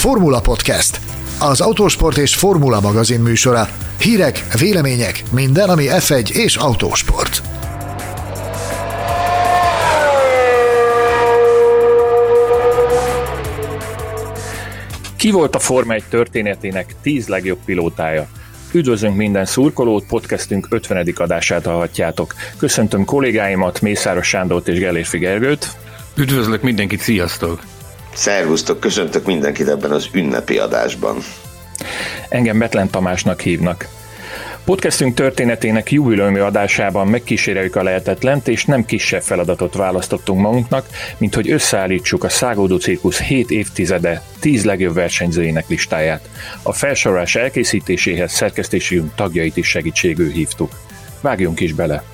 Formula Podcast, az autósport és formula magazin műsora. Hírek, vélemények, minden, ami F1 és autósport. Ki volt a Forma 1 történetének 10 legjobb pilótája? Üdvözlünk minden szurkolót, podcastünk 50. adását hallhatjátok. Köszöntöm kollégáimat, Mészáros Sándort és Gellérfi Gergőt. Üdvözlök mindenkit, sziasztok! Szervusztok, köszöntök mindenkit ebben az ünnepi adásban. Engem Betlen Tamásnak hívnak. Podcastünk történetének jubileumi adásában megkíséreljük a lehetetlent, és nem kisebb feladatot választottunk magunknak, mint hogy összeállítsuk a Száguldó Cirkusz 7 évtizede 10 legjobb versenyzőinek listáját. A felsorolás elkészítéséhez szerkesztésünk tagjait is segítségül hívtuk. Vágjunk is bele!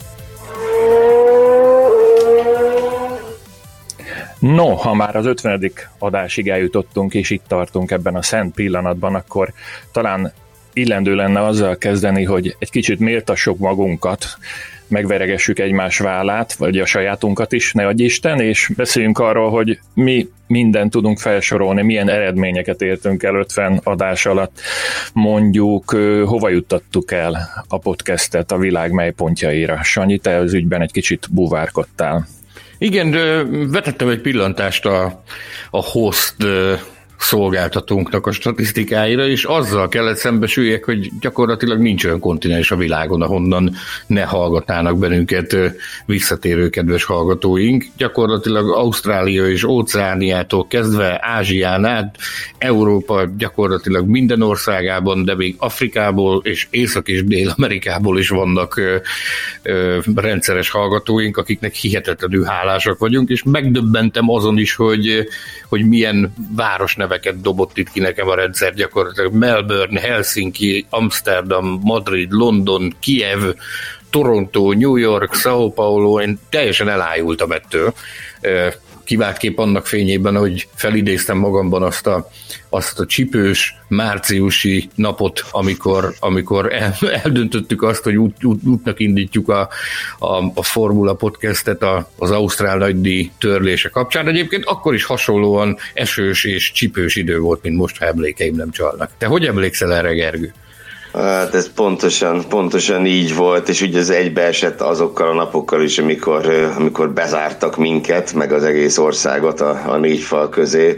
No, ha már az 50. adásig eljutottunk, és itt tartunk ebben a szent pillanatban, akkor talán illendő lenne azzal kezdeni, hogy egy kicsit méltassuk magunkat, megveregessük egymás vállát, vagy a sajátunkat is, ne adj Isten, és beszéljünk arról, hogy mi mindent tudunk felsorolni, milyen eredményeket értünk el 50 adás alatt. Mondjuk, hova juttattuk el a podcastet a világ mely pontjaira. Sanyi, te az ügyben egy kicsit búvárkodtál. Igen, vetettem egy pillantást a host szolgáltatónknak a statisztikáira, és azzal kellett szembesüljek, hogy gyakorlatilag nincs olyan kontinens a világon, ahonnan ne hallgatnának bennünket visszatérő kedves hallgatóink. Gyakorlatilag Ausztrália és Óceániától kezdve Ázsián át, Európa gyakorlatilag minden országában, de még Afrikából és Észak- és Dél-Amerikából is vannak rendszeres hallgatóink, akiknek hihetetlenül hálásak vagyunk, és megdöbbentem azon is, hogy milyen városneveket dobott itt ki nekem a rendszer, gyakorlatilag Melbourne, Helsinki, Amsterdam, Madrid, London, Kiev, Toronto, New York, São Paulo, én teljesen elájultam ettől. Kiváltképp annak fényében, hogy felidéztem magamban azt a csipős márciusi napot, amikor eldöntöttük azt, hogy útnak indítjuk a Formula Podcastet az Ausztrál nagydíj törlése kapcsán. Egyébként akkor is hasonlóan esős és csipős idő volt, mint most, ha emlékeim nem csalnak. Te hogy emlékszel erre, Gergő? Hát ez pontosan így volt, és ugye ez egybeesett azokkal a napokkal is, amikor bezártak minket, meg az egész országot a négy fal közé,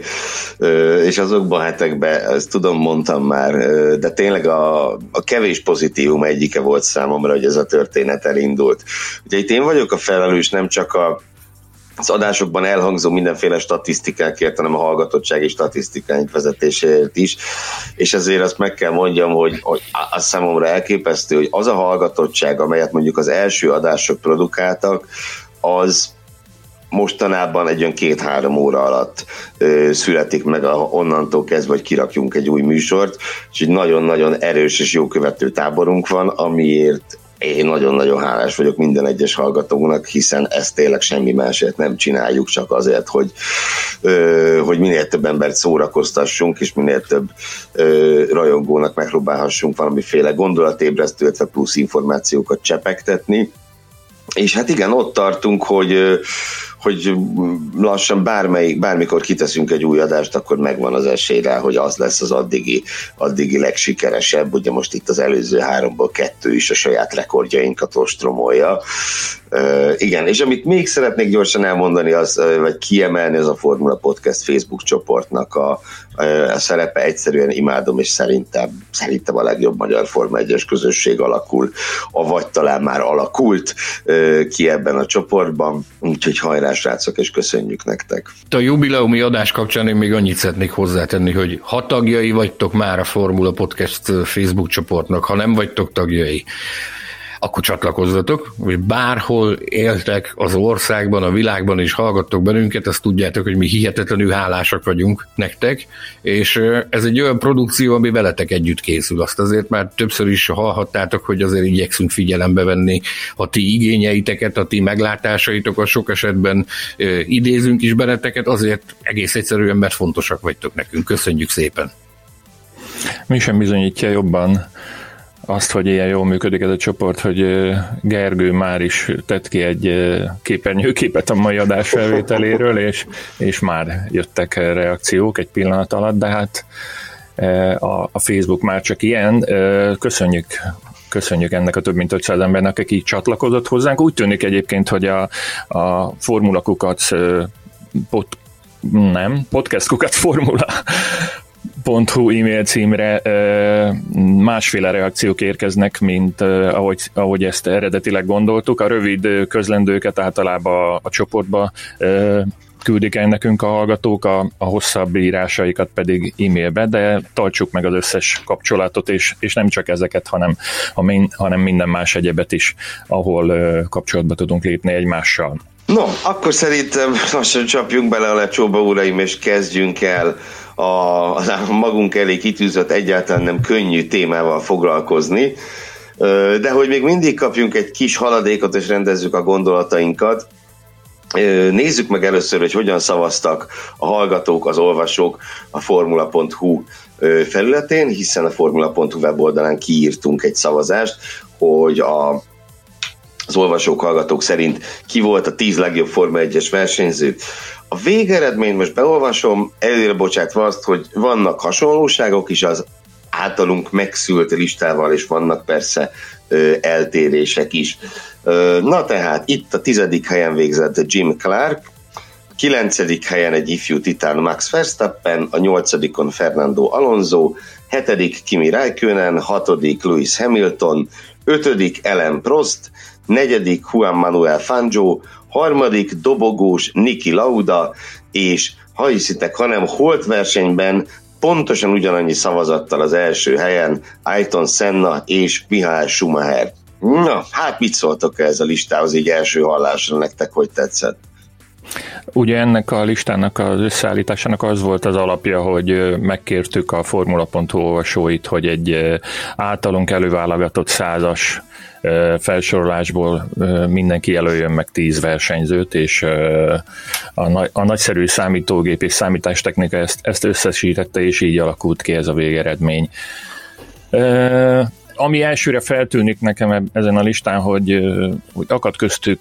és azokban a hetekben, ezt tudom, mondtam már, de tényleg a kevés pozitívum egyike volt számomra, hogy ez a történet elindult. Ugye itt én vagyok a felelős, nem csak az adásokban elhangzó mindenféle statisztikákért, hanem a hallgatottsági statisztikáink vezetéséért is, és ezért azt meg kell mondjam, hogy az számomra elképesztő, hogy az a hallgatottság, amelyet mondjuk az első adások produkáltak, az mostanában egy olyan 2-3 óra alatt születik meg onnantól kezdve, hogy kirakjunk egy új műsort, és egy nagyon-nagyon erős és jó követő táborunk van, amiért én nagyon-nagyon hálás vagyok minden egyes hallgatónak, hiszen ezt tényleg semmi másért nem csináljuk, csak azért, hogy minél több embert szórakoztassunk, és minél több rajongónak megpróbálhassunk valamiféle gondolatébresztő, illetve plusz információkat csepegtetni. És hát igen, ott tartunk, hogy lassan bármikor kiteszünk egy új adást, akkor megvan az esély rá, hogy az lesz az addigi legsikeresebb. Ugye most itt az előző 3-ból 2 is a saját rekordjainkat ostromolja. Igen, és amit még szeretnék gyorsan elmondani, vagy kiemelni, az a Formula Podcast Facebook csoportnak a szerepe. Egyszerűen imádom, és szerintem a legjobb magyar Forma 1-es közösség alakul, vagy talán már alakult ki ebben a csoportban, úgyhogy hajrá, srácok, és köszönjük nektek. A jubileumi adás kapcsán én még annyit szeretnék hozzátenni, hogy ha tagjai vagytok már a Formula Podcast Facebook csoportnak, ha nem vagytok tagjai, akkor csatlakozzatok, hogy bárhol éltek az országban, a világban és hallgattok bennünket, azt tudjátok, hogy mi hihetetlenül hálásak vagyunk nektek, és ez egy olyan produkció, ami veletek együtt készül. Azt azért már többször is hallhattátok, hogy azért igyekszünk figyelembe venni a ti igényeiteket, a ti meglátásaitokat, sok esetben idézünk is benneteket, azért egész egyszerűen, mert fontosak vagytok nekünk. Köszönjük szépen! Mi sem bizonyítja jobban azt, hogy ilyen jól működik ez a csoport, hogy Gergő már is tett ki egy képernyőképet a mai adás felvételéről, és már jöttek reakciók egy pillanat alatt, de hát a Facebook már csak ilyen. Köszönjük ennek a több mint 500 embernek, aki csatlakozott hozzánk. Úgy tűnik egyébként, hogy a Formula Kukac podcast formula.hu e-mail címre másféle reakciók érkeznek, mint ahogy ezt eredetileg gondoltuk. A rövid közlendőket általában a csoportba küldik el nekünk a hallgatók, a hosszabb írásaikat pedig e-mailbe, de tartsuk meg az összes kapcsolatot, és nem csak ezeket, hanem minden más egyebet is, ahol kapcsolatba tudunk lépni egymással. No, akkor szerintem lassan csapjunk bele a lecsóba, uraim, és kezdjünk el a magunk elé kitűzött, egyáltalán nem könnyű témával foglalkozni, de hogy még mindig kapjunk egy kis haladékot, és rendezzük a gondolatainkat, nézzük meg először, hogy hogyan szavaztak a hallgatók, az olvasók a formula.hu felületén, hiszen a formula.hu weboldalán kiírtunk egy szavazást, hogy az olvasók, hallgatók szerint ki volt a 10 legjobb Forma 1-es versenyző. A végeredményt most beolvasom, előre bocsátva azt, hogy vannak hasonlóságok is az általunk megszült listával, és vannak persze eltérések is. Na tehát, itt a 10. helyen végzett Jim Clark, 9. helyen egy ifjú titán Max Verstappen, a 8. Fernando Alonso, 7. Kimi Räikkönen, 6. Lewis Hamilton, 5. Alain Prost, 4. Juan Manuel Fangio, 3. dobogós Niki Lauda, és ha hiszitek, hanem holt versenyben pontosan ugyanannyi szavazattal az első helyen Ayrton Senna és Michael Schumacher. Na, hát mit szóltok ez a listához így első hallásra, nektek hogy tetszett? Ugye ennek a listának az összeállításának az volt az alapja, hogy megkértük a Formula.hu olvasóit, hogy egy általunk előválogatott 100-as felsorolásból mindenki jelöljön meg 10 versenyzőt, és a nagyszerű számítógép és számítástechnika ezt összesítette, és így alakult ki ez a végeredmény. Ami elsőre feltűnik nekem ezen a listán, hogy akad köztük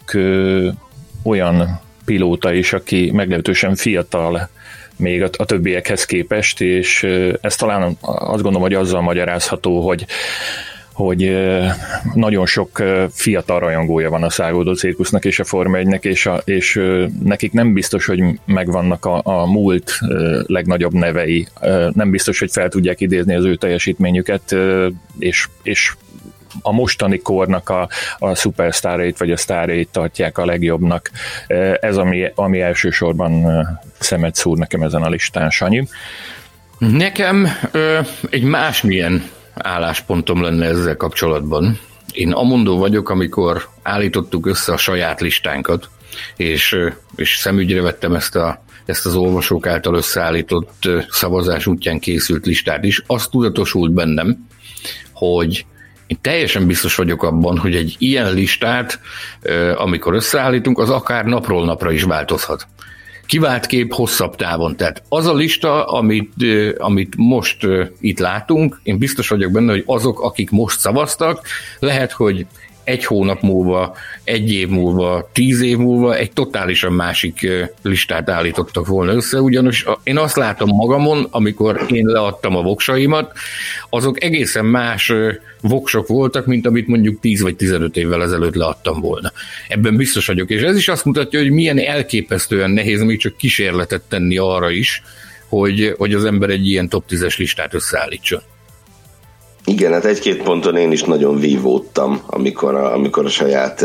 olyan pilóta is, aki meglehetősen fiatal még a többiekhez képest, és ez talán azt gondolom, hogy azzal magyarázható, hogy nagyon sok fiatal rajongója van a Száguldó Cirkusznak és a Forma 1-nek, és nekik nem biztos, hogy megvannak a múlt legnagyobb nevei, nem biztos, hogy fel tudják idézni az ő teljesítményüket, és a mostani kornak a szupersztárait vagy a sztárait tartják a legjobbnak. Ez ami elsősorban szemet szúr nekem ezen a listán, Sanyi. Nekem egy másmilyen álláspontom lenne ezzel kapcsolatban. Én amondó vagyok, amikor állítottuk össze a saját listánkat, és szemügyre vettem ezt az olvasók által összeállított szavazás útján készült listát is, az tudatosult bennem, hogy én teljesen biztos vagyok abban, hogy egy ilyen listát, amikor összeállítunk, az akár napról napra is változhat. Kivált kép hosszabb távon. Tehát az a lista, amit most itt látunk, én biztos vagyok benne, hogy azok, akik most szavaztak, lehet, hogy 1 hónap múlva, 1 év múlva, 10 év múlva egy totálisan másik listát állítottak volna össze, ugyanis én azt látom magamon, amikor én leadtam a voksaimat, azok egészen más voksok voltak, mint amit mondjuk 10 vagy 15 évvel ezelőtt leadtam volna. Ebben biztos vagyok, és ez is azt mutatja, hogy milyen elképesztően nehéz még csak kísérletet tenni arra is, hogy az ember egy ilyen top 10-es listát összeállítson. Igen, hát 1-2 ponton én is nagyon vívódtam, amikor a saját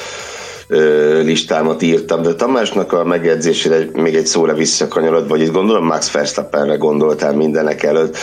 listámat írtam, de Tamásnak a megjegyzésére még egy szóra visszakanyarodva, vagy itt gondolom Max Verstappenre gondoltál mindenek előtt.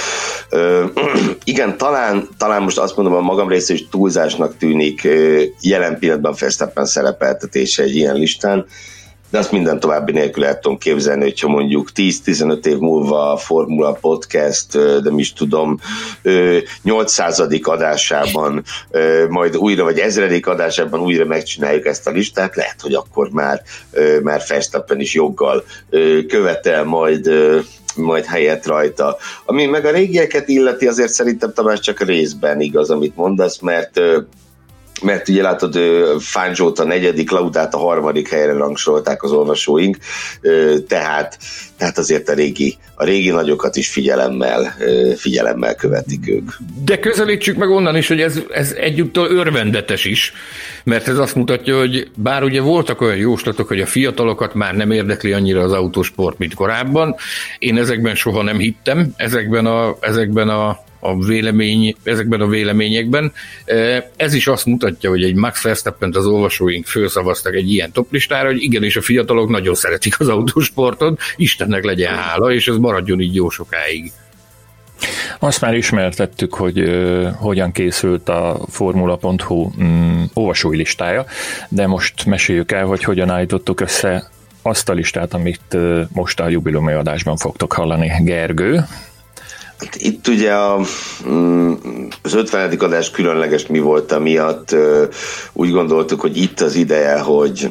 Igen, talán most azt mondom, a magam részéről is túlzásnak tűnik jelen pillanatban Verstappen szerepeltetése egy ilyen listán, de azt minden további nélkül el tudom képzelni, hogyha mondjuk 10-15 év múlva a Formula Podcast, de mi is tudom, 800. adásában, majd újra, vagy 1000. adásában újra megcsináljuk ezt a listát, lehet, hogy akkor már Verstappen is joggal követel majd helyet rajta. Ami meg a régieket illeti, azért szerintem Tamás csak részben igaz, amit mondasz, mert ugye látod, Fangio-t a 4., Laudát a 3. helyre rangsorolták az olvasóink, tehát azért a régi nagyokat is figyelemmel követik ők. De közelítsük meg onnan is, hogy ez egyúttal örvendetes is, mert ez azt mutatja, hogy bár ugye voltak olyan jóslatok, hogy a fiatalokat már nem érdekli annyira az autósport, mint korábban, én ezekben soha nem hittem, ezekben a véleményekben. Ez is azt mutatja, hogy egy Max Verstappent az olvasóink felszavaztak egy ilyen toplistára, hogy igenis a fiatalok nagyon szeretik az autósportot, Istennek legyen hála, és ez maradjon így jó sokáig. Azt már ismertettük, hogy hogyan készült a Formula.hu olvasói listája, de most meséljük el, hogy hogyan állítottuk össze azt a listát, amit most a jubileumi adásban fogtok hallani. Gergő? Itt ugye az 50. adás különleges mi volt, miatt úgy gondoltuk, hogy itt az ideje, hogy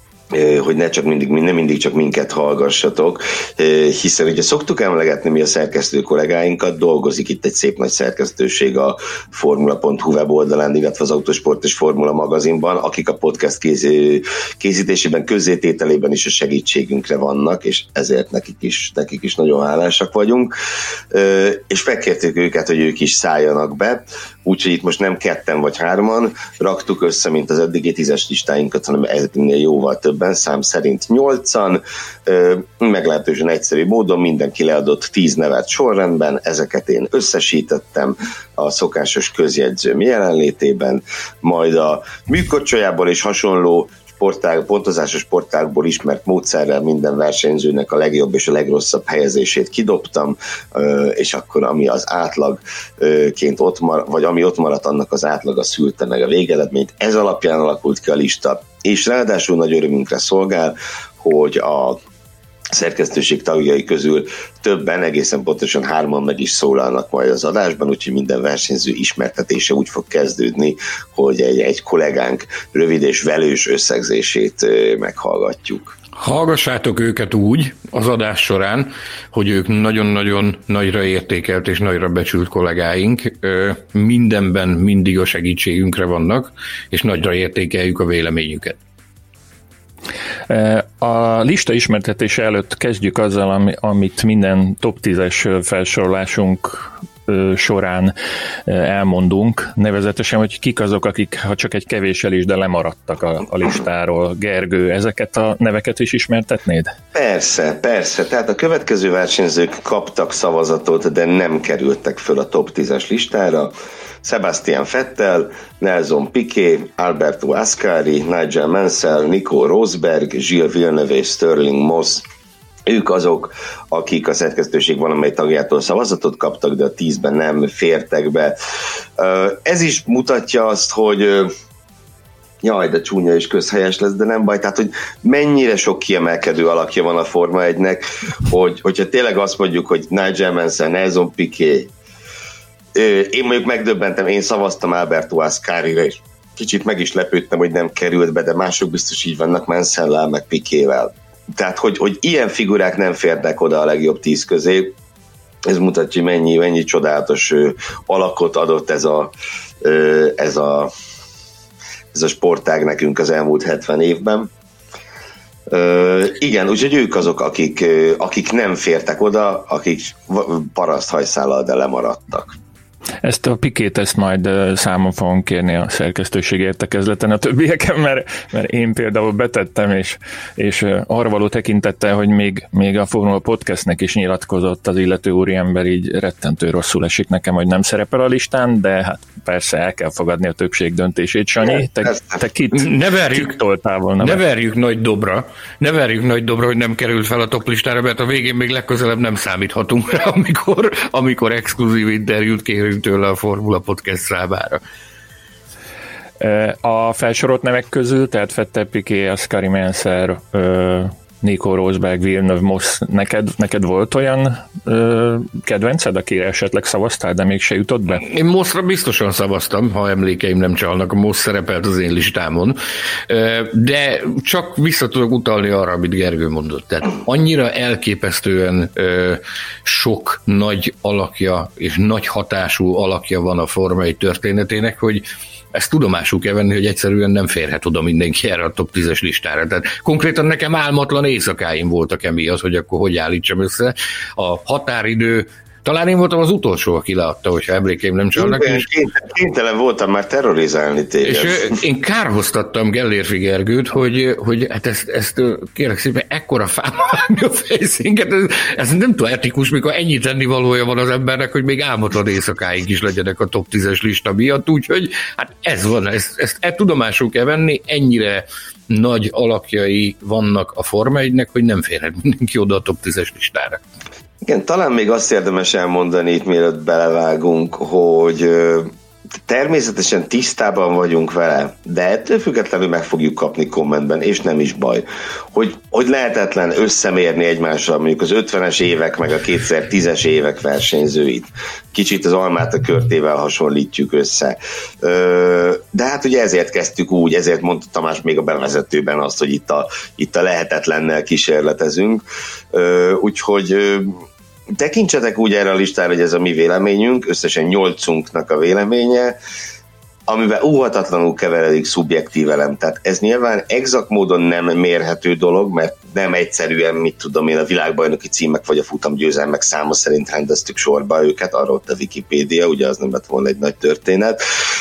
nem mindig csak minket hallgassatok, hiszen ugye szoktuk emlegetni mi a szerkesztő kollégáinkat, dolgozik itt egy szép nagy szerkesztőség a Formula.hu weboldalán, illetve az Autosport és Formula magazinban, akik a podcast készítésében, közzétételében is a segítségünkre vannak, és ezért nekik is nagyon hálásak vagyunk, és megkértük őket, hogy ők is szálljanak be, úgyhogy itt most nem 2 vagy 3 raktuk össze, mint az eddigi 10-es listáinkat, hanem ennél jóval többen, szám szerint 8-an, meglehetősen egyszerű módon mindenki leadott 10 nevet sorrendben, ezeket én összesítettem a szokásos közjegyzőm jelenlétében, majd a műkorcsolyából és hasonló pontozásos sportágból ismert módszerrel minden versenyzőnek a legjobb és a legrosszabb helyezését kidobtam, és akkor ami az átlagként vagy ami ott maradt, annak az átlaga szülte meg a végeredményt. Ez alapján alakult ki a lista, és ráadásul nagy örömünkre szolgál, hogy a szerkesztőség tagjai közül többen, egészen pontosan 3 meg is szólalnak majd az adásban, úgyhogy minden versenyző ismertetése úgy fog kezdődni, hogy egy kollégánk rövid és velős összegzését meghallgatjuk. Hallgassátok őket úgy az adás során, hogy ők nagyon-nagyon nagyra értékelt és nagyra becsült kollégáink, mindenben mindig a segítségünkre vannak, és nagyra értékeljük a véleményüket. A lista ismertetése előtt kezdjük azzal, amit minden top 10-es felsorolásunk során elmondunk, nevezetesen, hogy kik azok, akik ha csak egy kevéssel is, de lemaradtak a listáról. Gergő, ezeket a neveket is ismertetnéd? Persze. Tehát a következő versenyzők kaptak szavazatot, de nem kerültek föl a top 10-es listára. Sebastian Vettel, Nelson Piquet, Alberto Ascari, Nigel Mansell, Nico Rosberg, Gilles Villeneuve és Stirling Moss. Ők azok, akik a szerkesztőség valamely tagjától szavazatot kaptak, de a 10-ben nem fértek be. Ez is mutatja azt, hogy jaj, de csúnya és közhelyes lesz, de nem baj. Tehát, hogy mennyire sok kiemelkedő alakja van a Forma 1-nek, hogyha tényleg azt mondjuk, hogy Nigel Mansell, Nelson Piquet, én mondjuk megdöbbentem, én szavaztam Alberto Ascarira, és kicsit meg is lepődtem, hogy nem került be, de mások biztos így vannak Mansell-lel, meg Piquet-vel. Tehát, hogy ilyen figurák nem férnek oda a legjobb 10 közé, ez mutatja, hogy mennyi csodálatos alakot adott ez a sportág nekünk az elmúlt 70 évben. Igen, úgyhogy ők azok, akik nem fértek oda, akik paraszthajszállal, de lemaradtak. Ezt a Pikét, ezt majd számon fogom kérni a szerkesztőség értekezleten a többieken, mert én például betettem, és arra való tekintettel, hogy még a Formula Podcastnek is nyilatkozott az illető úriember, így rettentő rosszul esik nekem, hogy nem szerepel a listán, de hát persze el kell fogadni a többség döntését. Sanyi, te kit toltál volna? Ne verjük nagy dobra, hogy nem került fel a top listára, mert a végén még legközelebb nem számíthatunk rá, amikor exkluzív interjút kérünk tőle a Formula Podcast számára. A felsorolt nevek közül, tehát Vettel, Piquet, Ascari, Mansell, Nico Rosberg, Villeneuve, Moss, neked volt olyan kedvenced, akire esetleg szavaztál, de mégse jutott be? Én Mossra biztosan szavaztam, ha emlékeim nem csalnak, a Moss szerepelt az én listámon, de csak vissza tudok utalni arra, amit Gergő mondott. Tehát annyira elképesztően sok nagy alakja és nagy hatású alakja van a Forma 1 történetének, hogy ezt tudomásul kell venni, hogy egyszerűen nem férhet oda mindenki erre a top 10-es listára. Tehát konkrétan nekem álmatlan éjszakáim voltak emiatt, hogy akkor hogy állítsam össze. A határidő, talán én voltam az utolsó, aki leadta, hogyha emlékeim nem csalnak. Kénytelen voltam már terrorizálni téged. És én kárhoztattam Gellérfi Gergőt, hogy hát ezt kérlek szépen ekkora fába vágni a fejszénket, ez nem túl etikus, mikor ennyi tennivalója van az embernek, hogy még álmatlan éjszakáig is legyenek a top 10-es lista miatt, úgyhogy hát ez van, ezt tudomásul kell venni, ennyire nagy alakjai vannak a Forma 1-nek, hogy nem férhet mindenki oda a top 10-es listára. Igen, talán még azt érdemes elmondani itt, mielőtt belevágunk, hogy természetesen tisztában vagyunk vele, de ettől függetlenül meg fogjuk kapni kommentben, és nem is baj, hogy lehetetlen összemérni egymással mondjuk az 50-es évek meg a 2010-es évek versenyzőit. Kicsit az almát a körtével hasonlítjuk össze. De hát ugye ezért kezdtük úgy, ezért mondta Tamás még a bevezetőben azt, hogy itt a lehetetlennel kísérletezünk. Úgyhogy tekintsetek úgy erre a listára, hogy ez a mi véleményünk, összesen 8-unknak a véleménye, amiben óhatatlanul keveredik szubjektív elem. Tehát ez nyilván exakt módon nem mérhető dolog, mert nem egyszerűen, mit tudom én, a világbajnoki címek vagy a futamgyőzelmek száma szerint rendeztük sorba őket, arra ott a Wikipédia, ugye az nem lett volna egy nagy történet.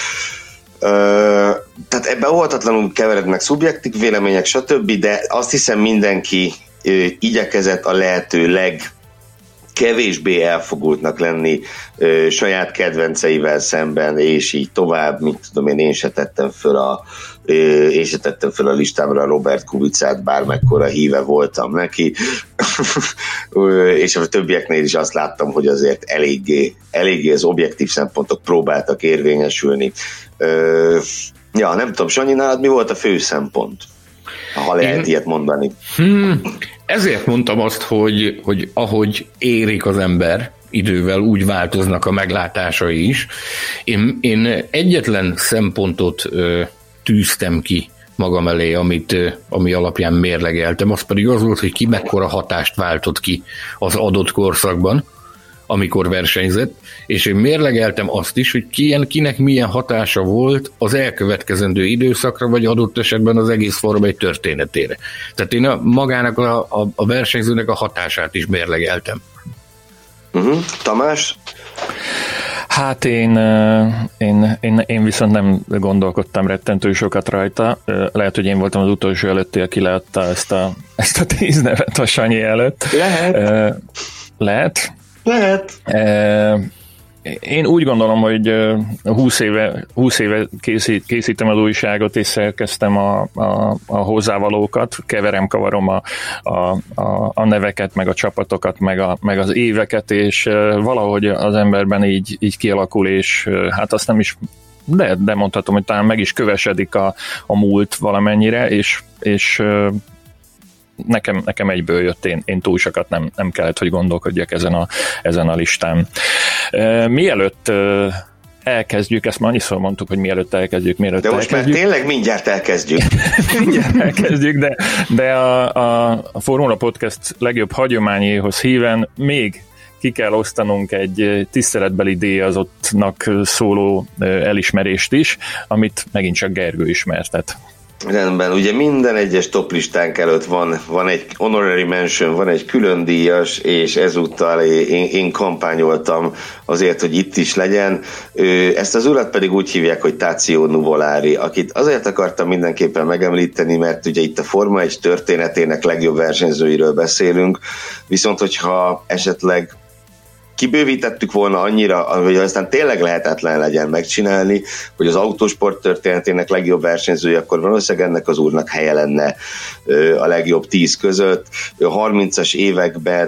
Tehát ebben óhatatlanul keverednek szubjektív vélemények, stb., de azt hiszem mindenki igyekezett a lehető legkevésbé elfogultnak lenni saját kedvenceivel szemben, és így tovább, mint tudom én se tettem föl a listámra Robert Kubicát, bármekkora híve voltam neki, és a többieknél is azt láttam, hogy azért eléggé az objektív szempontok próbáltak érvényesülni. Ja, nem tudom, Sanyi, nálad mi volt a fő szempont? Ha lehet ilyet mondani. Ezért mondtam azt, hogy ahogy érik az ember, idővel úgy változnak a meglátásai is. Én egyetlen szempontot tűztem ki magam elé, ami alapján mérlegeltem, az pedig az volt, hogy ki mekkora hatást váltott ki az adott korszakban, amikor versenyzett, és én mérlegeltem azt is, hogy kinek milyen hatása volt az elkövetkezendő időszakra, vagy adott esetben az egész Forma 1 történetére. Tehát én magának a versenyzőnek a hatását is mérlegeltem. Tamás? Hát én viszont nem gondolkodtam rettentő sokat rajta. Lehet, hogy én voltam az utolsó előtti, aki leadta ezt a 10 nevet a Sanyi előtt. Lehet. Én úgy gondolom, hogy 20 éve készítem az újságot, és szerkeztem a hozzávalókat, kavarom a neveket, meg a csapatokat, meg az éveket, és valahogy az emberben így kialakul, és hát azt nem is, de mondhatom, hogy talán meg is kövesedik a múlt valamennyire, és nekem egyből jött, én túl sokat nem kellett, hogy gondolkodjak ezen a listán. Mielőtt elkezdjük, ezt már annyiszor mondtuk, hogy mielőtt elkezdjük. De most már tényleg mindjárt elkezdjük. Mindjárt elkezdjük, de a Formula Podcast legjobb hagyományéhoz híven még ki kell osztanunk egy tiszteletbeli díjazottnak szóló elismerést is, amit megint csak Gergő ismertet. Rendben, ugye minden egyes toplistánk előtt van egy honorary mention, van egy külön díjas, és ezúttal én kampányoltam azért, hogy itt is legyen. Ezt az urat pedig úgy hívják, hogy Tazio Nuvolari, akit azért akartam mindenképpen megemlíteni, mert ugye itt a Forma 1 történetének legjobb versenyzőiről beszélünk, viszont hogyha esetleg kibővítettük volna annyira, hogy aztán tényleg lehetetlen legyen megcsinálni, hogy az autósport történetének legjobb versenyzője, akkor valószínűleg ennek az úrnak helye lenne a legjobb 10 között. A 30-as években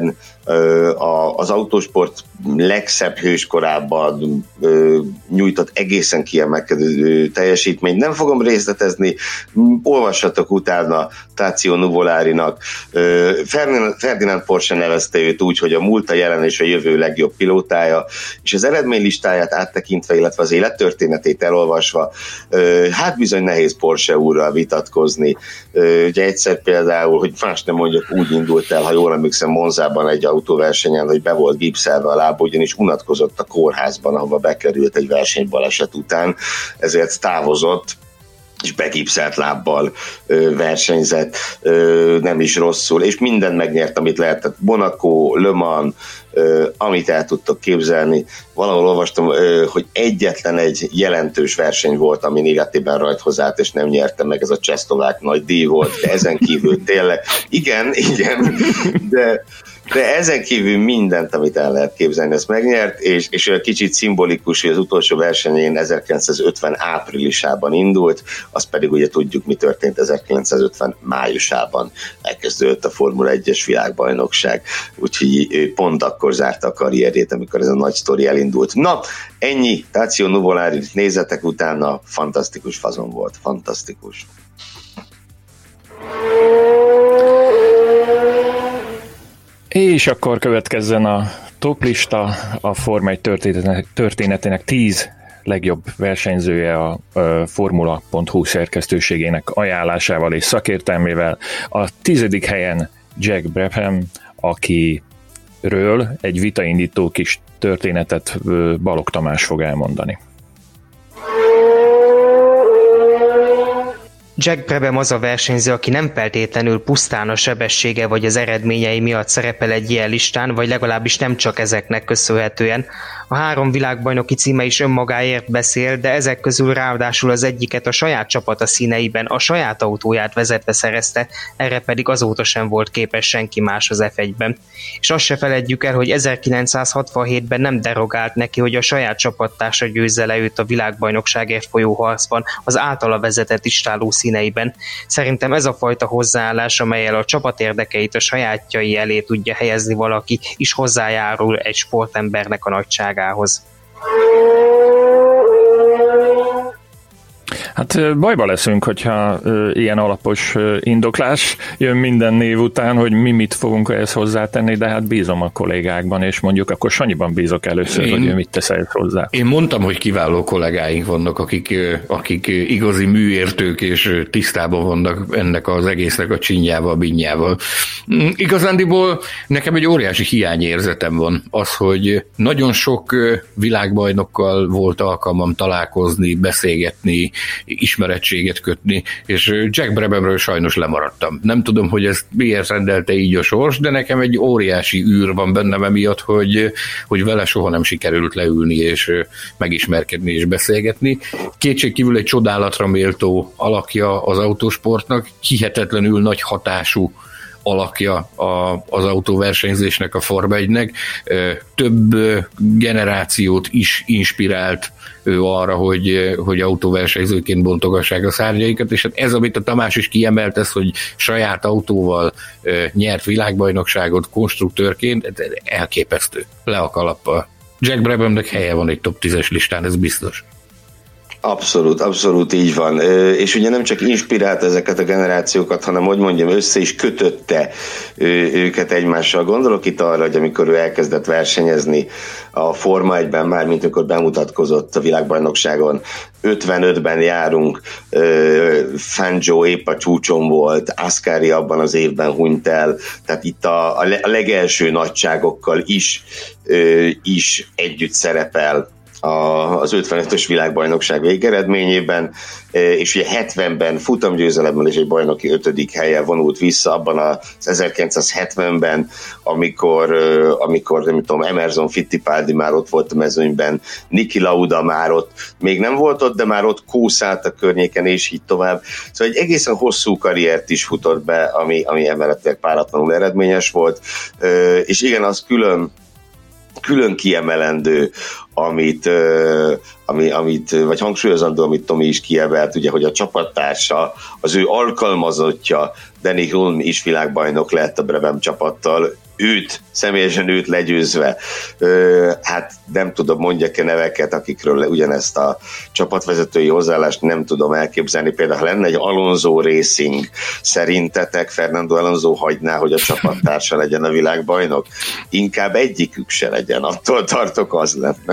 az autósport legszebb hőskorában nyújtott egészen kiemelkedő teljesítményt. Nem fogom részletezni, olvassatok utána Tazio Nuvolarinak. Ferdinand Porsche nevezte őt úgy, hogy a múlt, a jelen és a jövő legjobb pilótája, és az eredménylistáját áttekintve, illetve az élettörténetét elolvasva, hát bizony nehéz Porsche úrral vitatkozni. Ugye egyszer például, hogy más nem mondjak, úgy indult el, ha jól emlékszem, Monzában egy autóversenyen, hogy be volt gipszelve a lába, ugyanis unatkozott a kórházban, ahova bekerült egy versenybaleset után, ezért távozott, és begipszelt lábbal versenyzett, nem is rosszul, és mindent megnyert, amit lehetett. Monaco, Le Mans, amit el tudtok képzelni. Valahol olvastam, hogy egyetlen egy jelentős verseny volt, ami életében rajthoz állt, és nem nyerte meg, ez a csehszlovák nagy díj volt, de ezen kívül tényleg, igen, de ezen kívül mindent, amit el lehet képzelni, ezt megnyert, és kicsit szimbolikus, hogy az utolsó versenyén 1950 áprilisában indult, azt pedig ugye tudjuk, mi történt 1950 májusában. Elkezdődött a Formula 1-es világbajnokság, úgyhogy pont akkor zárta a karrierjét, amikor ez a nagy sztori elindult. Na, ennyi, Tazio Nuvolari, nézzetek utána, fantasztikus fazon volt, fantasztikus. És akkor következzen a toplista, a Forma 1 történetének 10 legjobb versenyzője a Formula.hu szerkesztőségének ajánlásával és szakértelmével. A 10. helyen Jack Brabham, akiről egy vitaindító kis történetet Balogh Tamás fog elmondani. Jack Brabham az a versenyző, aki nem feltétlenül pusztán a sebessége vagy az eredményei miatt szerepel egy ilyen listán, vagy legalábbis nem csak ezeknek köszönhetően. A 3 világbajnoki címe is önmagáért beszél, de ezek közül ráadásul az egyiket a saját csapata színeiben, a saját autóját vezetve szerezte, erre pedig azóta sem volt képes senki más az F1-ben. És azt se feledjük el, hogy 1967-ben nem derogált neki, hogy a saját csapattársa győzze le őt a világbajnokságért folyó harcban az általa vezetett istáló színeiben. Szerintem ez a fajta hozzáállás, amellyel a csapat érdekeit a sajátjai elé tudja helyezni valaki, is hozzájárul egy sportembernek a nagyságához. Hát bajba leszünk, hogyha ilyen alapos indoklás jön minden név után, hogy mi mit fogunk ehhez hozzátenni, de hát bízom a kollégákban, és mondjuk akkor Sanyiban bízok először, hogy ő mit tesz ehhez hozzá. Én mondtam, hogy kiváló kollégáink vannak, akik igazi műértők, és tisztában vannak ennek az egésznek a csinyával, binnyával. Igazándiból nekem egy óriási hiányérzetem van az, hogy nagyon sok világbajnokkal volt alkalmam találkozni, beszélgetni, ismerettséget kötni, és Jack Brabhamről sajnos lemaradtam. Nem tudom, hogy ezt miért rendelte így a sors, de nekem egy óriási űr van bennem emiatt, hogy vele soha nem sikerült leülni, és megismerkedni, és beszélgetni. Kétségkívül egy csodálatra méltó alakja az autósportnak, hihetetlenül nagy hatású alakja az autóversenyzésnek, a Forma 1-nek. Több generációt is inspirált ő arra, hogy autóversenyzőként bontogassák a szárnyaikat, és hát ez, amit a Tamás is kiemelt, ez, hogy saját autóval nyert világbajnokságot konstruktőrként, elképesztő. Le a kalappal. Jack Brabhamnek helye van egy top 10-es listán, ez biztos. Abszolút így van. És ugye nem csak inspirált ezeket a generációkat, hanem, hogy mondjam, össze is kötötte őket egymással. Gondolok itt arra, hogy amikor ő elkezdett versenyezni a Forma 1-ben, már mint amikor bemutatkozott a világbajnokságon, 55-ben járunk, Fangio épp a csúcson volt, Ascari abban az évben hunyt el, tehát itt a legelső nagyságokkal is együtt szerepel az 55-ös világbajnokság végeredményében, és ugye 70-ben futamgyőzelemmel és egy bajnoki 5. helyen vonult vissza, abban az 1970-ben, amikor nem tudom, Emerson Fittipaldi már ott volt a mezőnyben, Niki Lauda már ott, még nem volt ott, de már ott kúszált a környéken, és így tovább. Szóval egy egészen hosszú karriert is futott be, ami emellett páratlanul eredményes volt, és igen, az külön kiemelendő, amit vagy hangsúlyozandó, amit Tomi is kiemelt, ugye, hogy a csapattársa, az ő alkalmazottja, Danny Hulme is világbajnok lett a Brabham csapattal, személyesen őt legyőzve. Hát nem tudom, mondjak-e neveket, akikről ugyanezt a csapatvezetői hozzáállást nem tudom elképzelni. Például, ha lenne egy Alonso Racing, szerintetek Fernando Alonso hagyná, hogy a csapattársa legyen a világbajnok? Inkább egyikük se legyen, attól tartok, az lenne.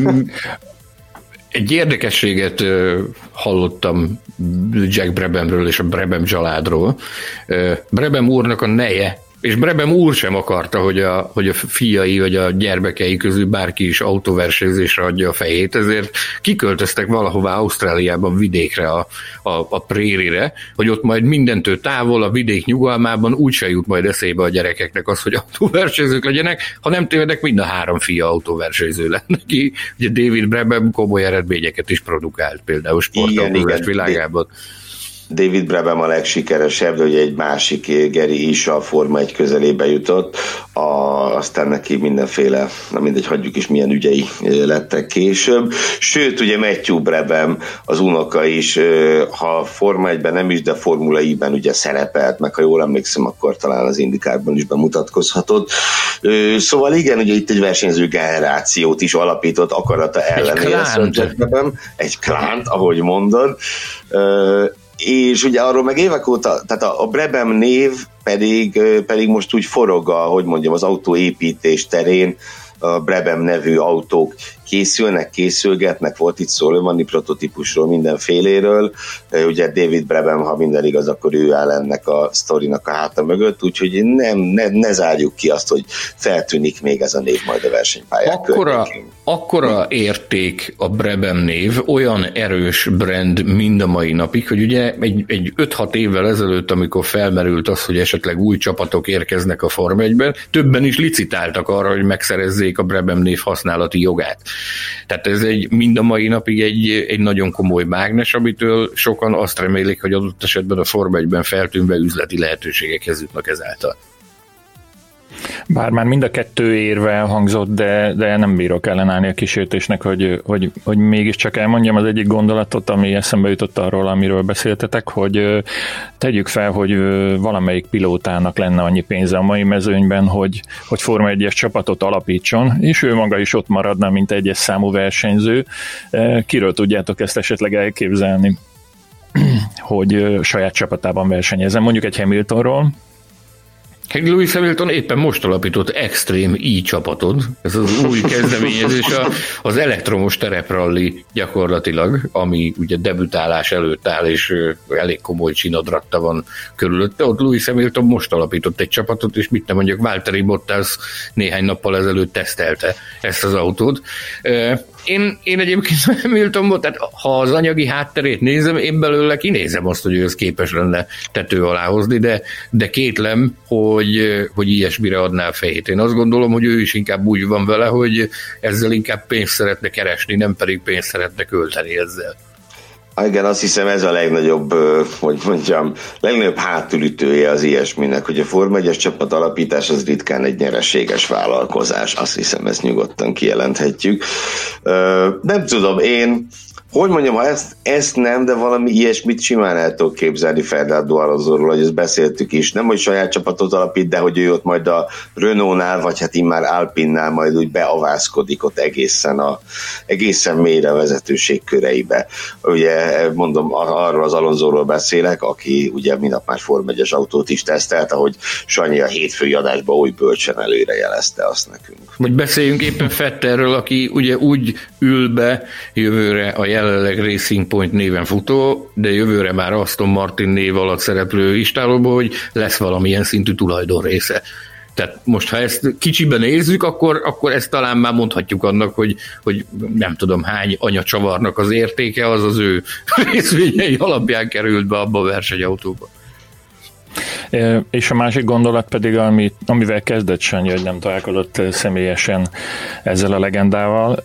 Egy érdekességet hallottam Jack Brabhamről és a Brabham családról. Brabham úrnak a neje, és Brabham úr sem akarta, hogy a fiai vagy a gyermekei közül bárki is autóversenyzésre adja a fejét, ezért kiköltöztek valahová Ausztráliában vidékre, a prérire, hogy ott majd mindentől távol, a vidék nyugalmában úgyse jut majd eszébe a gyerekeknek az, hogy autóversenyzők legyenek, ha nem tévedek, mind a 3 fia autóversenyző lett neki. Ugye David Brabham komoly eredményeket is produkált, például sportautózás világában. David Brabham a legsikeresebb, de ugye egy másik Gary is a Forma 1 közelébe jutott, aztán neki mindenféle, mindegy, hagyjuk is, milyen ügyei lettek később. Sőt, ugye Matthew Brabham, az unoka is, ha Forma 1-ben nem is, de Formula I-ben ugye szerepelt, meg ha jól emlékszem, akkor talán az IndyCarban is bemutatkozhatott. Szóval igen, ugye itt egy versenyző generációt is alapított akarata ellenére. Egy klánt, ahogy mondod. És ugye arról meg évek óta, tehát a Brabham név pedig most úgy forog, hogy mondjam, az autóépítés terén a Brabham nevű autók készülgetnek, volt itt szó Lemanni prototípusról, mindenféléről. Ugye David Brabham, ha minden igaz, akkor ő áll ennek a sztorinak a háta mögött, úgyhogy ne zárjuk ki azt, hogy feltűnik még ez a név majd a versenypályák környékén. Akkora érték a Brabham név, olyan erős brand mind a mai napig, hogy ugye egy 5-6 évvel ezelőtt, amikor felmerült az, hogy esetleg új csapatok érkeznek a Forma 1-ben, többen is licitáltak arra, hogy megszerezzék a Brabham név használati jogát. Tehát ez mind a mai napig egy nagyon komoly mágnes, amitől sokan azt remélik, hogy adott esetben a Forma 1-ben feltűnve üzleti lehetőségekhez jutnak ezáltal. Bár már mind a kettő érve hangzott, de nem bírok ellenállni a kísértésnek, hogy mégiscsak elmondjam az egyik gondolatot, ami eszembe jutott arról, amiről beszéltetek, hogy tegyük fel, hogy valamelyik pilótának lenne annyi pénze a mai mezőnyben, hogy Forma 1-es csapatot alapítson, és ő maga is ott maradna, mint egyes számú versenyző. Kiről tudjátok ezt esetleg elképzelni, hogy saját csapatában versenyezzen? Mondjuk egy Hamiltonról. Lewis Hamilton éppen most alapított Extreme E csapatot, ez az új kezdeményezés, az elektromos terepralli gyakorlatilag, ami ugye debütálás előtt áll, és elég komoly csinadratta van körülötte. Ott Lewis Hamilton most alapított egy csapatot, és mit nem mondjak, Valtteri Bottas néhány nappal ezelőtt tesztelte ezt az autót. Én egyébként Hamiltonból, tehát ha az anyagi hátterét nézem, én belőle kinézem azt, hogy ő képes lenne tető alá hozni, de kétlem, hogy ilyesmire adná a fejét. Én azt gondolom, hogy ő is inkább úgy van vele, hogy ezzel inkább pénzt szeretne keresni, nem pedig pénzt szeretne költeni ezzel. Igen, azt hiszem ez a legnagyobb, legnagyobb hátulütője az ilyesminek, hogy a Forma 1-es csapat alapítás az ritkán egy nyereséges vállalkozás. Azt hiszem, ezt nyugodtan kijelenthetjük. Nem tudom, hogy mondjam, ha ezt nem, de valami ilyesmit simán el tudok képzelni Fernando Alonsóról, hogy ezt beszéltük is. Nem, hogy saját csapatot alapít, de hogy ő ott majd a Renault-nál, vagy hát immár Alpine-nál majd úgy beavászkodik ott egészen mélyre a vezetőség köreibe. Ugye mondom, arról az Alonsóról beszélek, aki ugye minap már Forma 1-es autót is tesztelt, ahogy Sanyi a hétfői adásban oly bölcsen előre jelezte azt nekünk. Vagy beszéljünk éppen Vettelről, aki ugye úgy ül be jövőre a jelenleg Racing Point néven futó, de jövőre már Aston Martin név alatt szereplő istálóban, hogy lesz valamilyen szintű tulajdonrésze. Tehát most, ha ezt kicsiben nézzük, akkor ezt talán már mondhatjuk annak, hogy nem tudom hány anyacsavarnak az értéke, az ő részvényei alapján került be abba a versenyautóba. És a másik gondolat pedig, amivel kezdett Sanyi, hogy nem találkozott személyesen ezzel a legendával.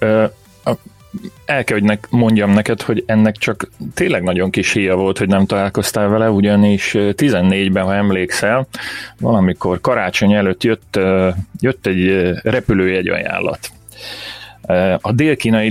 El kell, hogy mondjam neked, hogy ennek csak tényleg nagyon kis híja volt, hogy nem találkoztál vele, ugyanis 14-ben, ha emlékszel, valamikor karácsony előtt jött egy repülőjegy ajánlat. A dél-kínai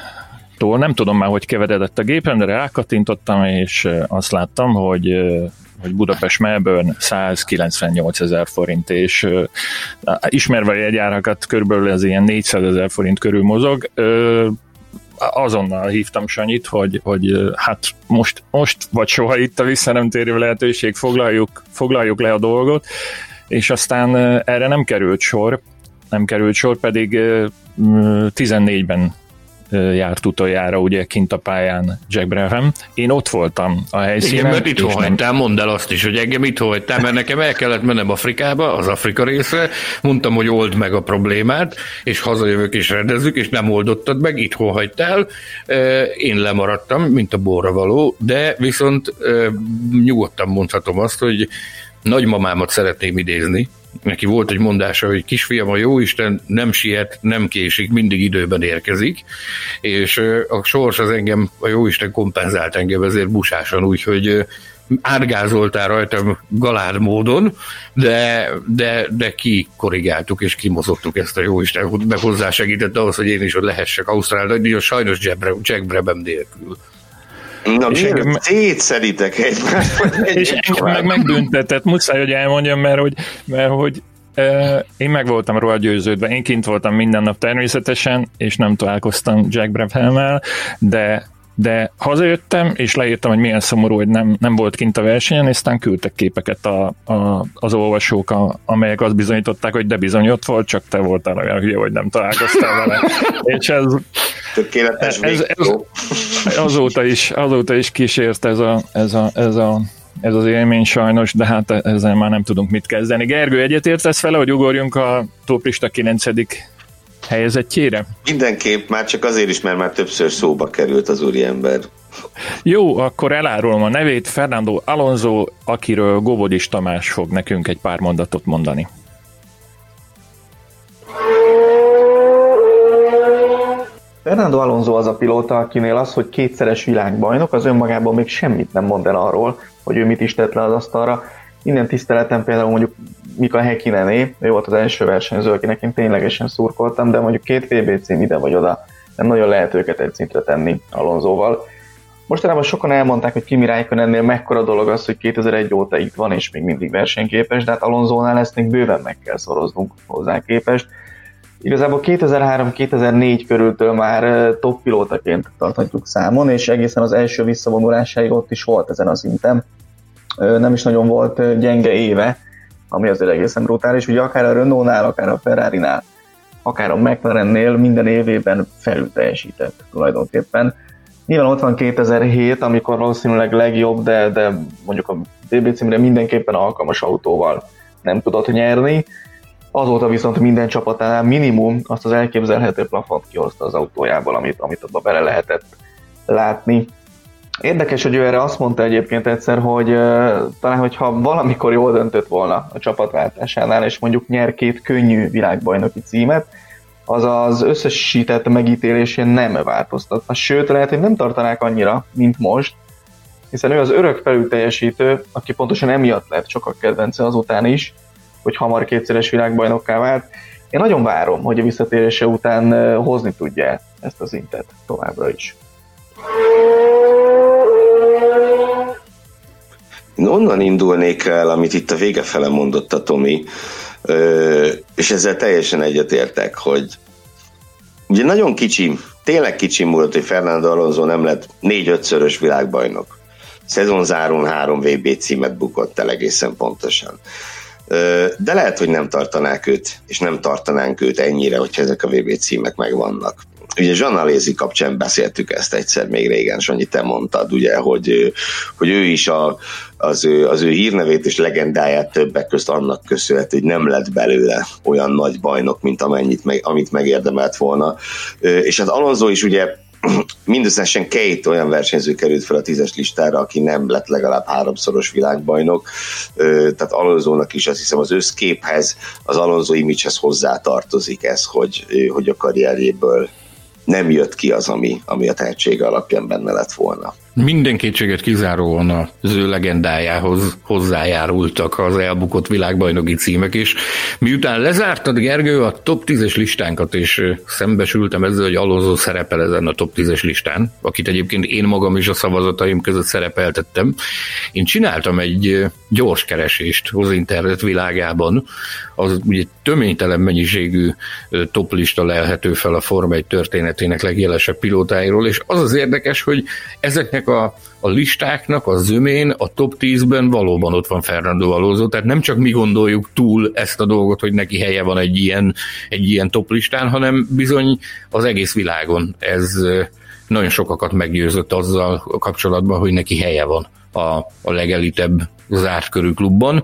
légitársaságtól nem tudom már, hogy keveredett a gépem, de rákattintottam, és azt láttam, hogy hogy Budapest-Melbourne 198 000 forint, és ismerve a jegyárakat körülbelül ez ilyen 400 000 forint körül mozog. Azonnal hívtam Sanyit, hogy hát most vagy soha itt a visszanemtérő lehetőség, foglaljuk le a dolgot, és aztán erre nem került sor, pedig 14-ben járt utoljára ugye kint a pályán Jack Brabham. Én ott voltam a helyszínen. Igen, mert itthon hagytál, mondd el azt is, hogy engem itthon hagytál, mert nekem el kellett mennem Afrikába, az Afrika részre, mondtam, hogy old meg a problémát, és hazajövök és rendezzük, és nem oldottad meg, itthon hagytál. Én lemaradtam, mint a borra való, de viszont nyugodtan mondhatom azt, hogy nagymamámat szeretném idézni. Neki volt egy mondása, hogy kisfiam, a jóisten nem siet, nem késik, mindig időben érkezik, és a sors az engem, a jóisten kompenzált engem ezért busásan, úgyhogy átgázoltál rajtam galád módon, de kikorrigáltuk és kimozogtuk ezt a jóisten, meg hozzásegített ahhoz, hogy én is ott lehessek Ausztrál nagydíjas, sajnos Jack Brabham nélkül. Na, miért szétszeritek egymást? És engem megbüntetett, muszáj, hogy elmondjam, mert hogy én meg voltam róla győződve. Én kint voltam minden nap természetesen, és nem találkoztam Jack Brabhammel, de hazajöttem, és leírtam, hogy milyen szomorú, hogy nem volt kint a versenyen, és aztán küldtek képeket az olvasók, amelyek azt bizonyították, hogy de bizony ott volt, csak te voltál olyan hülye, hogy nem találkoztál vele. És tökéletes azóta is kísért ez az élmény sajnos, de hát ezzel már nem tudunk mit kezdeni. Gergő, egyetértesz vele, hogy ugorjunk a toplista 9. helyezettjére? Mindenképp, már csak azért is, mert már többször szóba került az úriember. Jó, akkor elárulom a nevét, Fernando Alonso, akiről Góbodis Tamás fog nekünk egy pár mondatot mondani. Fernando Alonso az a pilóta, akinél az, hogy kétszeres világbajnok, az önmagában még semmit nem mond el arról, hogy ő mit is tett le az asztalra. Minden tiszteletem például mondjuk Mika Häkkinené, ő volt az első versenyző, akinek én ténylegesen szurkoltam, de mondjuk 2 VB cím ide vagy oda, nem nagyon lehet őket egy szintre tenni Alonsoval. Mostanában sokan elmondták, hogy Kimi Räikkönennél mekkora dolog az, hogy 2001 óta itt van és még mindig versenyképes, de hát Alonsónál ezt még bőven meg kell szoroznunk hozzá képest. Igazából 2003-2004 körültől már top pilótaként tarthatjuk számon, és egészen az első visszavonulásáig ott is volt ezen a szinten. Nem is nagyon volt gyenge éve, ami azért egészen brutális. Ugye akár a Renault-nál, akár a Ferrari-nál, akár a McLarennél minden évében felül teljesített tulajdonképpen. Nyilván ott van 2007, amikor valószínűleg legjobb, de mondjuk a VB címre mindenképpen alkalmas autóval nem tudott nyerni. Azóta viszont minden csapatánál minimum azt az elképzelhető plafont kihozta az autójából, amit abba bele lehetett látni. Érdekes, hogy ő erre azt mondta egyébként egyszer, hogy talán, hogyha valamikor jól döntött volna a csapatváltásánál, és mondjuk nyer 2 könnyű világbajnoki címet, az az összesített megítélésén nem változtatna. Sőt, lehet, hogy nem tartanák annyira, mint most, hiszen ő az örök felülteljesítő, aki pontosan emiatt lett sokak kedvence azután is, hogy hamar 2-szeres világbajnokká vált. Én nagyon várom, hogy a visszatérése után hozni tudja ezt az szintet továbbra is. Én onnan indulnék el, amit itt a vége fele mondott a Tomi, és ezzel teljesen egyetértek, hogy ugye nagyon kicsi, tényleg kicsi múlott, hogy Fernando Alonso nem lett 4-5-szörös világbajnok. Szezonzárón 3 VB címet bukott el egészen pontosan. De lehet, hogy nem tartanák őt, és nem tartanánk őt ennyire, hogyha ezek a VB címek megvannak. Ugye Jean Alesi kapcsán beszéltük ezt egyszer még régen, Sanyi, te mondtad, ugye, hogy ő is az ő hírnevét és legendáját többek közt annak köszönhet, hogy nem lett belőle olyan nagy bajnok, mint amit megérdemelt volna. És hát Alonso is ugye mindösszesen 2 olyan versenyző került fel a 10-es listára, aki nem lett legalább 3-szoros világbajnok, tehát Alonsónak is azt hiszem az összképhez, az Alonso image-hez hozzá tartozik ez, hogy a karrierjéből nem jött ki az, ami a tehetsége alapján benne lett volna. Minden kétséget kizáróan az ő legendájához hozzájárultak az elbukott világbajnoki címek is. Miután lezártad, Gergő, a top 10-es listánkat, és szembesültem ezzel, hogy Alonso szerepel ezen a top 10-es listán, akit egyébként én magam is a szavazataim között szerepeltettem. Én csináltam egy gyors keresést az internet világában, az ugye töménytelen mennyiségű toplista lelhető fel a Forma 1 történetének legjelesebb pilótáiról, és az az érdekes, hogy ezeknek a listáknak a zömén, a top 10-ben valóban ott van Fernando Alonso, tehát nem csak mi gondoljuk túl ezt a dolgot, hogy neki helye van egy ilyen top listán, hanem bizony az egész világon ez nagyon sokakat meggyőzött azzal kapcsolatban, hogy neki helye van a legelitebb zárt körű klubban.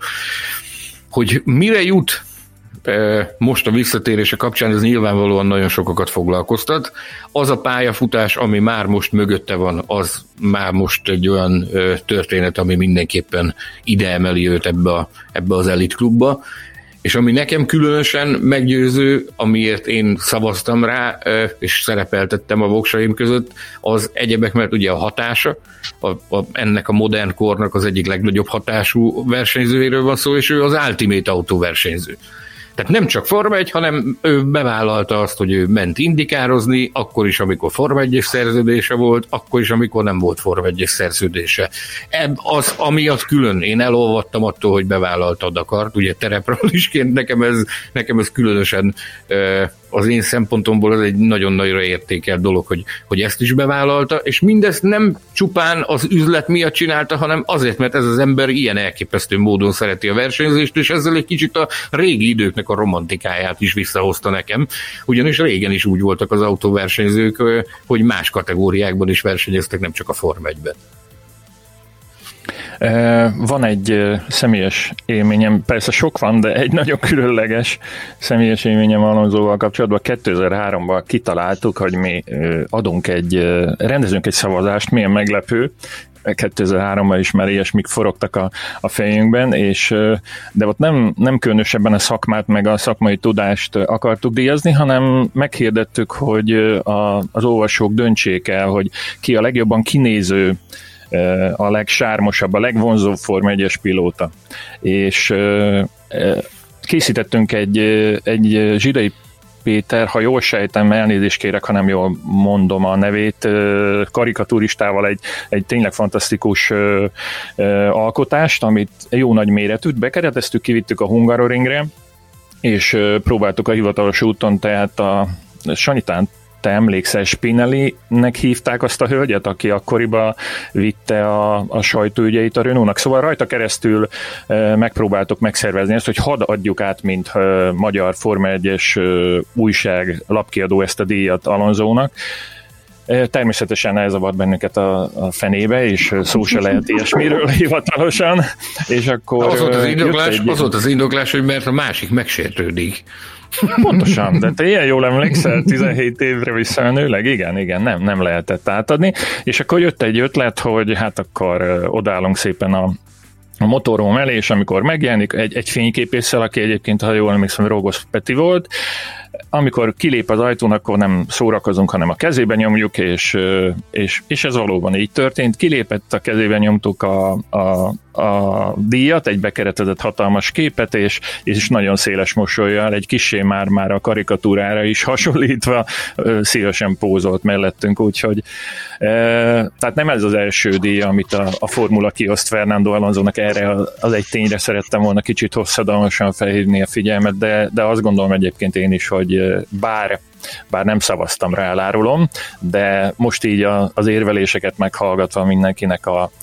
Hogy mire jut most a visszatérése kapcsán, ez nyilvánvalóan nagyon sokakat foglalkoztat. Az a pályafutás, ami már most mögötte van, az már most egy olyan történet, ami mindenképpen ide emeli őt ebbe az elit klubba. És ami nekem különösen meggyőző, amiért én szavaztam rá, és szerepeltettem a voksaim között, az egyebek, mert ugye a hatása, ennek a modern kornak az egyik legnagyobb hatású versenyzőjéről van szó, és ő az Ultimate Auto versenyző. Tehát nem csak Forma 1, hanem ő bevállalta azt, hogy ő ment indikározni, akkor is, amikor Forma 1-es szerződése volt, akkor is, amikor nem volt Forma 1-es szerződése. Az amiatt külön én elolvadtam attól, hogy bevállalta a Dakart, ugye tereprálisként nekem ez különösen az én szempontomból ez egy nagyon nagyra értékelt dolog, hogy ezt is bevállalta, és mindezt nem csupán az üzlet miatt csinálta, hanem azért, mert ez az ember ilyen elképesztő módon szereti a versenyzést, és ezzel egy kicsit a régi időknek a romantikáját is visszahozta nekem, ugyanis régen is úgy voltak az autóversenyzők, hogy más kategóriákban is versenyeztek, nem csak a Forma 1-ben. Van egy személyes élményem, persze sok van, de egy nagyon különleges személyes élményem Alonsoval kapcsolatban. 2003-ban kitaláltuk, hogy mi rendezünk egy szavazást, milyen meglepő, 2003-ban is már ilyesmik forogtak a fejünkben, de ott nem különösebben a szakmát meg a szakmai tudást akartuk díjazni, hanem meghirdettük, hogy az olvasók döntsék el, hogy ki a legjobban kinéző, a legsármosabb, a legvonzóbb Forma 1-es pilóta. És készítettünk egy Zsidai Péter, ha jól sejtem, elnézést kérek, ha nem jól mondom a nevét, karikatúristával egy tényleg fantasztikus alkotást, amit jó nagy méretűt bekereteztük, kivittük a Hungaroringre, és próbáltuk a hivatalos úton, tehát Sanyitán, te emlékszel, Spinelli-nek hívták azt a hölgyet, aki akkoriban vitte a sajtóügyeit a Renault-nak. Szóval rajta keresztül megpróbáltuk megszervezni ezt, hogy hadd adjuk át, mint magyar Forma 1-es újság lapkiadó ezt a díjat Alonsónak. Természetesen elzavart bennünket a fenébe, és szó se lehet ilyesmiről hivatalosan. És akkor az volt az indoklás, hogy mert a másik megsértődik. Pontosan, de te ilyen jól emlékszel, 17 évre visszamenőleg, igen, nem lehetett átadni, és akkor jött egy ötlet, hogy hát akkor odállunk szépen a motorhóm elé, és amikor megjelenik egy fényképésszel, aki egyébként, ha jól emlékszem, Rógosz Peti volt, amikor kilép az ajtón, akkor nem szórakozunk, hanem a kezébe nyomjuk, és ez valóban így történt. Kilépett, a kezébe nyomtuk a díjat, egy bekeretezett hatalmas képet, és nagyon széles mosollyal, egy kissé már a karikatúrára is hasonlítva szívesen pózolt mellettünk, úgyhogy tehát nem ez az első díj, amit a Formula kioszt Fernando Alonsónak, erre az egy tényre szerettem volna kicsit hosszadalmasan felhívni a figyelmet, de azt gondolom egyébként én is, hogy bár nem szavaztam rá, elárulom, de most így az érveléseket meghallgatva mindenkinek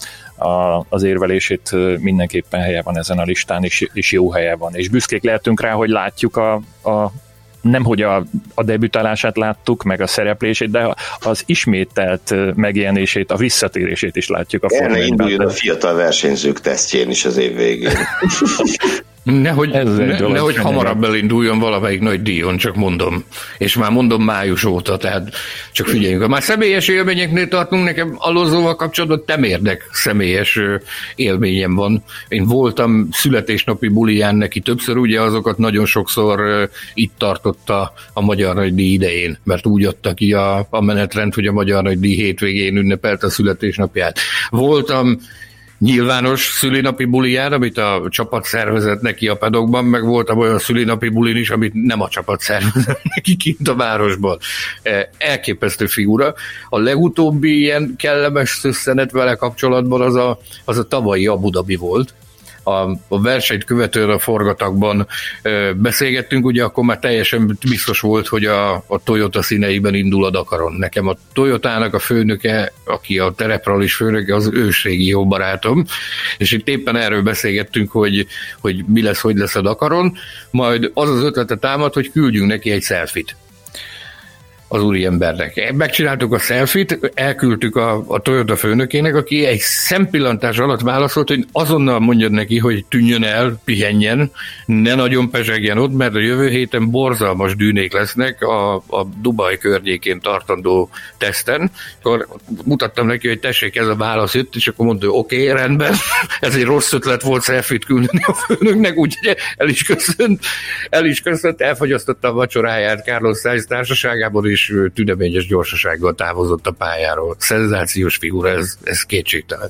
az érvelését mindenképpen helye van ezen a listán, és jó helye van. És büszkék lehetünk rá, hogy látjuk nemhogy a debütálását láttuk, meg a szereplését, de az ismételt megjelenését, a visszatérését is látjuk a Forma 1-ben. Induljon a fiatal versenyzők tesztjén is az év végén. Nehogy hamarabb elinduljon valamelyik nagy díjon, csak mondom. És már mondom május óta, tehát csak figyeljünk. Már személyes élményeknél tartunk, nekem Alonsoval kapcsolatban temérdek személyes élményem van. Én voltam születésnapi buliján neki többször, ugye azokat nagyon sokszor itt tartotta a Magyar Nagydíj idején, mert úgy adta ki a menetrend, hogy a Magyar Nagydíj hétvégén ünnepelt a születésnapját. Voltam nyilvános szülinapi buliján, amit a csapat szervezett neki a pedokban, meg voltam olyan szülinapi bulin is, amit nem a csapat szervezett neki kint a városban. Elképesztő figura. A legutóbbi ilyen kellemes szösszenet vele kapcsolatban az a tavalyi Abu Dhabi volt. A versenyt követően a forgatagban beszélgettünk, ugye akkor már teljesen biztos volt, hogy a Toyota színeiben indul a Dakaron. Nekem a Toyotának a főnöke, aki a terepről is főnöke, az ősrégi jó barátom, és itt éppen erről beszélgettünk, hogy mi lesz, hogy lesz a Dakaron, majd az ötlete támad, hogy küldjünk neki egy selfit az úriembernek. Megcsináltuk a selfit, elküldtük a Toyota főnökének, aki egy szempillantás alatt válaszolt, hogy azonnal mondjad neki, hogy tűnjön el, pihenjen, ne nagyon pezsegjen ott, mert a jövő héten borzalmas dűnék lesznek a Dubaj környékén tartandó teszten. Akkor mutattam neki, hogy tessék, ez a válasz jött, és akkor mondta, hogy oké, rendben, ez egy rossz ötlet volt selfit küldeni a főnöknek, úgyhogy el is köszönt, elfogyasztotta a vacsoráját Carlos Sainz társaságában, és tüneményes gyorsasággal távozott a pályáról. Szenzációs figura, ez kétségtelen.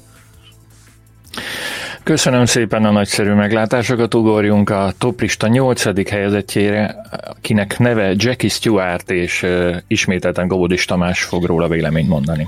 Köszönöm szépen a nagyszerű meglátásokat, ugorjunk a toplista 8. helyezettjére, akinek neve Jackie Stewart, és ismételten Gobodis Tamás fog róla véleményt mondani.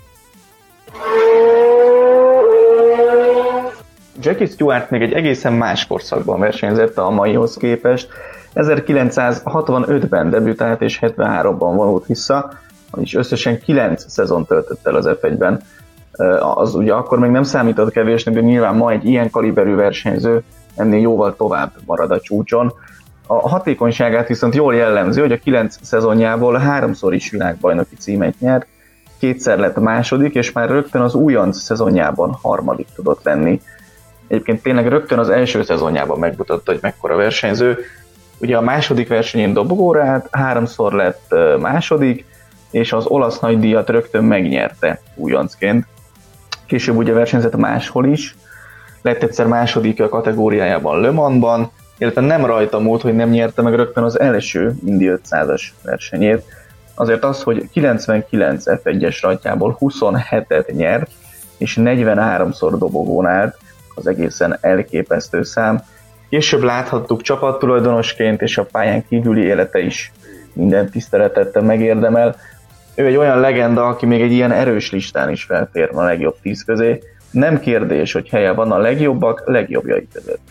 Jackie Stewart még egy egészen más korszakban versenyzett a maihoz képest. 1965-ben debütált és 73-ban vonult vissza, és összesen 9 szezon töltött el az F1-ben. Az ugye akkor még nem számított kevésnek, de nyilván ma egy ilyen kaliberű versenyző ennél jóval tovább marad a csúcson. A hatékonyságát viszont jól jellemző, hogy a 9 szezonjából 3-szor is világbajnoki címet nyert, 2-szer lett második, és már rögtön az újonc szezonjában harmadik tudott lenni. Egyébként tényleg rögtön az első szezonjában megmutatta, hogy mekkora versenyző. Ugye a második versenyén dobogóra állt, 3-szor lett második, és az olasz nagydíjat rögtön megnyerte újoncként. Később ugye versenyzett máshol is, lett egyszer második a kategóriájában Le Mansban, illetve nem rajta múlt, hogy nem nyerte meg rögtön az első Indy 500-as versenyét. Azért az, hogy 99 F1-es rajtjából 27-et nyert, és 43-szor dobogón állt, az egészen elképesztő szám. Később láthattuk csapattulajdonosként, és a pályán kívüli élete is minden tiszteletet megérdemel. Ő egy olyan legenda, aki még egy ilyen erős listán is felfér a legjobb 10 közé. Nem kérdés, hogy helye van a legjobbak legjobbjai között.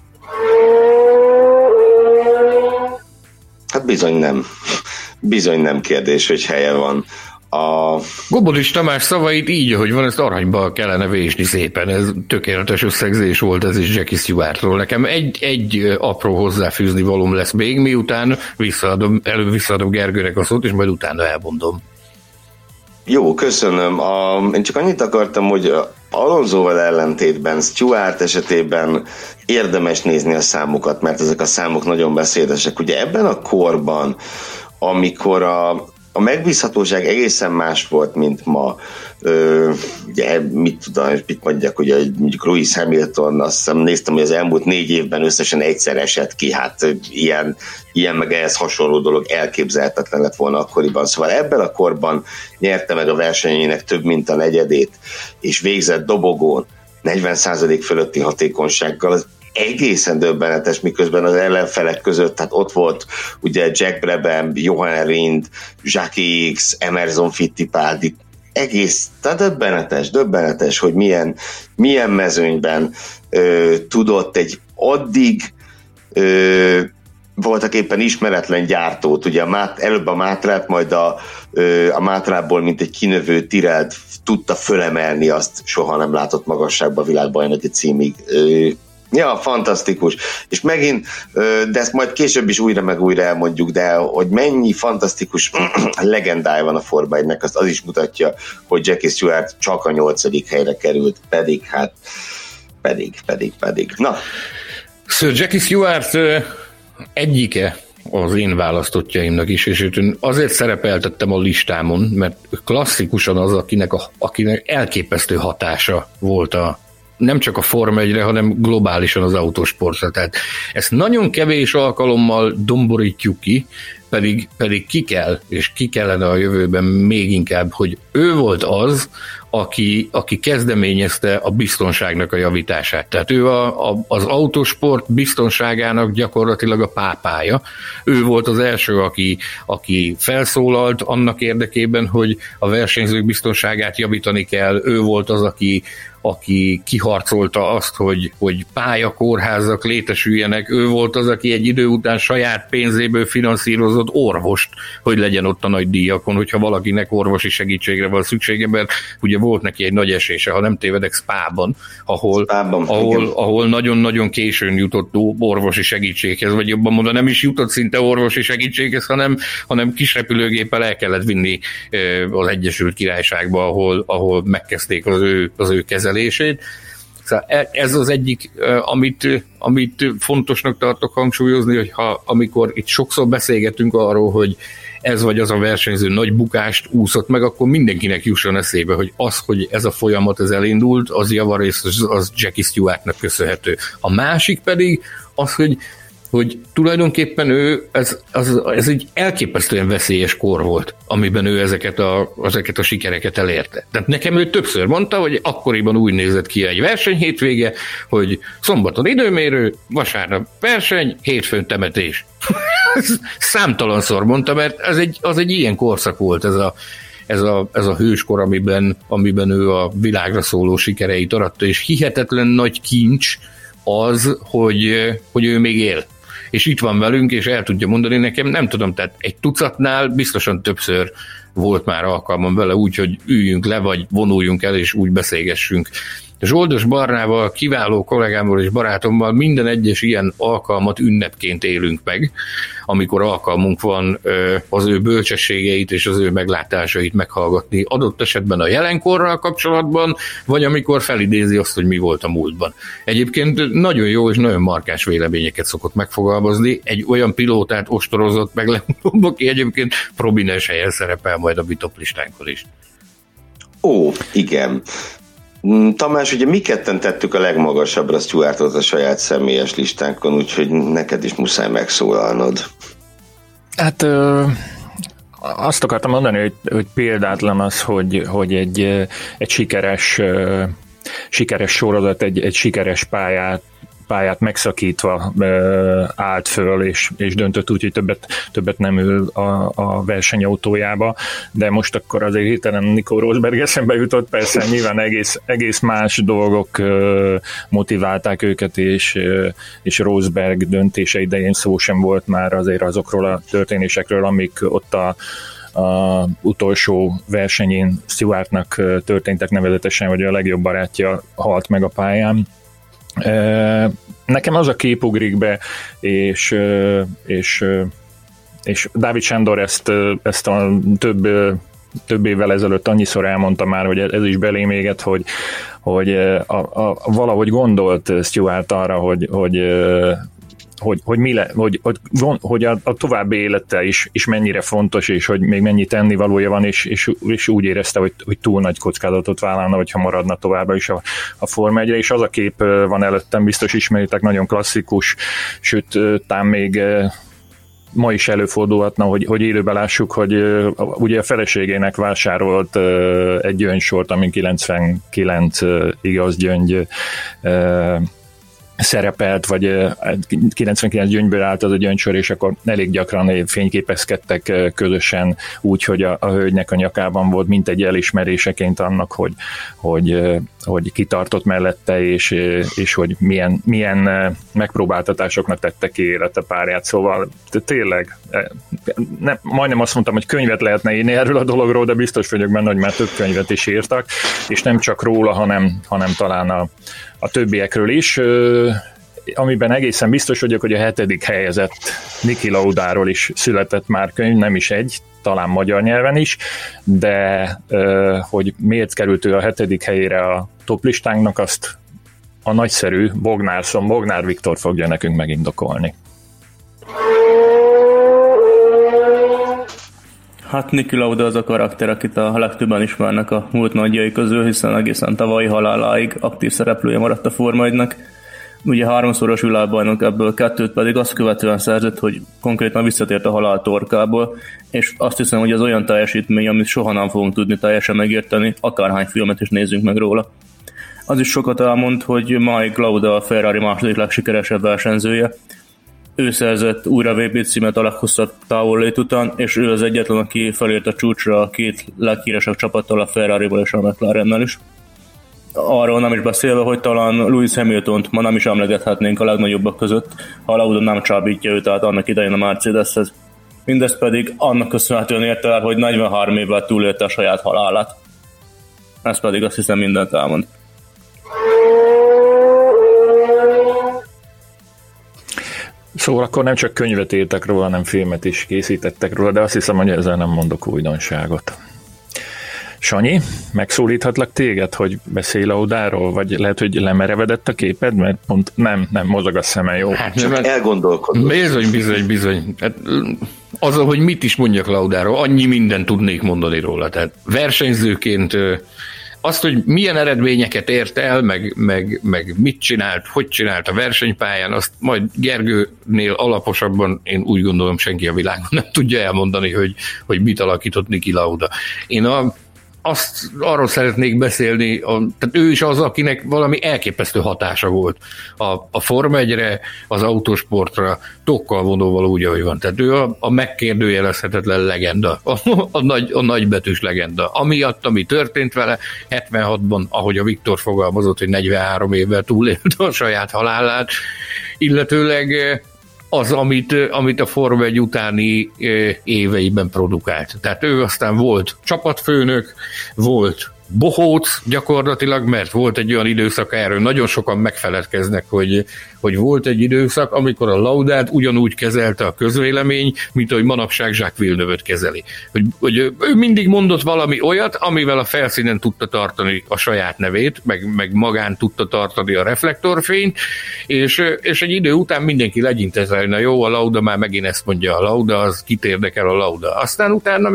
Hát bizony nem. Bizony nem kérdés, hogy helye van. Gobodis Tamás szavait így, ahogy van, ezt aranyba kellene vésni szépen. Ez tökéletes összegzés volt, ez is Jackie Stewartról. Nekem egy apró hozzáfűzni valóm lesz még, miután visszaadom Gergőnek a szót, és majd utána elmondom. Jó, köszönöm. Én csak annyit akartam, hogy Alonsoval ellentétben Stewart esetében érdemes nézni a számokat, mert ezek a számok nagyon beszédesek. Ugye ebben a korban, amikor a megbízhatóság egészen más volt, mint ma. Ugye, mit mondjak, ugye mondjuk Lewis Hamilton, azt hiszem néztem, hogy az elmúlt 4 évben összesen egyszer esett ki, hát ilyen meg ehhez hasonló dolog elképzelhetetlen lett volna akkoriban. Szóval ebben a korban nyerte meg a versenyének több mint a negyedét, és végzett dobogón 40% fölötti hatékonysággal, az egészen döbbenetes, miközben az ellenfelek között, tehát ott volt ugye Jack Brabham, Johan Rindt, Jackie X, Emerson Fittipaldi, tehát döbbenetes, hogy milyen mezőnyben tudott egy addig voltak éppen ismeretlen gyártót, ugye előbb a Mátrát, majd a Mátrából, mint egy kinövő Tirelt tudta fölemelni, azt soha nem látott magasságba világbajnoki címig. Ja, fantasztikus. És megint, de ezt majd később is újra meg újra elmondjuk, de hogy mennyi fantasztikus legendája van a Forma 1-nek, az is mutatja, hogy Jackie Stewart csak a 8. helyre került, pedig. Na. Sir Jackie Stewart egyike az én választottjaimnak is, és őt azért szerepeltettem a listámon, mert klasszikusan az, akinek elképesztő hatása volt nem csak a Forma 1-re, hanem globálisan az autósportra. Tehát ezt nagyon kevés alkalommal domborítjuk ki, pedig ki kellene a jövőben még inkább, hogy ő volt az, aki kezdeményezte a biztonságnak a javítását. Tehát ő az autósport biztonságának gyakorlatilag a pápája. Ő volt az első, aki felszólalt annak érdekében, hogy a versenyzők biztonságát javítani kell. Ő volt az, aki kiharcolta azt, hogy pályakórházak létesüljenek. Ő volt az, aki egy idő után saját pénzéből finanszírozott orvost, hogy legyen ott a nagy díjakon, hogyha valakinek orvosi segítségre van szüksége, mert ugye volt neki egy nagy esése, ha nem tévedek, Spában, ahol nagyon-nagyon későn jutott orvosi segítséghez, vagy jobban mondva nem is jutott szinte orvosi segítséghez, hanem kis repülőgéppel el kellett vinni az Egyesült Királyságba, ahol megkezdték az ő kezelését. Szóval ez az egyik, amit fontosnak tartok hangsúlyozni, hogy amikor itt sokszor beszélgetünk arról, hogy ez vagy az a versenyző nagy bukást úszott meg, akkor mindenkinek jusson eszébe, hogy ez a folyamat ez elindult, az javarészt az Jackie Stewartnak köszönhető. A másik pedig az, hogy tulajdonképpen ez egy elképesztően veszélyes kor volt, amiben ő ezeket a sikereket elérte. Tehát nekem ő többször mondta, hogy akkoriban úgy nézett ki egy versenyhétvége, hogy szombaton időmérő, vasárnap verseny, hétfőn temetés. Számtalanszor mondta, mert az egy ilyen korszak volt ez a hőskor, amiben ő a világra szóló sikereit aratta, és hihetetlen nagy kincs az, hogy ő még él. És itt van velünk, és el tudja mondani nekem, nem tudom, tehát egy tucatnál biztosan többször volt már alkalmam vele úgy, hogy üljünk le, vagy vonuljunk el, és úgy beszélgessünk. Zsoldos Barnával, kiváló kollégámmal és barátommal minden egyes ilyen alkalmat ünnepként élünk meg, amikor alkalmunk van az ő bölcsességeit és az ő meglátásait meghallgatni, adott esetben a jelenkorral kapcsolatban, vagy amikor felidézi azt, hogy mi volt a múltban. Egyébként nagyon jó és nagyon markáns véleményeket szokott megfogalmazni, egy olyan pilótát ostorozott meg legutóbb, aki egyébként prominens helyen szerepel majd a top listánkon is. Ó, igen. Tamás, ugye mi ketten tettük a legmagasabbra Stewartot a saját személyes listánkon, úgyhogy neked is muszáj megszólalnod. Hát azt akartam mondani, hogy példátlan az, hogy egy sikeres sorozat, egy sikeres pályát megszakítva állt föl, és döntött úgy, hogy többet nem ül a versenyautójába, de most akkor azért hirtelen Nico Rosberg eszembe jutott, persze nyilván egész más dolgok motiválták őket, és Rosberg döntése idején szó sem volt már azért azokról a történésekről, amik ott a utolsó versenyén Stewartnak történtek, nevezetesen, hogy a legjobb barátja halt meg a pályán. Nekem az a kép ugrik be, és Dávid Sándor ezt a több évvel ezelőtt annyiszor elmondta már, hogy ez is belém éget, hogy valahogy gondolt Stewart arra, hogy a további élete is mennyire fontos, és hogy még mennyi tennivalója van, és úgy érezte, hogy túl nagy kockázatot vállalna, hogyha maradna továbbra is a Forma 1-re, és az a kép van előttem, biztos ismeritek, nagyon klasszikus, sőt, talán még ma is előfordulhatna, hogy élőben lássuk, hogy ugye a feleségének vásárolt egy gyöngysort, amin 99 igaz gyöngy szerepelt, vagy 99 gyöngyből állt az a gyöngysor, és akkor elég gyakran fényképezkedtek közösen úgy, hogy a hölgynek a nyakában volt mint egy elismeréseként annak, hogy kitartott mellette, és hogy milyen megpróbáltatásoknak tette ki életepárját. Szóval tényleg majdnem azt mondtam, hogy könyvet lehetne írni erről a dologról, de biztos vagyok benne, hogy már több könyvet is írtak, és nem csak róla, hanem talán a többiekről is, amiben egészen biztos vagyok, hogy a 7. helyezett Niki Laudáról is született már könyv, nem is egy, talán magyar nyelven is, de hogy miért került ő a 7. helyére a top listánknak, azt a nagyszerű Bognár Viktor fogja nekünk megindokolni. Hát Niki Lauda az a karakter, akit a legtöbben ismernek a múlt nagyjai közül, hiszen egészen tavalyi haláláig aktív szereplője maradt a Forma 1-nek. Ugye 3-szoros világbajnok, ebből 2 pedig azt követően szerzett, hogy konkrétan visszatért a halál torkából, és azt hiszem, hogy ez olyan teljesítmény, amit soha nem fogunk tudni teljesen megérteni, akárhány filmet is nézzünk meg róla. Az is sokat elmond, hogy Mike Lauda a Ferrari második legsikeresebb versenyzője. Ő szerzett újra VB címet a leghosszabb távollét után, és ő az egyetlen, aki felért a csúcsra a 2 leghíresebb csapattal, a Ferrarival és a McLarennel is. Arról nem is beszélve, hogy talán Lewis Hamiltont ma nem is emlegethetnénk a legnagyobbak között, ha Lauda nem csábítja őt át annak idején a Mercedeshez. Mindezt pedig annak köszönhetően érte el, hogy 43 évvel túlélte a saját halálát. Ez pedig azt hiszem mindent elmond. Szóval akkor nem csak könyvet írtak róla, hanem filmet is készítettek róla, de azt hiszem, hogy ezzel nem mondok újdonságot. Sanyi, megszólíthatlak téged, hogy beszélj Laudáról, vagy lehet, hogy lemerevedett a képed, mert pont nem mozog a szeme, jó? Hát csak elgondolkodom. Bizony. Hát, azzal, hogy mit is mondjak Laudáról, annyi mindent tudnék mondani róla. Tehát versenyzőként azt, hogy milyen eredményeket ért el, meg mit csinált, hogy csinált a versenypályán, azt majd Gergőnél alaposabban én úgy gondolom senki a világon nem tudja elmondani, hogy mit alakított Niki Lauda. Én arról szeretnék beszélni, tehát ő is az, akinek valami elképesztő hatása volt a Forma 1-re, az autósportra, tokkal vonóval úgy, ahogy van. Tehát ő a megkérdőjelezhetetlen legenda, a nagybetűs legenda. Amiatt, ami történt vele 76-ban, ahogy a Viktor fogalmazott, hogy 43 évvel túlélte a saját halálát, illetőleg az, amit a Forma 1 utáni éveiben produkált. Tehát ő aztán volt csapatfőnök, volt bohóc gyakorlatilag, mert volt egy olyan időszak, erről nagyon sokan megfeledkeznek, hogy volt egy időszak, amikor a Laudát ugyanúgy kezelte a közvélemény, mint ahogy manapság Jacques Villeneuve-öt kezeli. Hogy ő mindig mondott valami olyat, amivel a felszínen tudta tartani a saját nevét, meg magán tudta tartani a reflektorfényt, és egy idő után mindenki legyintette, hogy na jó, a Lauda már megint ezt mondja, a Lauda, az kit érdekel a Lauda. Aztán utána,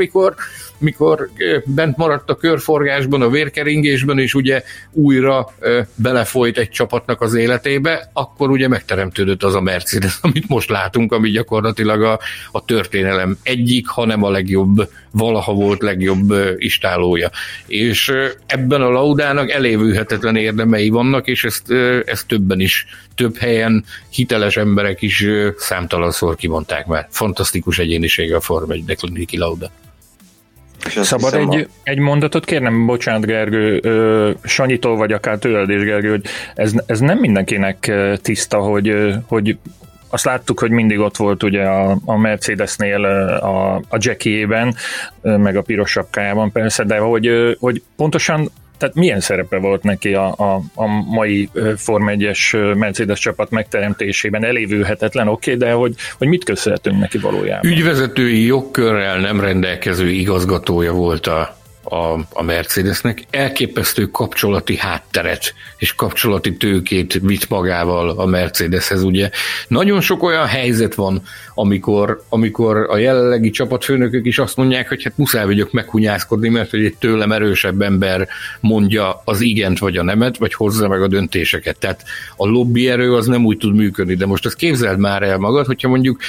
mikor bent maradt a körforgásban, a vérkeringésben, és ugye újra belefolyt egy csapatnak az életébe, akkor ugye megteremtődött az a Mercedes, amit most látunk, ami gyakorlatilag a történelem egyik, hanem a legjobb, valaha volt legjobb istálója. És ebben a Laudának elévülhetetlen érdemei vannak, és ezt többen is, több helyen hiteles emberek is számtalanszor kimondták már. Fantasztikus egyénisége a Forma 1-nek Niki Lauda. Szabad egy mondatot kérnem, bocsánat Gergő, Sanyitól vagy akár tőled is Gergő, hogy ez nem mindenkinek tiszta, hogy azt láttuk, hogy mindig ott volt ugye a Mercedesnél a Jackie-ében, meg a piros sapkájában persze, de hogy pontosan tehát milyen szerepe volt neki a mai Forma 1-es Mercedes csapat megteremtésében? Elévülhetetlen, oké, de hogy mit köszönhetünk neki valójában? Ügyvezetői jogkörrel nem rendelkező igazgatója volt a Mercedesnek, elképesztő kapcsolati hátteret és kapcsolati tőkét vitt magával a Mercedeshez, ugye. Nagyon sok olyan helyzet van, amikor a jelenlegi csapatfőnökök is azt mondják, hogy hát muszáj vagyok meghunyászkodni, mert hogy egy tőlem erősebb ember mondja az igent vagy a nemet, vagy hozza meg a döntéseket. Tehát a lobbyerő az nem úgy tud működni, de most azt képzeld már el magad, hogyha mondjuk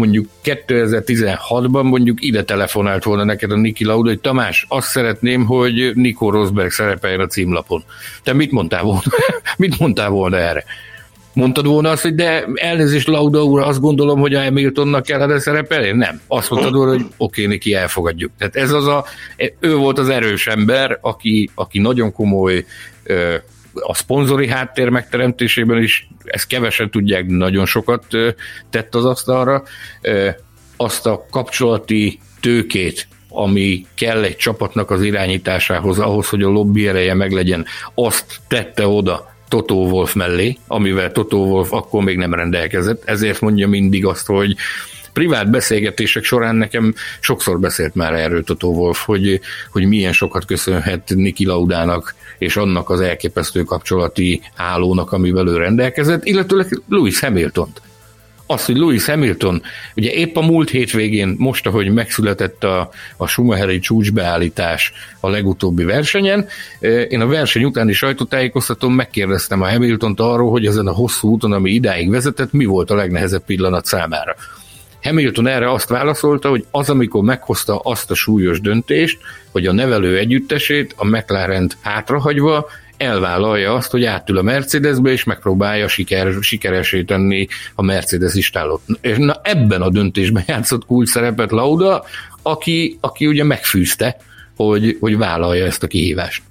2016-ban mondjuk ide telefonált volna neked a Niki Lauda, hogy Tamás, azt szeretném, hogy Nico Rosberg szerepeljen a címlapon. Te mit mondtál volna? Mit mondtál volna erre? Mondtad volna azt, hogy de elnézést Lauda úr, azt gondolom, hogy a Hamiltonnak kellene szerepelni? Nem. Azt mondtad volna, hogy oké, Niki, elfogadjuk. Tehát ez ő volt az erős ember, aki nagyon komoly a szponzori háttér megteremtésében is, ezt kevesen tudják, nagyon sokat tett az asztalra. Azt a kapcsolati tőkét, ami kell egy csapatnak az irányításához, ahhoz, hogy a lobby ereje meglegyen, azt tette oda Toto Wolff mellé, amivel Toto Wolff akkor még nem rendelkezett. Ezért mondja mindig azt, privát beszélgetések során nekem sokszor beszélt már erről Toto Wolff, hogy milyen sokat köszönhet Niki Laudának és annak az elképesztő kapcsolati hálónak, amivel ő rendelkezett, illetőleg Lewis Hamiltont. Az, hogy Lewis Hamilton, ugye épp a múlt hétvégén, most, ahogy megszületett a Schumacheri csúcsbeállítás a legutóbbi versenyen, én a verseny utáni sajtótájékoztatón megkérdeztem a Hamiltont arról, hogy ezen a hosszú úton, ami idáig vezetett, mi volt a legnehezebb pillanat számára. Hamilton erre azt válaszolta, hogy az, amikor meghozta azt a súlyos döntést, hogy a nevelő együttesét, a McLarent hátrahagyva, elvállalja azt, hogy átül a Mercedesbe, és megpróbálja sikeresé tenni a Mercedes istállót. És na, ebben a döntésben játszott kulcs szerepet Lauda, aki ugye megfűzte, hogy vállalja ezt a kihívást.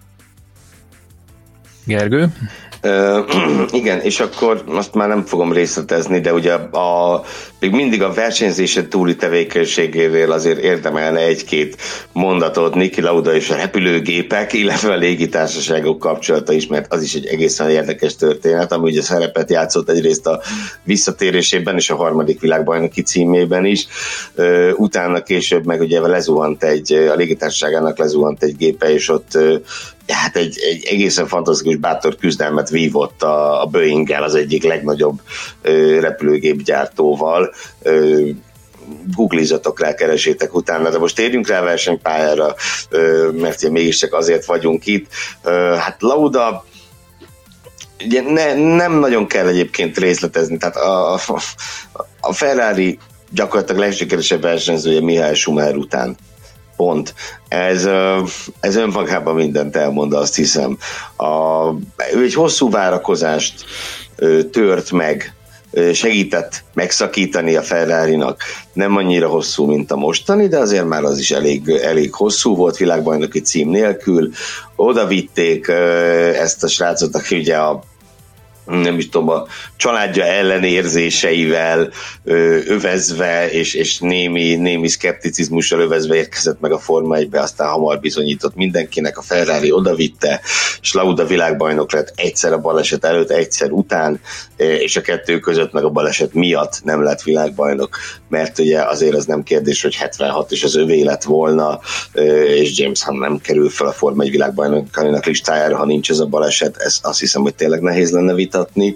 Gergő? Igen, és akkor azt már nem fogom részletezni, de ugye még mindig a versenyzésen túli tevékenységéről azért érdemelne egy-két mondatot Niki Lauda és a repülőgépek, illetve a légitársaságok kapcsolata is, mert az is egy egészen érdekes történet, ami ugye szerepet játszott egyrészt a visszatérésében és a harmadik világbajnoki címében is. Utána később meg ugye a légitársaságának lezuhant egy gépe, és ott hát egy egészen fantasztikus bátor küzdelmet vívott a Boeing-gel, az egyik legnagyobb repülőgépgyártóval. Googlizatok rá, keresétek utána, de most térjünk rá a versenypályára, mert ugye mégiscsak azért vagyunk itt. Hát Lauda, ugye nem nagyon kell egyébként részletezni, tehát a Ferrari gyakorlatilag legsikeresebb versenyzője Michael Schumacher után. Pont. Ez önmagában mindent elmond, azt hiszem. Ő egy hosszú várakozást tört meg, segített megszakítani a Ferrarinak. Nem annyira hosszú, mint a mostani, de azért már az is elég hosszú volt, világbajnoki cím nélkül. Oda vitték ezt a srácot, aki ugye a családja ellenérzéseivel övezve, és némi szkepticizmussal övezve érkezett meg a Forma 1-be, aztán hamar bizonyított mindenkinek, a Ferrari odavitte, és Lauda világbajnok lett egyszer a baleset előtt, egyszer után, és a kettő között meg a baleset miatt nem lett világbajnok, mert ugye azért az nem kérdés, hogy 76 és az övé lett volna, és James Hunt nem kerül fel a Forma 1 világbajnokának listájára, ha nincs ez a baleset, ezt azt hiszem, hogy tényleg nehéz lenne vitatni.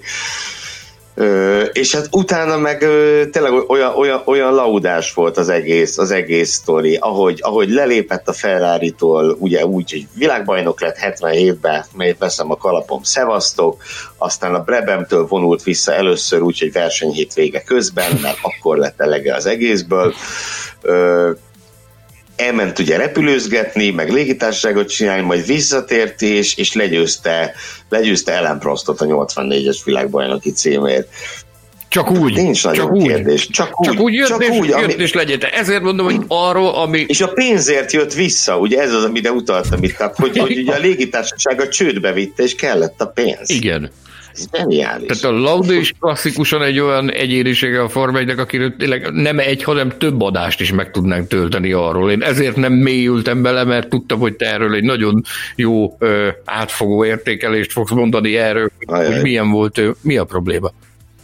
És hát utána meg tényleg olyan laudás volt az egész sztori, ahogy lelépett a Ferrari-tól, ugye úgy, hogy világbajnok lett 77-ben, melyet veszem a kalapom, szevasztok, aztán a Brabhamtől vonult vissza először úgy, hogy versenyhét vége közben, mert akkor lett elege az egészből. Elment ugye repülőzgetni, meg légitársaságot csinálni, majd visszatért és legyőzte Alain Prostot a 84-es világbajnoki címért. Csak úgy. Nincs nagyon kérdés. Csak úgy jött és legyete. Ezért mondom, hogy arról, ami... És a pénzért jött vissza, ugye ez az, amire utaltam itt, hogy ugye a légitársaság a csődbe vitte, és kellett a pénz. Igen. Ez geniális. Tehát a Lauda is klasszikusan egy olyan egyénisége a Forma 1-nek, akiről tényleg nem egy, hanem több adást is meg tudnánk tölteni arról. Én ezért nem mélyültem bele, mert tudtam, hogy te erről egy nagyon jó átfogó értékelést fogsz mondani erről, hogy milyen volt, mi a probléma.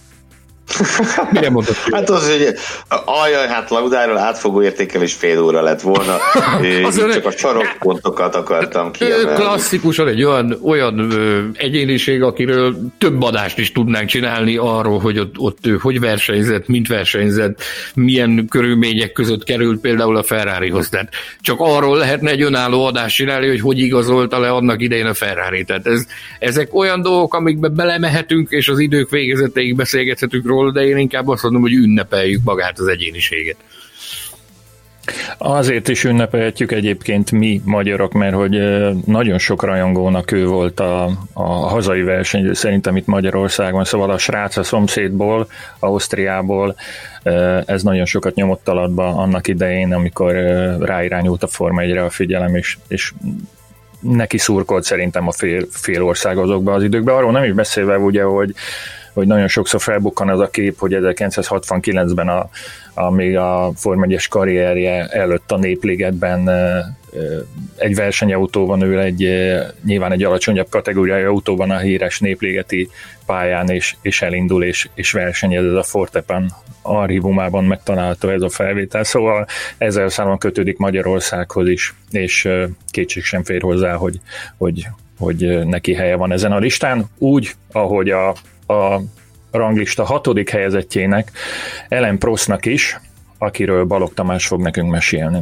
Hát az, hogy hát Laudáról átfogó értékelés fél óra lett volna, csak a sarokpontokat akartam kiemelni. Klasszikusan egy olyan egyéniség, akiről több adást is tudnánk csinálni arról, hogy ott hogy versenyzett, mint versenyzett, milyen körülmények között került például a Ferrarihoz. Tehát csak arról lehetne egy önálló adást csinálni, hogy igazolta le annak idején a Ferrari. Tehát ezek olyan dolgok, amikbe belemehetünk, és az idők végezeteig beszélgethetünk róla, de én inkább azt mondom, hogy ünnepeljük magát az egyéniséget. Azért is ünnepelhetjük egyébként mi magyarok, mert hogy nagyon sok rajongónak ő volt a hazai verseny, szerintem itt Magyarországon, szóval a srác a szomszédból, Ausztriából, ez nagyon sokat nyomott alatba annak idején, amikor ráirányult a Forma 1-re a figyelem, és neki szurkolt szerintem a fél ország azokban az időkben. Arról nem is beszélve ugye, hogy nagyon sokszor felbukkan az a kép, hogy 1969-ben még a Forma 1-es karrierje előtt a Népligetben egy versenyautó van, ő nyilván egy alacsonyabb kategóriai autó van a híres Népligeti pályán, és elindul, és versenyez. Ez a Fortepan archívumában megtalálható ez a felvétel, szóval ezzel számon kötődik Magyarországhoz is, és kétség sem fér hozzá, hogy neki helye van ezen a listán, úgy, ahogy a ranglista 6. helyezettjének, Alain Prostnak is, akiről Balogh Tamás fog nekünk mesélni.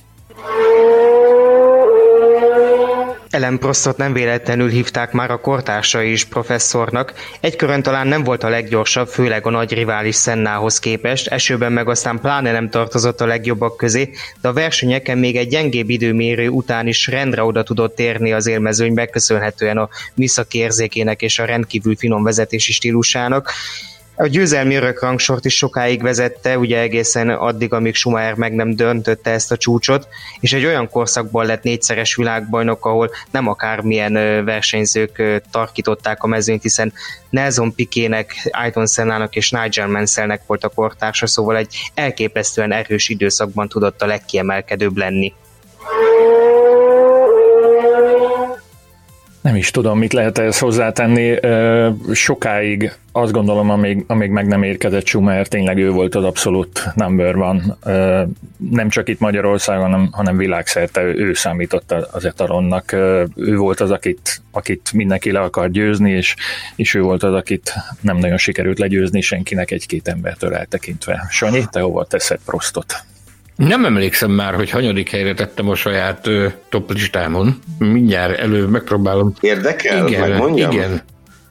Alain Prostot nem véletlenül hívták már a kortársai is professzornak. Egy körön talán nem volt a leggyorsabb, főleg a nagy rivális Sennához képest, esőben meg aztán pláne nem tartozott a legjobbak közé, de a versenyeken még egy gyengébb időmérő után is rendre oda tudott érni az élmezőnybe, köszönhetően a műszaki érzékének és a rendkívül finom vezetési stílusának. A győzelmi örökrangsort is sokáig vezette, ugye egészen addig, amíg Schumacher meg nem döntötte ezt a csúcsot, és egy olyan korszakban lett 4-szeres világbajnok, ahol nem akármilyen versenyzők tarkították a mezőnyt, hiszen Nelson Piquetnek, Ayrton Sennának és Nigel Mansellnek volt a kortársa, szóval egy elképesztően erős időszakban tudott a legkiemelkedőbb lenni. Nem is tudom, mit lehet ehhez hozzátenni. Sokáig azt gondolom, amíg meg nem érkezett Schumacher, tényleg ő volt az abszolút number one. Nem csak itt Magyarországon, hanem világszerte ő számított az etalonnak. Ő volt az, akit mindenki le akar győzni, és ő volt az, akit nem nagyon sikerült legyőzni senkinek egy-két embertől eltekintve. Sanyi, te hova teszed Prostot? Nem emlékszem már, hogy hanyadik helyre tettem a saját top listámon. Mindjárt megpróbálom. Érdekel? Igen, megmondjam? Igen.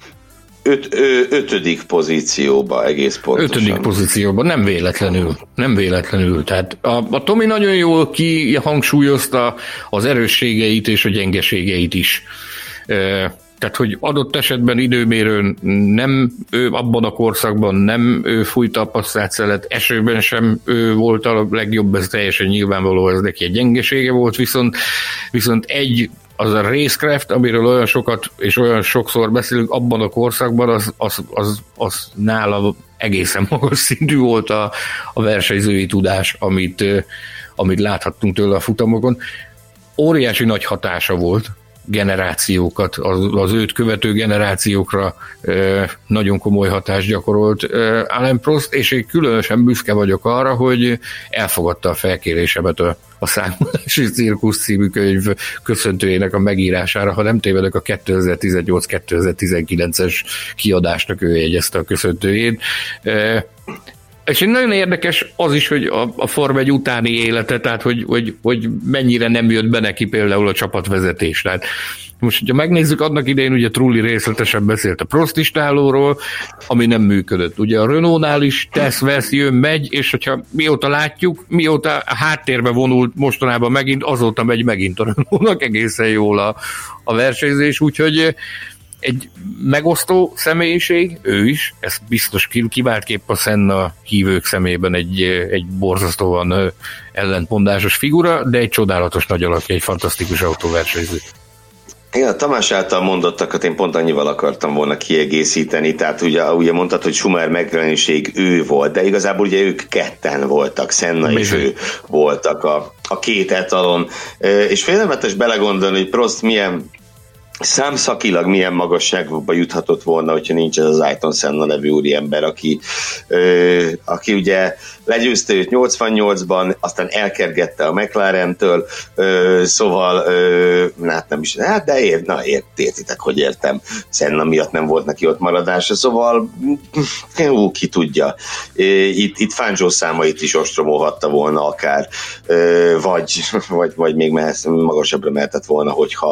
5. pozícióba egész pontosan. 5. pozícióban, nem véletlenül. Tehát a Tomi nagyon jól kihangsúlyozta az erősségeit és a gyengeségeit is. Tehát, hogy adott esetben időmérőn nem ő abban a korszakban nem ő fújta a passzát szelet, esőben sem ő volt a legjobb, ez teljesen nyilvánvaló, ez neki egy gyengesége volt, viszont az a racecraft, amiről olyan sokat és olyan sokszor beszélünk abban a korszakban, az nála egészen magas szintű volt a versenyzői tudás, amit láthattunk tőle a futamokon. Óriási nagy hatása volt generációkat, az őt követő generációkra nagyon komoly hatást gyakorolt Alain Prost, és én különösen büszke vagyok arra, hogy elfogadta a felkérésemet a Számolási Cirkusz című könyv köszöntőjének a megírására, ha nem tévedek, a 2018-2019-es kiadásnak ő jegyezte a köszöntőjét. És nagyon érdekes az is, hogy a Forma 1 utáni élete, tehát hogy mennyire nem jött be neki például a csapatvezetés. Tehát most, hogyha megnézzük, annak idején ugye Trulli részletesen beszélt a Prost listálóról, ami nem működött. Ugye a Renault-nál is tesz, jön, megy, és hogyha mióta látjuk, mióta a háttérbe vonult mostanában megint, azóta megy megint a Renault-nak egészen jól a versenyzés, úgyhogy egy megosztó személyiség, ő is, ez biztos kiváltképp a Senna hívők szemében egy borzasztóan ellentmondásos figura, de egy csodálatos nagy alakja, egy fantasztikus autóversenyző. Igen, a Tamás által mondottakat én pont annyival akartam volna kiegészíteni, tehát ugye mondtad, hogy Schumacher megjelenéség ő volt, de igazából ugye ők ketten voltak, Senna és ő voltak a két etalon, és félelmetes belegondolni, hogy Prost milyen számszakilag milyen magasságba juthatott volna, hogyha nincs ez az Ayrton Senna nevű úriember, aki ugye legyőzte őt 88-ban, aztán elkergette a McLarentől, szóval nem is, de értitek, hogy értem, Senna miatt nem volt neki ott maradása, szóval ki tudja. Itt Fangio számait is ostromolhatta volna akár, vagy még magasabbra mehetett volna,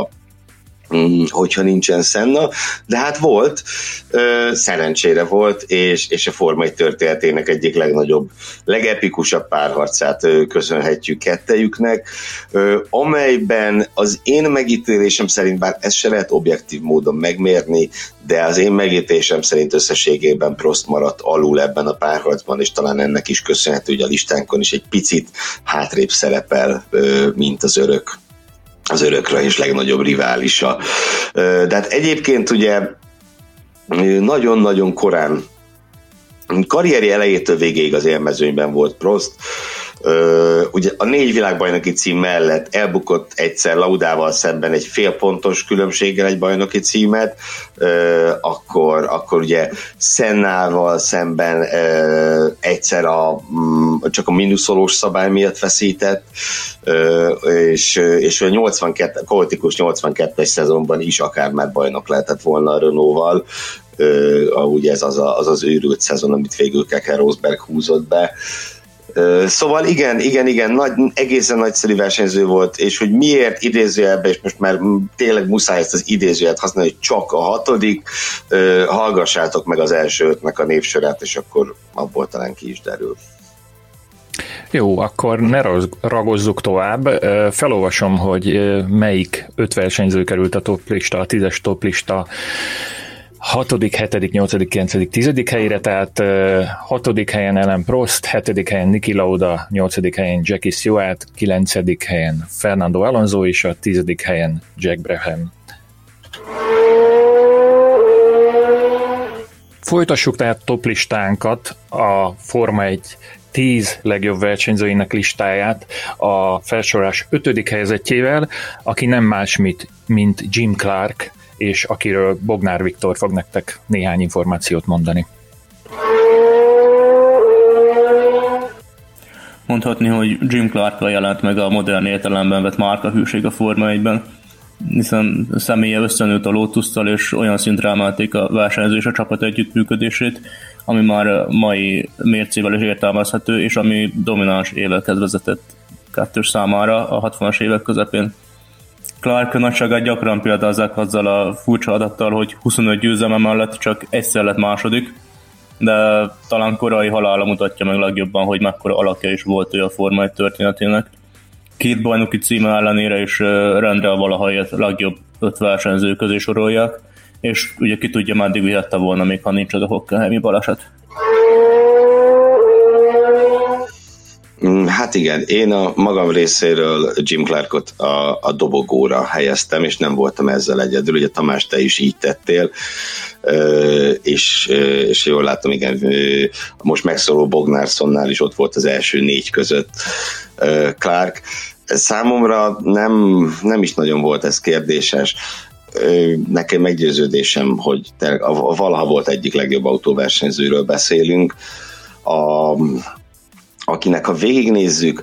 hogyha nincsen Senna, de hát volt, szerencsére volt, és a Forma 1 történetének egyik legnagyobb, legepikusabb párharcát köszönhetjük kettejüknek, amelyben az én megítélésem szerint, bár ezt se lehet objektív módon megmérni, de az én megítélésem szerint összességében Prost maradt alul ebben a párharcban, és talán ennek is köszönhető, hogy a listánkon is egy picit hátrébb szerepel, mint az örökre és legnagyobb riválisa. De hát egyébként ugye nagyon-nagyon korán, karrieri elejétől végéig az élmezőnyben volt Prost, Ugye a 4 világbajnoki cím mellett elbukott egyszer Laudával szemben egy fél pontos különbséggel egy bajnoki címet, akkor ugye Sennával szemben egyszer csak a mínuszolós szabály miatt veszített, és a 82, kaotikus 82-es szezonban is akár már bajnok lehetett volna a Renault-val. Ugye ez az őrült szezon, amit végül Keke Rosberg húzott be. Szóval igen, egészen nagyszerű versenyző volt, és hogy miért idézőjelben, és most már tényleg muszáj ezt az idézőjelet használni, hogy csak a 6., hallgassátok meg az első 5-nek a névsorát, és akkor abból talán ki is derül. Jó, akkor ne ragozzuk tovább. Felolvasom, hogy melyik 5 versenyző került a toplista, a 10-es toplista 6., 7., 8., 9., 10. helyére, tehát 6. helyen Alain Prost, 7. helyen Niki Lauda, 8. helyen Jackie Stewart, 9. helyen Fernando Alonso és a 10. helyen Jack Brabham. Folytassuk tehát toplistánkat, a Forma 1 10 legjobb versenyzőinek listáját a felsorolás 5. helyezettjével, aki nem más, mint Jim Clark, és akiről Bognár Viktor fog nektek néhány információt mondani. Mondhatni, hogy Jim Clarkkal jelent meg a modern értelemben vett márkahűség a Forma 1-ben, hiszen személye összenőtt a Lotusszal, és olyan szintre emelték a versenyző és a csapat együttműködését, ami már mai mércével is értelmezhető, és ami domináns éleket vezetett kettős számára a 60-as évek közepén. Clark nagyságát gyakran példázzák azzal a furcsa adattal, hogy 25 győzelme mellett csak egyszer lett második, de talán korai halála mutatja meg legjobban, hogy mekkora alakja is volt ő a Forma 1 történetének. 2 bajnoki címe ellenére is rendre a valaha legjobb 5 versenyző közé sorolják, és ugye ki tudja, meddig vihette volna, még ha nincs az a Hockenheimi baleset. Hát igen, én a magam részéről Jim Clarkot a dobogóra helyeztem, és nem voltam ezzel egyedül, ugye Tamás, te is így tettél, és jól látom, igen, most megszóló Bognárssonnál is ott volt az első 4 között Clark. Számomra nem is nagyon volt ez kérdéses. Nekem meggyőződésem, hogy valaha volt egyik legjobb autóversenyzőről beszélünk, akinek ha végignézzük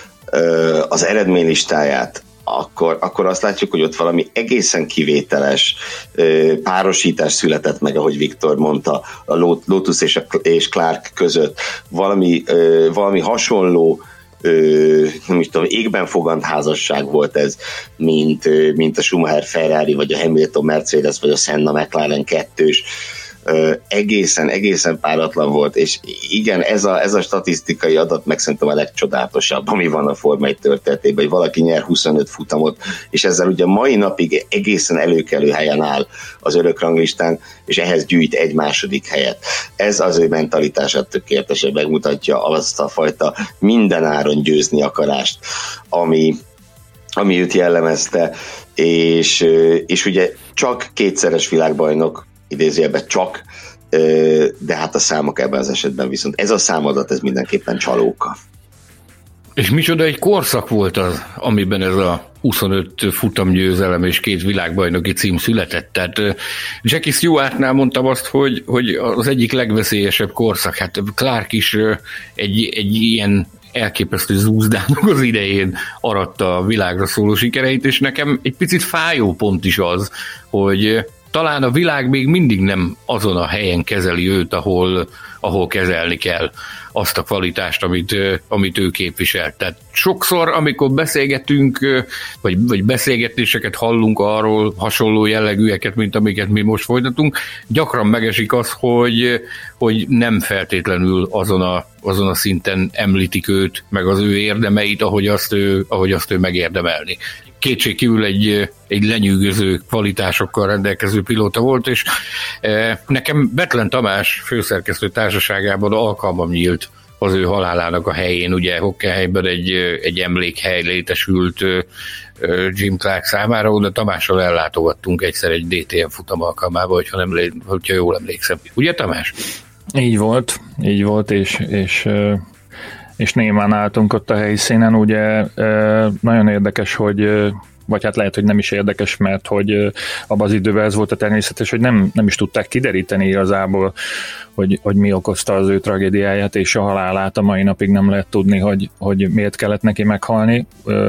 az eredménylistáját, akkor azt látjuk, hogy ott valami egészen kivételes párosítás született meg, ahogy Viktor mondta, a Lotus és Clark között. Valami hasonló, nem is tudom, égben fogant házasság volt ez, mint a Schumacher Ferrari, vagy a Hamilton Mercedes, vagy a Senna McLaren 2-s. Egészen páratlan volt, és igen, ez a statisztikai adat meg szerintem a legcsodálatosabb, ami van a Forma 1 történetében, hogy valaki nyer 25 futamot, és ezzel ugye mai napig egészen előkelő helyen áll az örökranglistán, és ehhez gyűjt egy második helyet. Ez az ő mentalitását tökéletesen megmutatja, azt a fajta mindenáron győzni akarást, ami őt jellemezte, és ugye csak 2-szeres világbajnok, idézőjelben csak, de hát a számok ebben az esetben viszont ez a számadat, ez mindenképpen csalóka. És micsoda egy korszak volt az, amiben ez a 25 futamgyőzelem és 2 világbajnoki cím született. Tehát Jackie Stewartnál mondtam azt, hogy az egyik legveszélyesebb korszak. Hát Clark is egy ilyen elképesztő zúzdának az idején aratta a világra szóló sikereit, és nekem egy picit fájó pont is az, hogy talán a világ még mindig nem azon a helyen kezeli őt, ahol kezelni kell azt a kvalitást, amit ő képvisel. Tehát sokszor, amikor beszélgetünk, vagy beszélgetéseket hallunk arról, hasonló jellegűeket, mint amiket mi most folytatunk, gyakran megesik az, hogy nem feltétlenül azon a szinten említik őt, meg az ő érdemeit, ahogy azt ő megérdemelni. Kétségkívül egy lenyűgöző kvalitásokkal rendelkező pilóta volt, és nekem Bethlen Tamás főszerkesztő társaságában alkalmam nyílt az ő halálának a helyén. Ugye Hockenheimben egy emlékhely létesült Jim Clark számára, oda Tamással ellátogattunk egyszer egy DTM futam alkalmával, hogyha jól emlékszem. Ugye Tamás? Így volt, és és némán álltunk ott a helyszínen, ugye nagyon érdekes, hogy vagy hát lehet, hogy nem is érdekes, mert hogy abban az időben ez volt a természetes, hogy nem is tudták kideríteni igazából, hogy mi okozta az ő tragédiáját, és a halálát a mai napig nem lehet tudni, hogy miért kellett neki meghalni,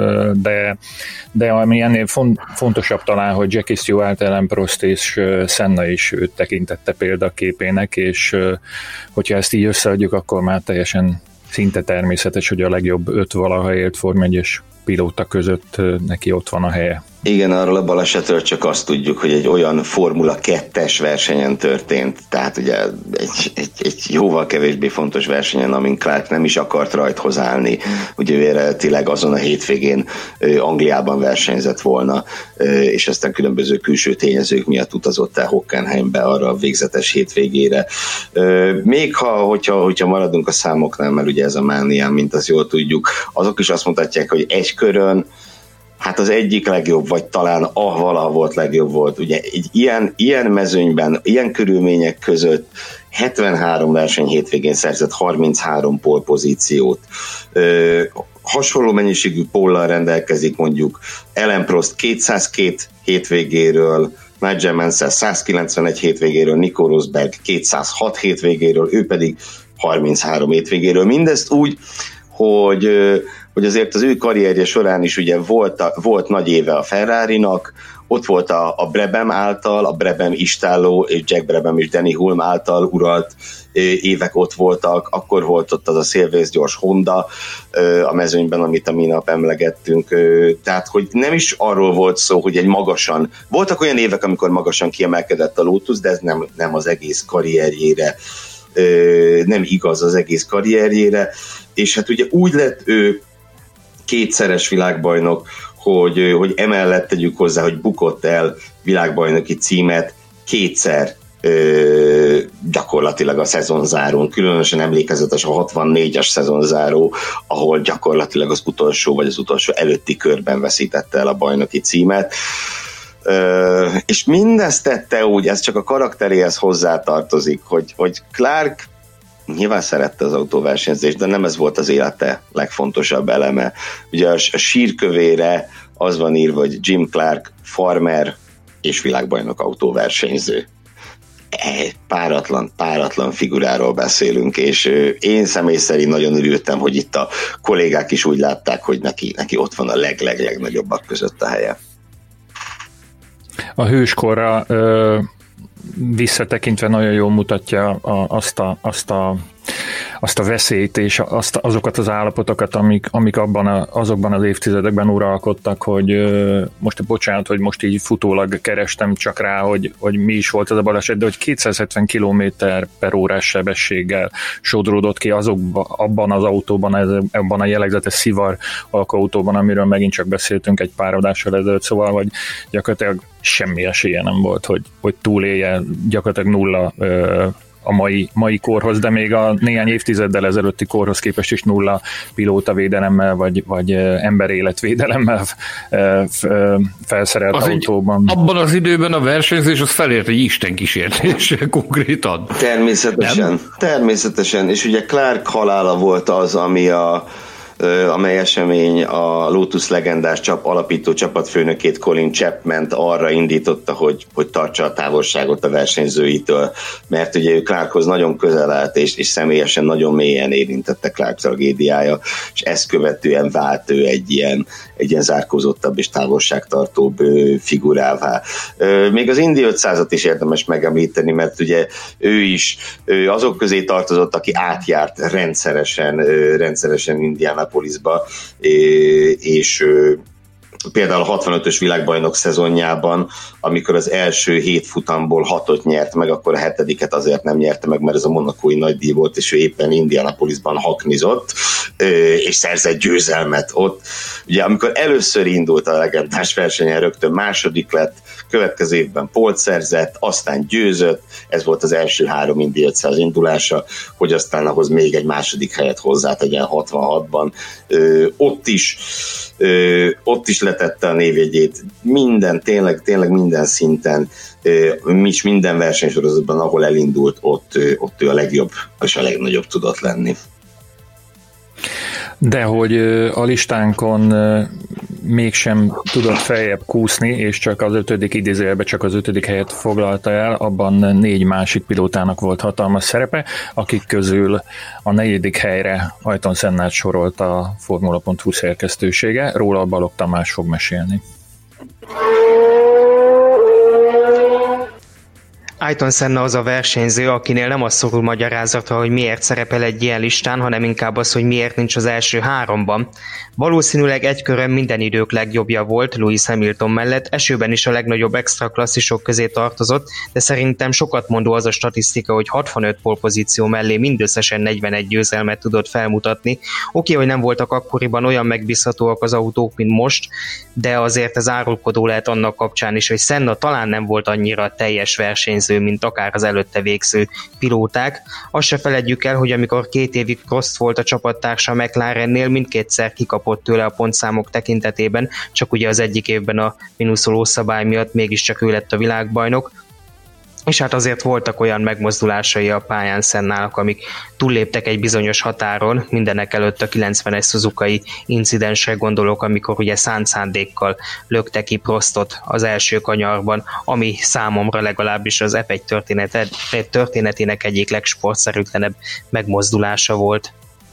de ami ennél fontosabb talán, hogy Jackie Stewart, Alain Prost és Senna is őt tekintette példaképének, és hogyha ezt így összeadjuk, akkor már teljesen szinte természetes, hogy a legjobb 5 valaha élt Forma 1-es pilóta között neki ott van a helye. Igen, arról a balesetről csak azt tudjuk, hogy egy olyan Formula 2-es versenyen történt, tehát ugye egy jóval kevésbé fontos versenyen, amin Clark nem is akart rajthoz állni, ugye ő eredetileg azon a hétvégén Angliában versenyzett volna, és aztán különböző külső tényezők miatt utazott el Hockenheimbe arra a végzetes hétvégére. Még hogyha maradunk a számoknál, mert ugye ez a mánián, mint azt jól tudjuk, azok is azt mutatják, hogy egy körön hát az egyik legjobb, vagy talán valaha volt legjobb volt. Ugye egy ilyen mezőnyben, ilyen körülmények között 73 verseny hétvégén szerzett 33 pole pozíciót. Hasonló mennyiségű póllal rendelkezik mondjuk Alain Prost 202 hétvégéről, Nigel Mansell 191 hétvégéről, Nico Rosberg 206 hétvégéről, ő pedig 33 hétvégéről. Mindezt úgy, hogy azért az ő karrierje során is ugye volt nagy éve a Ferrarinak, ott volt a Brabham által, a Brabham istálló, Jack Brabham és Danny Hulme által uralt évek ott voltak, akkor volt ott az a szélvész gyors Honda a mezőnyben, amit a minap emlegettünk, tehát hogy nem is arról volt szó, hogy voltak olyan évek, amikor magasan kiemelkedett a Lotus, de ez nem az egész karrierjére, nem igaz az egész karrierjére, és hát ugye úgy lett ő kétszeres világbajnok, hogy emellett tegyük hozzá, hogy bukott el világbajnoki címet kétszer gyakorlatilag a szezonzárón. Különösen emlékezetes a 64-es szezonzáró, ahol gyakorlatilag az utolsó vagy az utolsó előtti körben veszítette el a bajnoki címet. És mindezt tette úgy, ez csak a karakteréhez hozzátartozik, hogy Clark nyilván szerette az autóversenyzést, de nem ez volt az élete legfontosabb eleme. Ugye a sírkövére az van írva, hogy Jim Clark, farmer és világbajnok autóversenyző. Páratlan figuráról beszélünk, és én személy szerint nagyon örültem, hogy itt a kollégák is úgy látták, hogy neki ott van a legnagyobbak között a helye. A hőskorra visszatekintve nagyon jól mutatja azt a veszélyt és azokat az állapotokat, amik azokban az évtizedekben uralkodtak, hogy most bocsánat, hogy most így futólag kerestem csak rá, hogy mi is volt ez a baleset, de hogy 270 km/h sebességgel sodródott ki abban az autóban, abban a jellegzetes szivar alkautóban, amiről megint csak beszéltünk egy pár adással ezelőtt, szóval, hogy gyakorlatilag semmi esélye nem volt, hogy túlélje, gyakorlatilag nulla a mai korhoz, de még a néhány évtizeddel ezelőtti korhoz képest is nulla pilótavédelemmel, vagy emberéletvédelemmel felszerelt autóban. Abban az időben a versenyzés az felért egy Isten kísértése konkrétan. Természetesen, és ugye Clark halála volt az, amely esemény a Lotus legendás alapító csapatfőnökét, Colin Chapmant arra indította, hogy tartsa a távolságot a versenyzőitől, mert ugye ő Clarkhoz nagyon közel állt, és személyesen nagyon mélyen érintette Clark tragédiája, és ezt követően vált ő egy ilyen zárkózottabb és távolságtartóbb figurává. Még az Indy 500-at is érdemes megemlíteni, mert ugye ő azok közé tartozott, aki átjárt rendszeresen Indianapolisba, és például a 65-ös világbajnok szezonjában, amikor az első 7 futamból 6-ot nyert meg, akkor a 7-et azért nem nyerte meg, mert ez a monakói nagydíj volt, és ő éppen Indianapolisban haknizott, és szerzett győzelmet ott. Ugye amikor először indult a legendás versenyen, rögtön második lett, következő évben pólt szerzett, aztán győzött, ez volt az első 3 Indy 500 indulása, hogy aztán ahhoz még egy második helyet hozzátegyen 66-ban. Ott is letette a névjegyét, tényleg minden szinten, és minden versenysorozatban, ahol elindult, ott ő a legjobb és a legnagyobb tudott lenni. De hogy a listánkon mégsem tudott feljebb kúszni, és csak az 5. idézőjelben csak az 5. helyet foglalta el, abban 4 másik pilótának volt hatalmas szerepe, akik közül a 4. helyre Ayrton Sennát sorolt a Formula.hu szerkesztősége, róla Balogh Tamás fog mesélni. Ayrton Senna az a versenyző, akinél nem az szorul magyarázatra, hogy miért szerepel egy ilyen listán, hanem inkább az, hogy miért nincs az első 3-ban. Valószínűleg egy körön minden idők legjobbja volt Lewis Hamilton mellett, esőben is a legnagyobb extra klasszisok közé tartozott, de szerintem sokat mondó az a statisztika, hogy 65 polpozíció mellé mindösszesen 41 győzelmet tudott felmutatni. Oké, hogy nem voltak akkoriban olyan megbízhatóak az autók, mint most, de azért ez árulkodó lehet annak kapcsán is, hogy Senna talán nem volt annyira teljes versenyző, mint akár az előtte végző pilóták. Azt se feledjük el, hogy amikor 2 évig Prost volt a csapattársa McLarennél, mindkétszer kikapott tőle a pontszámok tekintetében, csak ugye az egyik évben a mínuszoló szabály miatt mégiscsak ő lett a világbajnok. És hát azért voltak olyan megmozdulásai a pályán Sennának, amik túlléptek egy bizonyos határon, mindenek előtt a 90-es Suzuki incidensre gondolok, amikor ugye szánt szándékkal lökte ki Prostot az első kanyarban, ami számomra legalábbis az F1 történetének egyik legsportszerűtlenebb megmozdulása volt.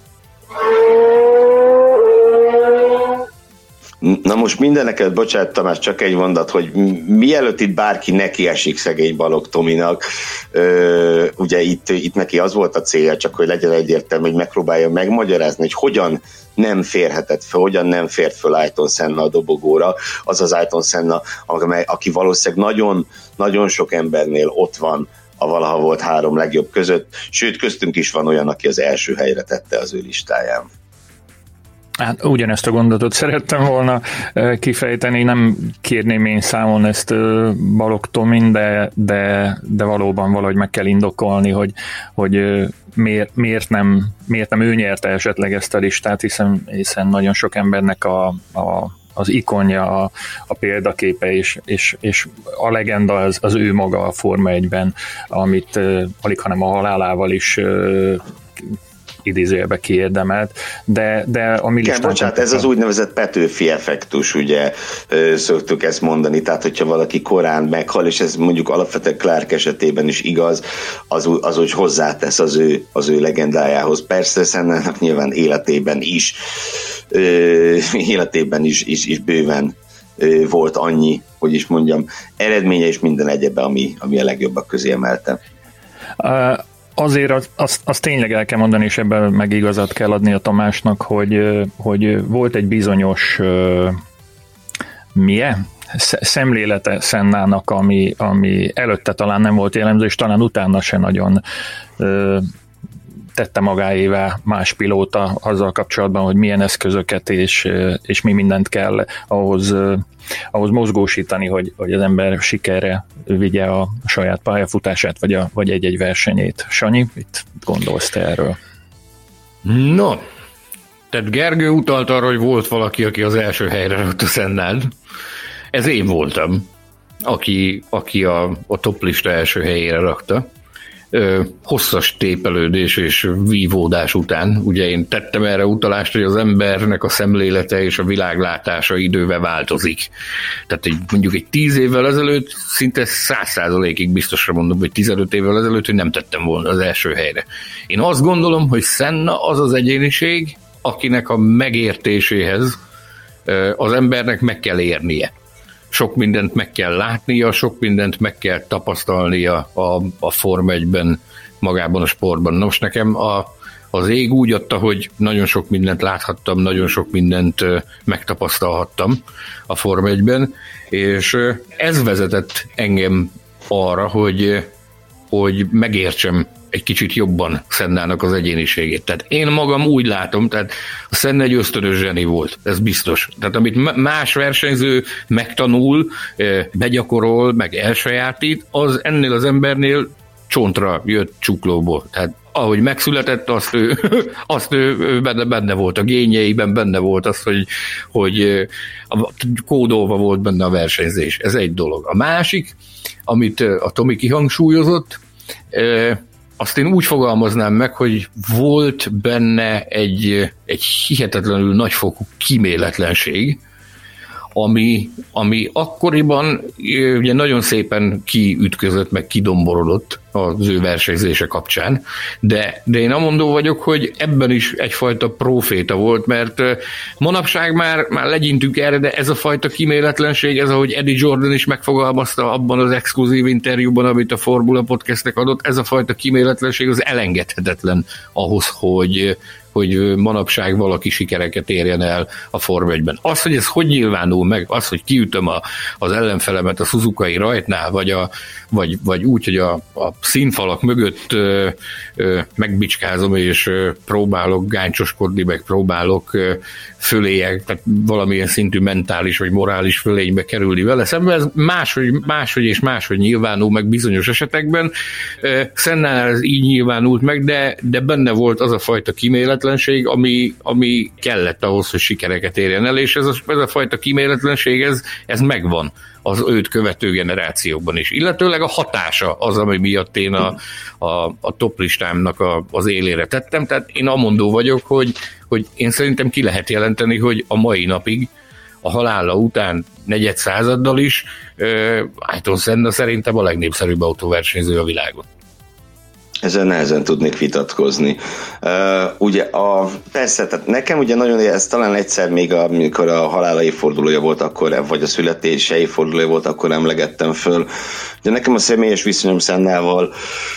Na most mindeneket, bocsánat Tamás, csak egy mondat, hogy mielőtt itt bárki neki esik szegény Balogh Tominak, ugye itt neki az volt a célja, csak hogy legyen egyértelmű, hogy megpróbálja megmagyarázni, hogy hogyan nem férhetett fel, hogyan nem fért föl Ayrton Senna a dobogóra, az az Ayrton Senna, aki valószínűleg nagyon, nagyon sok embernél ott van a valaha volt 3 legjobb között, sőt köztünk is van olyan, aki az első helyre tette az ő listáján. Hát ugyanezt a gondolatot szerettem volna kifejteni, nem kérném én számon ezt Balogh Tomin, de valóban valahogy meg kell indokolni, hogy miért nem ő nyerte esetleg ezt a listát, hiszen nagyon sok embernek az ikonja, a példaképe és a legenda az ő maga a Forma 1-ben, amit alig hanem a halálával is idézőjelbe kiérdemelt, de a mi listán... Bocsánat, ez az úgynevezett Petőfi effektus, ugye szoktuk ezt mondani, tehát hogyha valaki korán meghal, és ez mondjuk alapvetően Clark esetében is igaz, az hogy hozzátesz az ő legendájához. Persze Sennának nyilván életében is bőven volt annyi, hogy is mondjam, eredménye és minden egyebben, ami a legjobbak közé emelte. Azért azt tényleg el kell mondani, és ebben meg igazat kell adni a Tamásnak, hogy volt egy bizonyos szemlélete Sennának, ami előtte talán nem volt jellemző, és talán utána se nagyon tette magáévá más pilóta azzal kapcsolatban, hogy milyen eszközöket és mi mindent kell ahhoz mozgósítani, hogy az ember sikerre vigye a saját pályafutását, vagy egy-egy versenyét. Sanyi, mit gondolsz te erről? No, tehát Gergő utalt arra, hogy volt valaki, aki az első helyre rakta Sennát. Ez én voltam, aki a toplista első helyére rakta. Hosszas tépelődés és vívódás után, ugye én tettem erre utalást, hogy az embernek a szemlélete és a világlátása idővel változik. Tehát mondjuk egy 10 évvel ezelőtt szinte 100%-ig biztosra mondom, hogy 15 évvel ezelőtt, hogy nem tettem volna az első helyre. Én azt gondolom, hogy Senna az az egyéniség, akinek a megértéséhez az embernek meg kell érnie. Sok mindent meg kell látnia, sok mindent meg kell tapasztalnia a Forma 1-ben, magában a sportban. Most nekem az ég úgy adta, hogy nagyon sok mindent láthattam, nagyon sok mindent megtapasztalhattam a Forma 1-ben, és ez vezetett engem arra, hogy megértsem egy kicsit jobban Sennának az egyéniségét. Tehát én magam úgy látom, tehát a Senna egy ösztönös zseni volt, ez biztos. Tehát amit más versenyző megtanul, begyakorol, meg elsajátít, az ennél az embernél csontra jött csuklóból. Tehát ahogy megszületett, azt ő benne volt a génjeiben, benne volt az, hogy kódolva volt benne a versenyzés. Ez egy dolog. A másik, amit a Tomi kihangsúlyozott, azt én úgy fogalmaznám meg, hogy volt benne egy hihetetlenül nagyfokú kíméletlenség, ami akkoriban ugye nagyon szépen kiütközött, meg kidomborodott az ő versenyzése kapcsán, de én amondó vagyok, hogy ebben is egyfajta proféta volt, mert manapság már legyintünk erre, de ez a fajta kíméletlenség, ez ahogy Eddie Jordan is megfogalmazta abban az exkluzív interjúban, amit a Formula Podcastnek adott, ez a fajta kíméletlenség az elengedhetetlen ahhoz, hogy manapság valaki sikereket érjen el a Forma 1-ben. Az, hogy ez hogy nyilvánul meg, az, hogy kiütöm az ellenfelemet a Suzuki rajtnál, vagy úgy, hogy a színfalak mögött megbicskázom, és próbálok gáncoskodni, meg próbálok föléjek, tehát valamilyen szintű mentális vagy morális fölénybe kerülni vele szemben. Ez máshogy nyilvánul meg bizonyos esetekben. Sennánál ez így nyilvánult meg, de benne volt az a fajta kíméletlenség, ami kellett ahhoz, hogy sikereket érjen el, és ez a fajta kíméletlenség, ez megvan az őt követő generációkban is. Illetőleg a hatása az, ami miatt én a top listámnak az élére tettem. Tehát én amondó vagyok, hogy én szerintem ki lehet jelenteni, hogy a mai napig, a halála után negyed századdal is Ayrton Senna szerintem a legnépszerűbb autóversenyző a világon. Ezen nehezen tudnék vitatkozni. Ugye persze, tehát nekem ugye nagyon, ez talán egyszer még amikor a halála évfordulója volt, akkor, vagy a születése évfordulója volt, akkor emlegettem föl. Ugye nekem a személyes viszonyom Sennával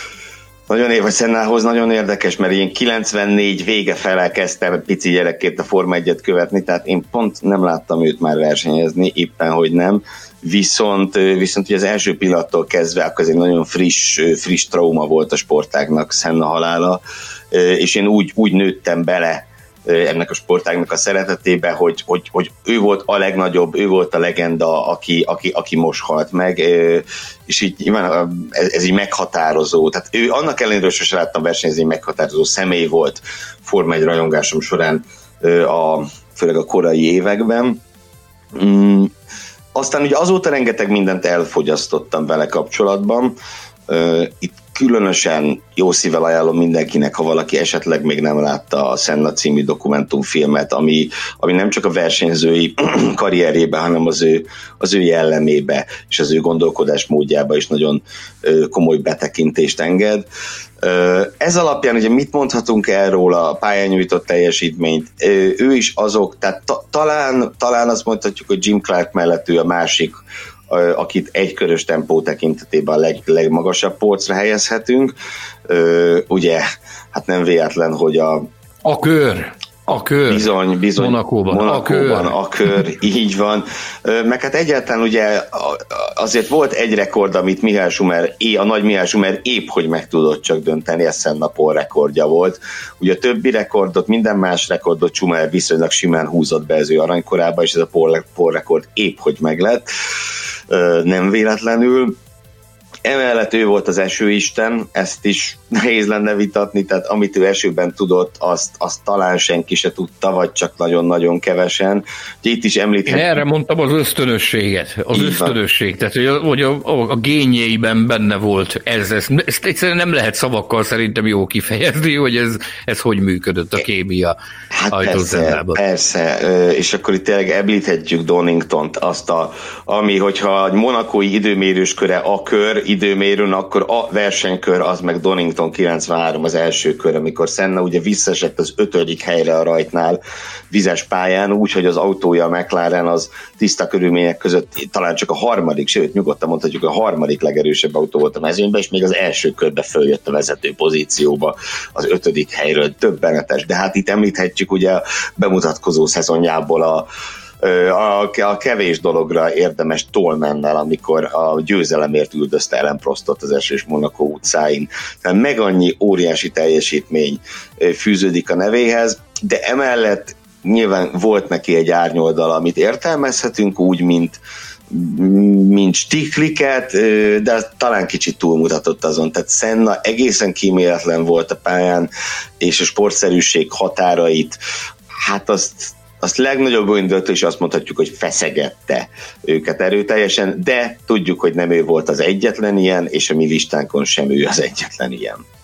Sennához nagyon érdekes, mert én 94 vége fele kezdtem pici gyerekként a Forma 1-et követni, tehát én pont nem láttam őt már versenyezni, éppen hogy nem. Viszont ugye az első pillanattól kezdve akkor ez egy nagyon friss trauma volt a sportágnak Senna halála, és én úgy nőttem bele ennek a sportágnak a szeretetébe, hogy ő volt a legnagyobb, ő volt a legenda, aki most halt meg, és így ez így meghatározó. Tehát ő annak ellenére, hogy sosem láttam versenyezni, meghatározó személy volt Forma 1 rajongásom során, főleg a korai években. Aztán ugye azóta rengeteg mindent elfogyasztottam vele kapcsolatban. Itt különösen jó szívvel ajánlom mindenkinek, ha valaki esetleg még nem látta a Senna című dokumentumfilmet, ami nem csak a versenyzői karrierjébe, hanem az ő jellemébe és az ő gondolkodásmódjába is nagyon komoly betekintést enged. Ez alapján ugye mit mondhatunk erről a pályán nyújtott teljesítményt? Ő is azok, tehát talán azt mondhatjuk, hogy Jim Clark mellett ő a másik, akit egykörös tempó tekintetében a legmagasabb polcra helyezhetünk. Ugye, hát nem véletlen, hogy a kör. Bizony. Monakóban a kör, így van. Meg hát egyáltalán ugye azért volt egy rekord, amit a nagy Michael Schumacher épp hogy meg tudott csak dönteni, ez Senna pole rekordja volt. Ugye a többi rekordot, minden más rekordot Schumacher viszonylag simán húzott be az ő aranykorába, és ez a pole rekord épp hogy meglett. Nem véletlenül. Emellett ő volt az esőisten, ezt is nehéz lenne vitatni, tehát amit ő esőben tudott, azt talán senki se tudta, vagy csak nagyon-nagyon kevesen. Itt is említhetjük. Erre mondtam az ösztönösséget. Ösztönösség, tehát hogy a génjeiben benne volt ez. Ezt egyszerűen nem lehet szavakkal szerintem jó kifejezni, hogy ez hogy működött a kémia. Hát persze, és akkor itt tényleg említhetjük Doningtont, ami, hogyha a monakói időmérős köre a kör időmérőn, akkor a versenykör az meg Donington 93 az első kör, amikor Senna ugye visszaesett az 5. helyre a rajtnál vizes pályán, úgyhogy az autója, a McLaren az tiszta körülmények között talán csak a harmadik, sőt nyugodtan mondhatjuk, a harmadik legerősebb autó volt a mezőnyben, és még az első körbe följött a vezető pozícióba az 5. helyről, döbbenetes. De hát itt említhetjük ugye a bemutatkozó szezonjából a kevés dologra érdemes Tolmannel, amikor a győzelemért üldözte Alain Prostot az esős Monaco utcáin. Tehát meg annyi óriási teljesítmény fűződik a nevéhez, de emellett nyilván volt neki egy árnyoldala, amit értelmezhetünk úgy, mint stikliket, de talán kicsit túlmutatott azon. Tehát Senna egészen kíméletlen volt a pályán, és a sportszerűség határait, hát azt legnagyobb indulattól is azt mondhatjuk, hogy feszegette őket erőteljesen, de tudjuk, hogy nem ő volt az egyetlen ilyen, és a mi listánkon sem ő az egyetlen ilyen.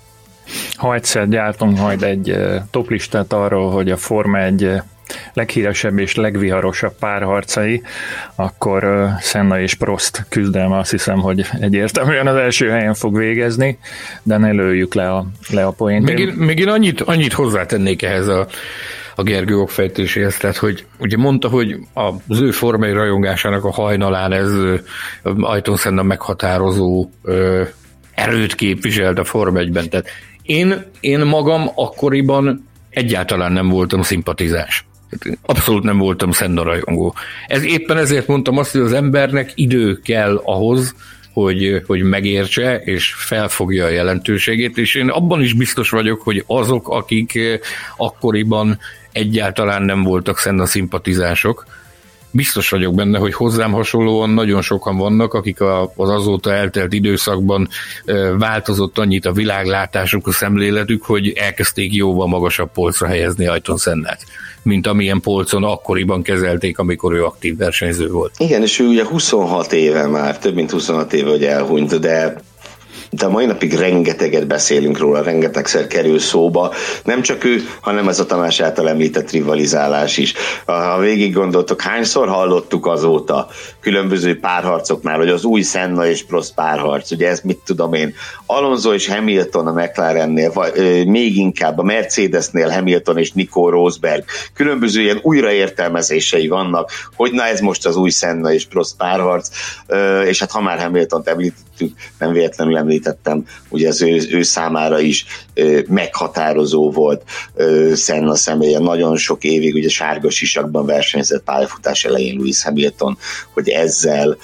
Ha egyszer gyártunk majd egy toplistát arról, hogy a Forma 1 leghíresebb és legviharosabb párharcai, akkor Senna és Prost küzdelme azt hiszem, hogy egyértelműen az első helyen fog végezni, de ne lőjük le a poént. Még én annyit hozzátennék ehhez a Gergő okfejtéséhez, tehát hogy ugye mondta, hogy az ő formai rajongásának a hajnalán ez Ayrton Senna meghatározó erőt képviselt a Forma 1-ben. Tehát én magam akkoriban egyáltalán nem voltam szimpatizás. Abszolút nem voltam Senna rajongó. Éppen ezért mondtam azt, hogy az embernek idő kell ahhoz, hogy megértse és felfogja a jelentőségét, és én abban is biztos vagyok, hogy azok, akik akkoriban egyáltalán nem voltak Senna szimpatizások, biztos vagyok benne, hogy hozzám hasonlóan nagyon sokan vannak, akik az azóta eltelt időszakban változott annyit a világlátásuk, a szemléletük, hogy elkezdték jóval magasabb polcra helyezni Ayrton Sennát, mint amilyen polcon akkoriban kezelték, amikor ő aktív versenyző volt. Igen, és ő ugye 26 éve már, több mint 26 éve, hogy elhunyt, de a mai napig rengeteget beszélünk róla, rengetegszer kerül szóba, nem csak ő, hanem ez a Tamás által említett rivalizálás is. Ha végig gondoltok, hányszor hallottuk azóta különböző párharcoknál, hogy az új Senna és Prost párharc, ugye ez mit tudom én, Alonso és Hamilton a McLarennél, vagy még inkább a Mercedesnél Hamilton és Nico Rosberg, különböző ilyen újraértelmezései vannak, hogy na ez most az új Senna és Prost párharc, és hát ha már Hamiltont említettük, nem véletlenül említettem, ugye az ő számára is meghatározó volt Senna személye. Nagyon sok évig ugye sárga sisakban versenyzett pályafutás elején Lewis Hamilton, hogy ezzel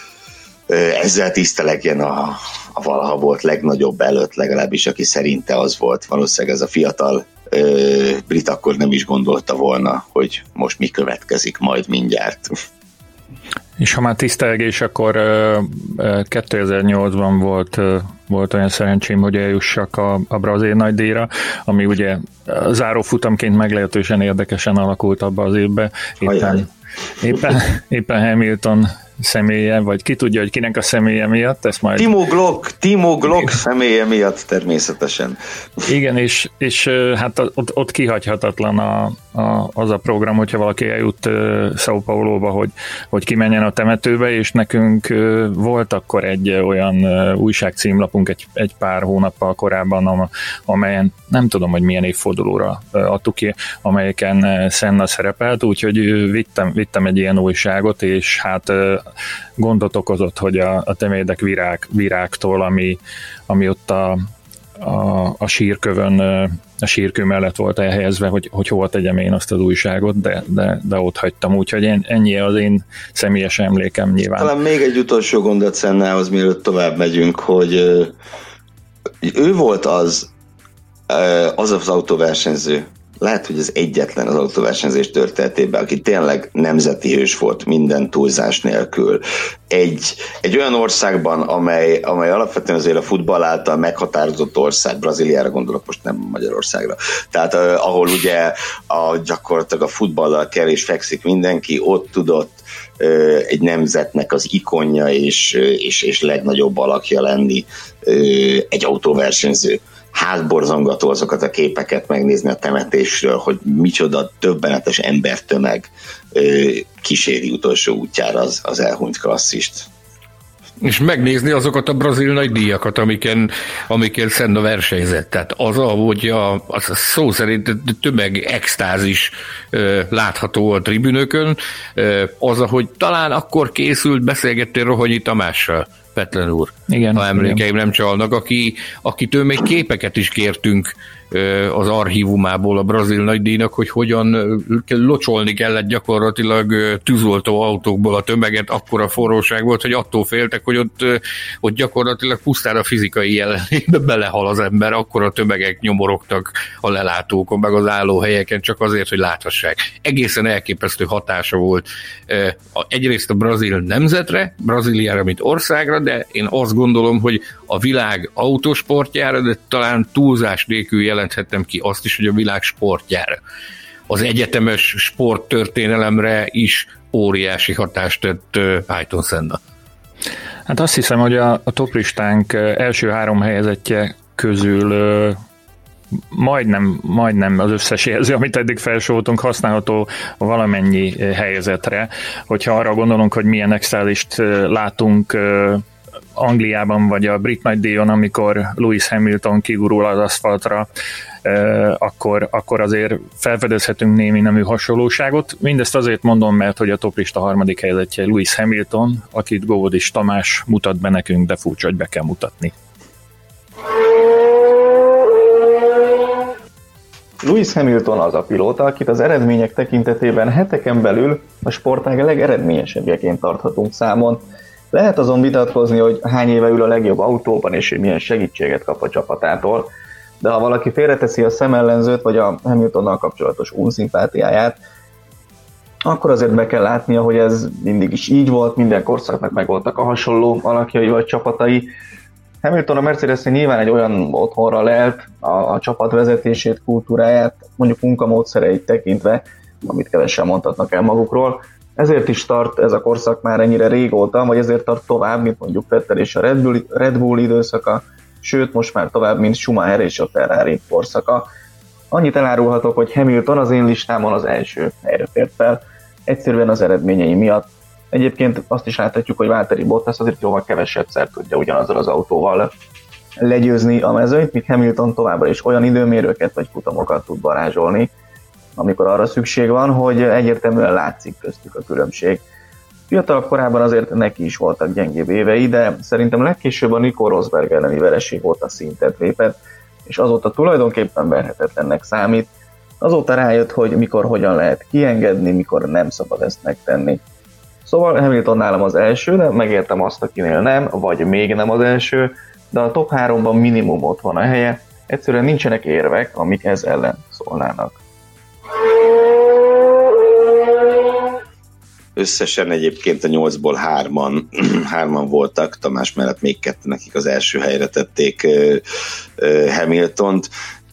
tisztelegjen a valaha volt legnagyobb előtt, legalábbis aki szerinte az volt. Valószínűleg ez a fiatal brit akkor nem is gondolta volna, hogy most mi következik majd mindjárt. És ha már tisztelgés, akkor 2008-ban volt olyan szerencsém, hogy eljussak a brazil nagydíjra, ami ugye zárófutamként meglehetősen érdekesen alakult abba az évben. Éppen Hamilton személye, vagy ki tudja, hogy kinek a személye miatt, ezt majd... Timo Glock személye miatt természetesen. Igen, és hát ott kihagyhatatlan az a program, hogyha valaki eljut São Pauloba, hogy kimenjen a temetőbe, és nekünk volt akkor egy olyan újságcímlapunk egy pár hónappal korábban, amelyen nem tudom, hogy milyen évfordulóra adtuk ki, amelyeken Senna szerepelt, úgyhogy vittem egy ilyen újságot, és hát gondot okozott, hogy a temédek virágtól, ami ott a sírkövön, a sírkő mellett volt elhelyezve, hogy hova tegyem én azt az újságot, de ott hagytam, úgyhogy ennyi az én személyes emlékem nyilván. Talán még egy utolsó gondot Sennához, mielőtt tovább megyünk, hogy ő volt az autóversenyző, lehet, hogy az egyetlen az autóversenyzés történetében, aki tényleg nemzeti hős volt minden túlzás nélkül. Egy olyan országban, amely alapvetően azért a futball által meghatározott ország, Brazíliára gondolok, most nem Magyarországra, tehát ahol ugye gyakorlatilag a futballal kell és fekszik mindenki, ott tudott egy nemzetnek az ikonja és legnagyobb alakja lenni egy autóversenyző. Hátborzongató azokat a képeket megnézni a temetésről, hogy micsoda döbbenetes embertömeg kíséri utolsó útjára az elhunyt klasszist. És megnézni azokat a brazil nagydíjakat, amiken Senna versenyzett. Tehát az, ahogy az szó szerint tömeg extázis látható a tribünökön, az, ahogy talán akkor készült, beszélgettél Rohonyi Tamással, Petlen úr, igen, ha emlékeim nem csalnak, akitől még képeket is kértünk az archívumából a brazil nagydíjnak, hogy hogyan locsolni kellett gyakorlatilag tűzoltó autókból a tömeget, akkora forróság volt, hogy attól féltek, hogy ott gyakorlatilag pusztán a fizikai jelenlétbe belehal az ember, akkora tömegek nyomorogtak a lelátókon, meg az állóhelyeken csak azért, hogy láthassák. Egészen elképesztő hatása volt egyrészt a brazil nemzetre, Brazíliára, mint országra, de én azt gondolom, hogy a világ autósportjára, de talán túlzás nélkül jelenthettem ki azt is, hogy a világ sportjára. Az egyetemes sporttörténelemre is óriási hatást tett Ayrton Senna. Hát azt hiszem, hogy a toplistánk első 3 helyezettje közül majdnem az összes jelző, amit eddig felsoroltunk, használható valamennyi helyzetre. Hogyha arra gondolunk, hogy milyen Excel-list látunk Angliában, vagy a brit nagydíjon, amikor Lewis Hamilton kigurul az aszfaltra, akkor azért felfedezhetünk némi nemű hasonlóságot. Mindezt azért mondom, mert hogy a toplista harmadik helyezettje Lewis Hamilton, akit Góvodis Tamás mutat be nekünk, de furcsa, hogy be kell mutatni. Lewis Hamilton az a pilóta, akit az eredmények tekintetében heteken belül a sportág legeredményesebbjeként tarthatunk számon. Lehet azon vitatkozni, hogy hány éve ül a legjobb autóban, és hogy milyen segítséget kap a csapatától, de ha valaki félreteszi a szemellenzőt, vagy a Hamiltonnal kapcsolatos unszimpátiáját, akkor azért be kell látnia, hogy ez mindig is így volt, minden korszaknak megvoltak a hasonló alakjai vagy csapatai. Hamilton a Mercedes-nél nyilván egy olyan otthonra lelt a csapat vezetését, kultúráját, mondjuk munkamódszereit tekintve, amit kevesen mondhatnak el magukról. Ezért is tart ez a korszak már ennyire régóta, vagy ezért tart tovább, mint mondjuk Vettel és a Red Bull időszaka, sőt most már tovább, mint Schumacher és a Ferrari korszaka. Annyit elárulhatok, hogy Hamilton az én listámon az első helyre fért fel, egyszerűen az eredményei miatt. Egyébként azt is láthatjuk, hogy Valtteri Bottas azért jóval kevesebbszer tudja ugyanazzal az autóval legyőzni a mezőnyt, míg Hamilton továbbra is olyan időmérőket vagy futamokat tud varázsolni, amikor arra szükség van, hogy egyértelműen látszik köztük a különbség. Fiatalabb korában azért neki is voltak gyengébb évei, de szerintem legkésőbb a Nico Rosberg elleni vereség óta szintet lépett, és azóta tulajdonképpen verhetetlennek számít. Azóta rájött, hogy mikor hogyan lehet kiengedni, mikor nem szabad ezt megtenni. Szóval Hamilton nálam az első, de megértem azt, akinél nem, vagy még nem az első, de a top 3-ban minimum ott van a helye, egyszerűen nincsenek érvek, amik ez ellen szólnának. Összesen egyébként a 8-ból 3-an voltak, Tamás mellett még 2, nekik az első helyre tették Hamiltont,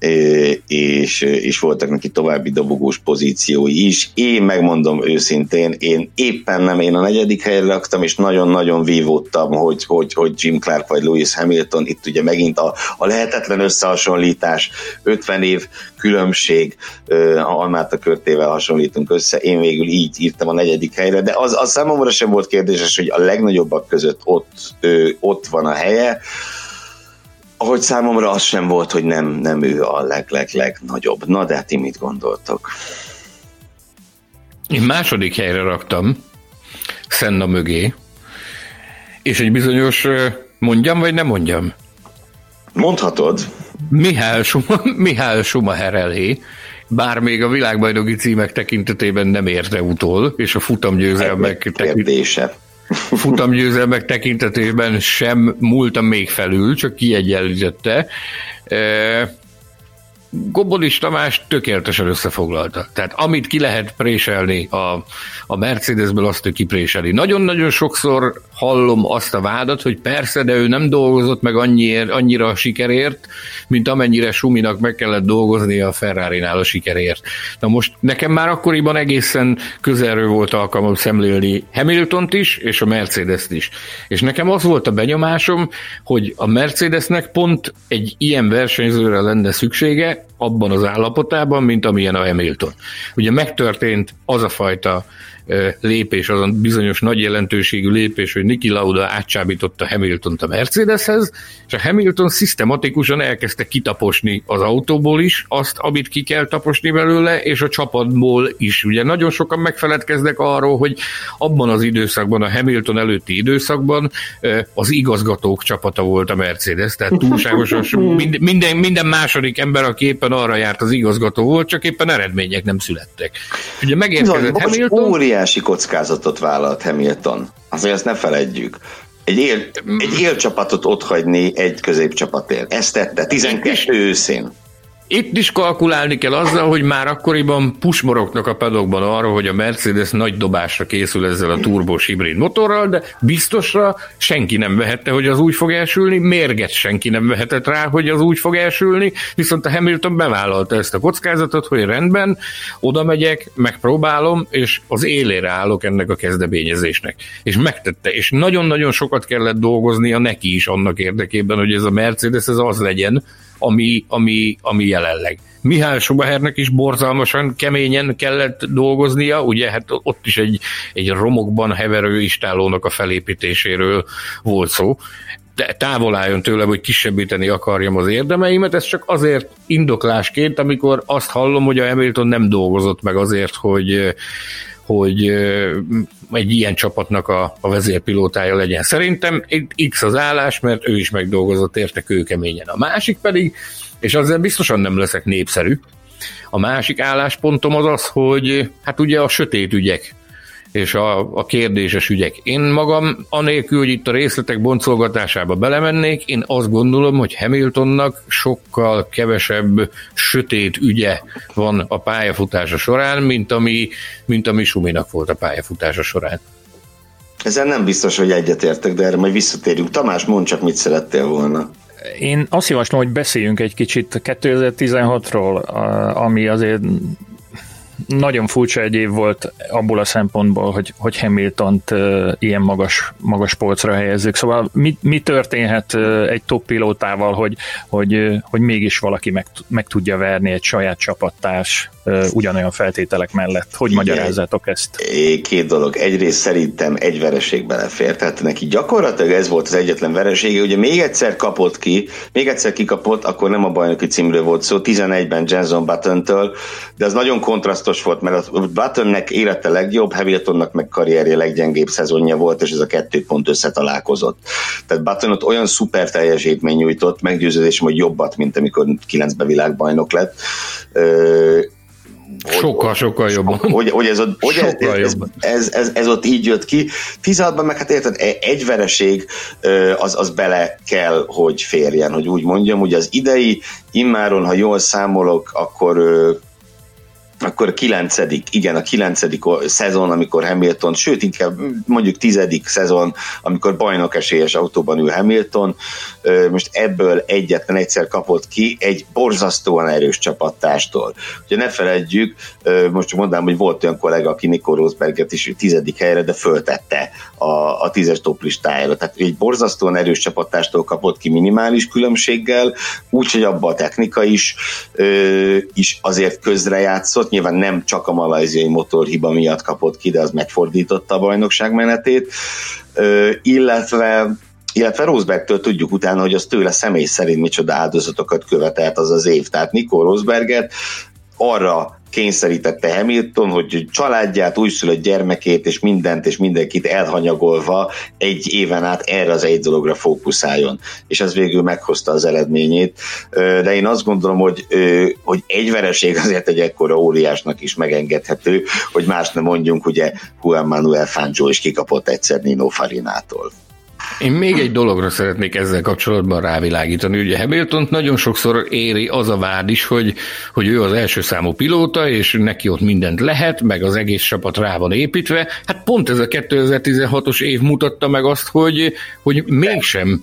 és voltak neki további dobogós pozíciói is. Én megmondom őszintén, én a 4. helyre raktam, és nagyon-nagyon vívódtam, hogy Jim Clark vagy Lewis Hamilton, itt ugye megint a lehetetlen összehasonlítás, 50 év különbség, almát a körtével hasonlítunk össze, én végül így írtam a 4. helyre, de az számomra sem volt kérdéses, hogy a legnagyobbak között ott van a helye, ahogy számomra az sem volt, hogy nem ő a legnagyobb. Na, de ti mit gondoltok? Én 2. helyre raktam, Senna mögé, és egy bizonyos, mondjam vagy nem mondjam? Mondhatod. Michael Schumacher elé, bár még a világbajnoki címek tekintetében nem érte utol, és a futamgyőzelmek tekintetében sem múltam még felül, csak kiegyenlítette. Góvodis Tamás tökéletesen összefoglalta. Tehát amit ki lehet préselni a Mercedesből, azt ő kipréseli. Nagyon-nagyon sokszor hallom azt a vádat, hogy persze, de ő nem dolgozott meg annyira a sikerért, mint amennyire Suminak meg kellett dolgozni a Ferrarinál a sikerért. Na most nekem már akkoriban egészen közelről volt alkalmam szemlélni Hamiltont is, és a Mercedest is. És nekem az volt a benyomásom, hogy a Mercedesnek pont egy ilyen versenyzőre lenne szüksége, abban az állapotában, mint amilyen a Hamilton. Ugye megtörtént az a fajta lépés, az a bizonyos nagy jelentőségű lépés, hogy Niki Lauda átcsábította Hamiltont a Mercedeshez, és a Hamilton szisztematikusan elkezdte kitaposni az autóból is azt, amit ki kell taposni belőle, és a csapatból is. Ugye nagyon sokan megfeledkeznek arról, hogy abban az időszakban, a Hamilton előtti időszakban az igazgatók csapata volt a Mercedes, tehát túlságosan minden második ember, aki éppen arra járt, az igazgató volt, csak éppen eredmények nem születtek. Ugye megérkezett Hamilton. Óriási kockázatot vállalt Hamilton. Azért ezt ne feledjük. Egy élcsapatot otthagyni egy középcsapatért. Ezt tette 12 őszén. Itt is kalkulálni kell azzal, hogy már akkoriban pusmorognak a paddockban arra, hogy a Mercedes nagy dobásra készül ezzel a turbós hibrid motorral, de biztosra senki nem vehette, hogy az úgy fog elsülni, mérget senki nem vehetett rá, hogy az úgy fog elsülni, viszont a Hamilton bevállalta ezt a kockázatot, hogy rendben, oda megyek, megpróbálom, és az élére állok ennek a kezdeményezésnek. És megtette, és nagyon-nagyon sokat kellett dolgoznia neki is annak érdekében, hogy ez a Mercedes ez az legyen, ami jelenleg. Mihály Schumachernek is borzalmasan keményen kellett dolgoznia, ugye hát ott is egy romokban heverő istállónak a felépítéséről volt szó. De távol álljon tőlem, hogy kisebbíteni akarjam az érdemeimet, ez csak azért indoklásként, amikor azt hallom, hogy a Hamilton nem dolgozott meg azért, hogy egy ilyen csapatnak a vezérpilótája legyen. Szerintem X az állás, mert ő is megdolgozott érte kőkeményen. A másik pedig, és azért biztosan nem leszek népszerű, a másik álláspontom az, hogy hát ugye a sötét ügyek és a kérdéses ügyek. Én magam, anélkül, hogy itt a részletek boncolgatásába belemennék, én azt gondolom, hogy Hamiltonnak sokkal kevesebb sötét ügye van a pályafutása során, mint ami Schuminak volt a pályafutása során. Ezzel nem biztos, hogy egyetértek, de erre majd visszatérünk. Tamás, mondd csak, mit szerettél volna. Én azt javaslom, hogy beszéljünk egy kicsit 2016-ról, ami azért nagyon furcsa egy év volt abból a szempontból, hogy Hamiltont ilyen magas polcra helyezzük. Szóval mi történhet egy top pilótával, hogy mégis valaki meg tudja verni egy saját csapattárs ugyanolyan feltételek mellett? Hogy magyarázzátok ezt? Két dolog. Egyrészt szerintem egy vereség belefér, tehát neki gyakorlatilag ez volt az egyetlen veresége. Ugye még egyszer kikapott, akkor nem a bajnoki címről volt szó, 11-ben Jenson Buttontől, de az nagyon kontrasztos volt, mert a Buttonnek élete legjobb, Hamiltonnak meg karrierje leggyengébb szezonja volt, és ez a 2 pont összetalálkozott. Tehát Button ott olyan szuper teljesítmény nyújtott, meggyőződésem, hogy jobbat, mint amikor 9-ben világbajnok lett. Sokkal jobban. Ez ott így jött ki. 16-ban meg hát érted, egy vereség az bele kell, hogy férjen, hogy úgy mondjam. Ugye az idei immáron, ha jól számolok, akkor a 9. szezon, amikor Hamilton, sőt inkább mondjuk 10. szezon, amikor bajnok esélyes autóban ül Hamilton, most ebből egyetlen egyszer kapott ki egy borzasztóan erős csapattárstól. Ugye ne feledjük, most mondanám, hogy volt olyan kollega, aki Nico Rosberget is 10. helyre, de föltette a 10-es top listájára. Tehát egy borzasztóan erős csapattárstól kapott ki minimális különbséggel, úgyhogy abban a technika is azért közrejátszott. Nyilván nem csak a malajziai motorhiba miatt kapott ki, de az megfordította a bajnokság menetét, illetve Rosbergtől tudjuk utána, hogy az tőle személy szerint micsoda áldozatokat követelt az év. Tehát Nico Rosberget arra kényszerítette Hamilton, hogy családját, újszülött gyermekét és mindent és mindenkit elhanyagolva egy éven át erre az egy dologra fókuszáljon. És ez végül meghozta az eredményét. De én azt gondolom, hogy egy vereség azért egy ekkora óriásnak is megengedhető, hogy más nem mondjunk, ugye Juan Manuel Fangio is kikapott egyszer Nino Farinától. Én még egy dologra szeretnék ezzel kapcsolatban rávilágítani. Ugye Hamiltont nagyon sokszor éri az a vád is, hogy ő az első számú pilóta, és neki ott mindent lehet, meg az egész csapat rá van építve. Hát pont ez a 2016-os év mutatta meg azt, hogy mégsem.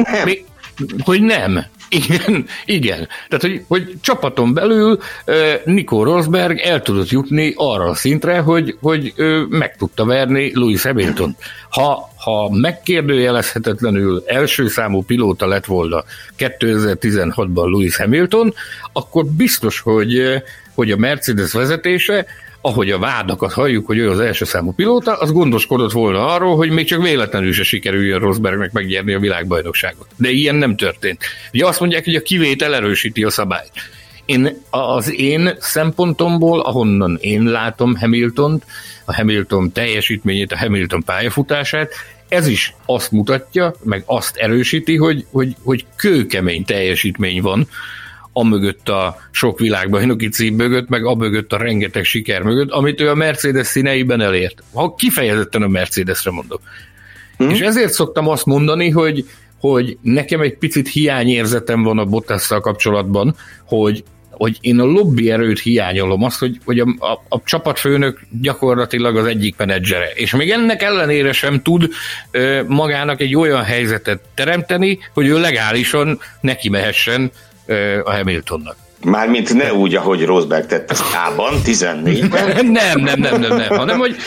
Hogy nem. Igen. Tehát, hogy csapaton belül Nico Rosberg el tudott jutni arra a szintre, hogy meg tudta verni Lewis Hamiltont. Ha megkérdőjelezhetetlenül első számú pilóta lett volna 2016-ban Lewis Hamilton, akkor biztos, hogy a Mercedes vezetése, ahogy a vádakat halljuk, hogy ő az első számú pilóta, az gondoskodott volna arról, hogy még csak véletlenül se sikerüljön Rosbergnek megnyerni a világbajnokságot. De ilyen nem történt. Ugye azt mondják, hogy a kivétel erősíti a szabályt. Az én szempontomból, ahonnan én látom Hamiltont, a Hamilton teljesítményét, a Hamilton pályafutását, ez is azt mutatja, meg azt erősíti, hogy kőkemény teljesítmény van amögött a sok világbajnoki cím mögött, meg amögött a rengeteg siker mögött, amit ő a Mercedes színeiben elért. Ha kifejezetten a Mercedesre mondok. És ezért szoktam azt mondani, hogy nekem egy picit hiányérzetem van a Bottasszal kapcsolatban, hogy én a lobby erőt hiányolom, azt, hogy a csapatfőnök gyakorlatilag az egyik menedzsere, és még ennek ellenére sem tud magának egy olyan helyzetet teremteni, hogy ő legálisan neki mehessen a Hamiltonnak. Mármint ne úgy, ahogy Rosberg tett ezt A-ban, 14-ben. Nem, hanem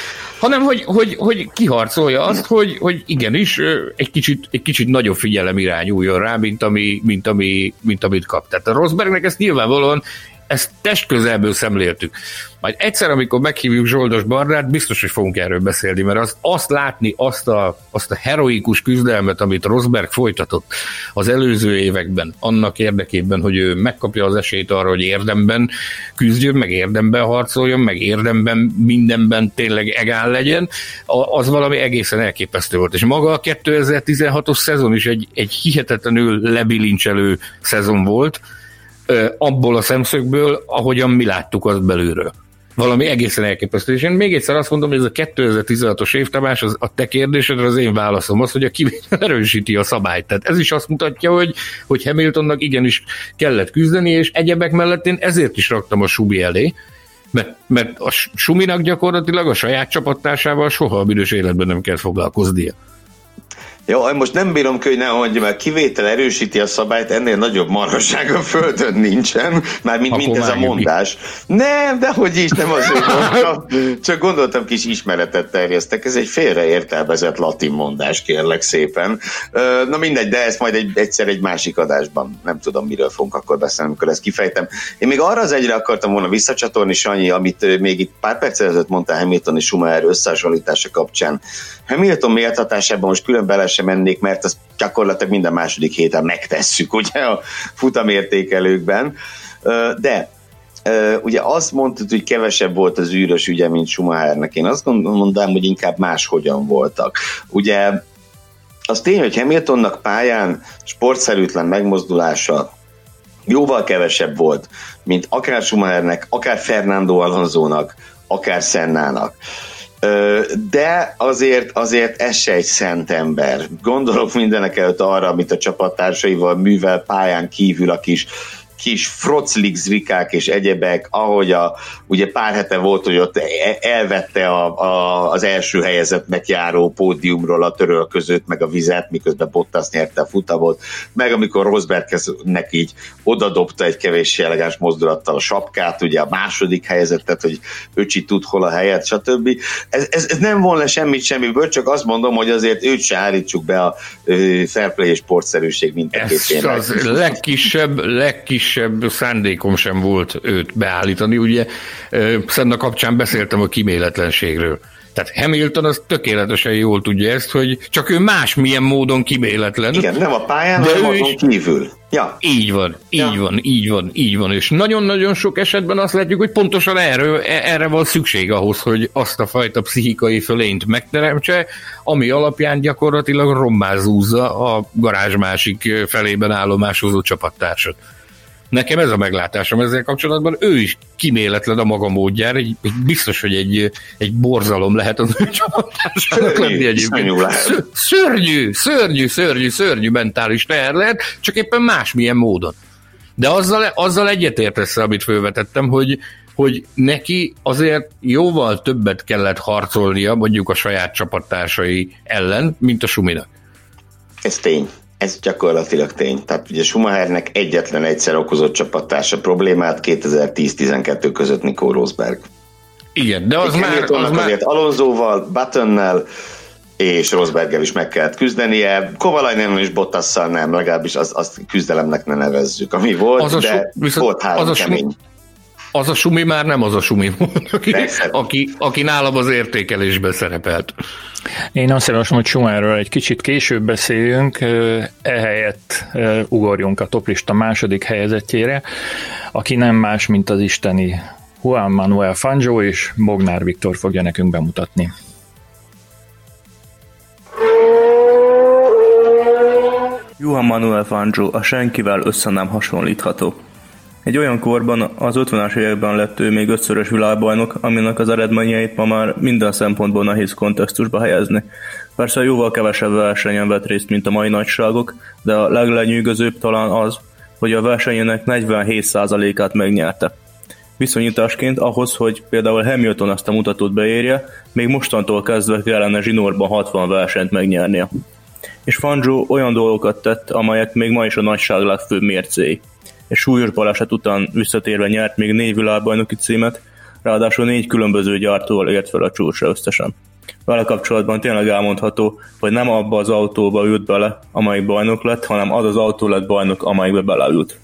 hanem hogy kiharcolja azt, hogy igenis egy kicsit nagyobb figyelem irányuljon rá, mint amit kap. Tehát a Rosbergnek ezt nyilvánvalóan ezt testközelből szemléltük. Majd egyszer, amikor meghívjuk Zsoldos Barnát, biztos, hogy fogunk erről beszélni, mert azt látni, azt a heroikus küzdelmet, amit Rosberg folytatott az előző években, annak érdekében, hogy ő megkapja az esélyt arra, hogy érdemben küzdjön, meg érdemben harcoljon, meg érdemben mindenben tényleg egál legyen, az valami egészen elképesztő volt. És maga a 2016-os szezon is egy hihetetlenül lebilincselő szezon volt, abból a szemszögből, ahogyan mi láttuk azt belülről. Valami egészen elképesztő. És én még egyszer azt mondom, hogy ez a 2016-os év, Tamás, a te kérdésedre az én válaszom az, hogy a kivétel erősíti a szabályt. Tehát ez is azt mutatja, hogy Hamiltonnak igenis kellett küzdeni, és egyebek mellett én ezért is raktam a Schubi elé, mert a Schuminak gyakorlatilag a saját csapattársával soha a büdös életben nem kell foglalkoznia. Jó, most nem bírom ki, hogy ne mondjam, mert kivétel erősíti a szabályt, ennél nagyobb marhasság a földön nincsen, már mint ez a mondás. Nem, dehogy is, nem azért mondtam, csak gondoltam, kis ismeretet terjesztek, ez egy félreértelmezett latin mondás, kérlek szépen. Na mindegy, de ezt majd egyszer egy másik adásban, nem tudom, miről fogunk akkor beszélni, amikor ezt kifejtem. Én még arra az egyre akartam volna visszacsatolni, Sanyi, amit még itt pár perccel ezelőtt mondta Hamilton és Schumacher összehasonlítása kapcsán. Hamilton méltatásában most külön bele sem mennék, mert azt gyakorlatilag minden második héten megtesszük, ugye, a futamértékelőkben. De ugye azt mondtad, hogy kevesebb volt az űrös ügye, mint Schumachernek. Én azt mondanám, hogy inkább máshogyan voltak. Ugye az tény, hogy Hamiltonnak pályán sportszerűtlen megmozdulása jóval kevesebb volt, mint akár Schumachernek, akár Fernando Alonsónak, akár Sennának. De azért ez se egy szent ember. Gondolok mindenek előtt arra, amit a csapattársaival művel pályán kívül a kis froclik-zrikák és egyebek, ahogy ugye pár hete volt, hogy ott elvette az első helyezettnek járó pódiumról a törölközőt, meg a vizet, miközben Bottas nyerte a futamot, meg amikor Rosbergnek így odadobta egy kevéssé elegáns mozdulattal a sapkát, ugye a második helyezettet, hogy öcsi tud hol a helyet, stb. Ez nem von le semmiből, csak azt mondom, hogy azért őt se állítsuk be a fair play és sportszerűség mindkettőjének. Ez az legkisebb szándékom sem volt őt beállítani, ugye Senna kapcsán beszéltem a kíméletlenségről. Tehát Hamilton az tökéletesen jól tudja ezt, hogy csak ő másmilyen módon kíméletlen. Igen, nem a pályán, hanem azon kívül. Ja. Így van, és nagyon-nagyon sok esetben azt látjuk, hogy pontosan erre van szükség ahhoz, hogy azt a fajta pszichikai fölényt megteremtse, ami alapján gyakorlatilag rommázúzza a garázs másik felében állomásozó csapattársat. Nekem ez a meglátásom ezzel kapcsolatban, ő is kíméletlen a maga módjára, biztos, hogy egy borzalom lehet az ő csapattársának lenni egyébként. Szörnyű mentális teher lehet, csak éppen másmilyen módon. De azzal egyetértesz, amit felvetettem, hogy neki azért jóval többet kellett harcolnia mondjuk a saját csapattársai ellen, mint a Schuminak. Ez tény. Ez gyakorlatilag tény. Tehát ugye Schumachernek egyetlen egyszer okozott csapattársa problémát 2010-12 között Nico Rosberg. Igen, de az már... Azért Alonsóval, Buttonnel és Rosberggel is meg kellett küzdenie. Kovalainen és Bottasszal nem, legalábbis azt küzdelemnek ne nevezzük, ami volt, volt három kemény. Az a Schumi már nem az a Schumi volt, aki nálam az értékelésben szerepelt. Én azt javaslom, hogy Schumacherről egy kicsit később beszéljünk, ehelyett ugorjunk a toplista második helyezettjére, aki nem más, mint az isteni Juan Manuel Fangio, és Bognár Viktor fogja nekünk bemutatni. Juan Manuel Fangio a senkivel össze nem hasonlítható. Egy olyan korban, az 50-es években lett ő még 5-szörös világbajnok, aminek az eredményeit ma már minden szempontból nehéz kontextusba helyezni. Persze jóval kevesebb versenyen vett részt, mint a mai nagyságok, de a leglenyűgözőbb talán az, hogy a versenyének 47%-át megnyerte. Viszonyításként ahhoz, hogy például Hamilton azt a mutatót beérje, még mostantól kezdve kellene zsinórban 60 versenyt megnyernie. És Fangio olyan dolgokat tett, amelyek még ma is a nagyság legfőbb mércéi. És súlyos baleset után visszatérve nyert még 4 világbajnoki címet, ráadásul 4 különböző gyártóval ért fel a csúcsra összesen. Vele kapcsolatban tényleg elmondható, hogy nem abba az autóba ült bele, amelyik bajnok lett, hanem az az autó lett bajnok, amelyikbe beleült.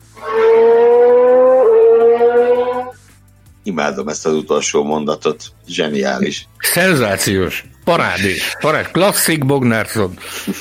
Imádom ezt az utolsó mondatot, zseniális. Szenzációs, parádés, klasszik Bognarsson.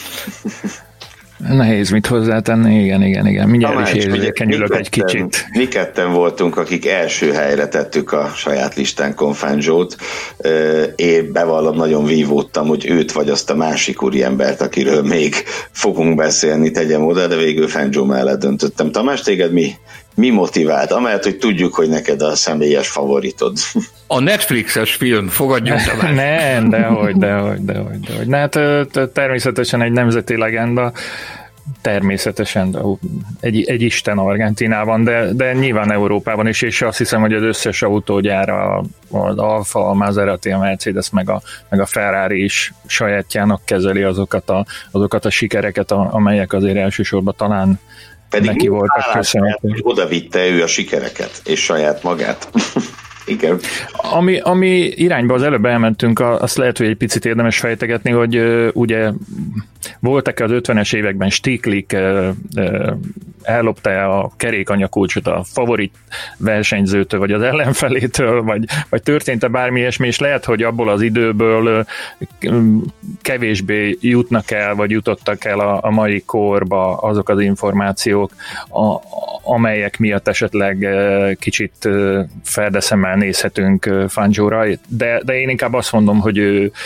Nehéz mit hozzátenni, igen. Mindjárt is érzékenyülök egy kicsit. Mi ketten voltunk, akik első helyre tettük a saját listánkon Fangio-t. Én bevallom, nagyon vívódtam, hogy őt vagy azt a másik úriembert, akiről még fogunk beszélni, tegyem oda, de végül Fangio mellett döntöttem. Tamás, téged mi motivált? Amellett, hogy tudjuk, hogy neked a személyes favoritod. A Netflixes film, fogadjunk Tamás. Nem, dehogy. Na, hát természetesen egy nemzeti legenda, természetesen egy isten Argentinában, de nyilván Európában is, és azt hiszem, hogy az összes autógyára, az Alfa, a Maserati, a Mercedes, meg a Ferrari is sajátjának kezeli azokat a sikereket, amelyek azért elsősorban talán pedig neki voltak köszönhető. Oda vitte ő a sikereket, és saját magát. Igen. Ami irányba az előbb elmentünk, azt lehet, hogy egy picit érdemes fejtegetni, hogy ugye voltak az 50-es években Stiklik ellopta a kerékanyakulcsot a favorit versenyzőtől, vagy az ellenfelétől, vagy történt-e bármi ilyesmi, és lehet, hogy abból az időből kevésbé jutnak el, vagy jutottak el a mai korba azok az információk, amelyek miatt esetleg kicsit ferdeszemmel nézhetünk Fangióra, de én inkább azt mondom, hogy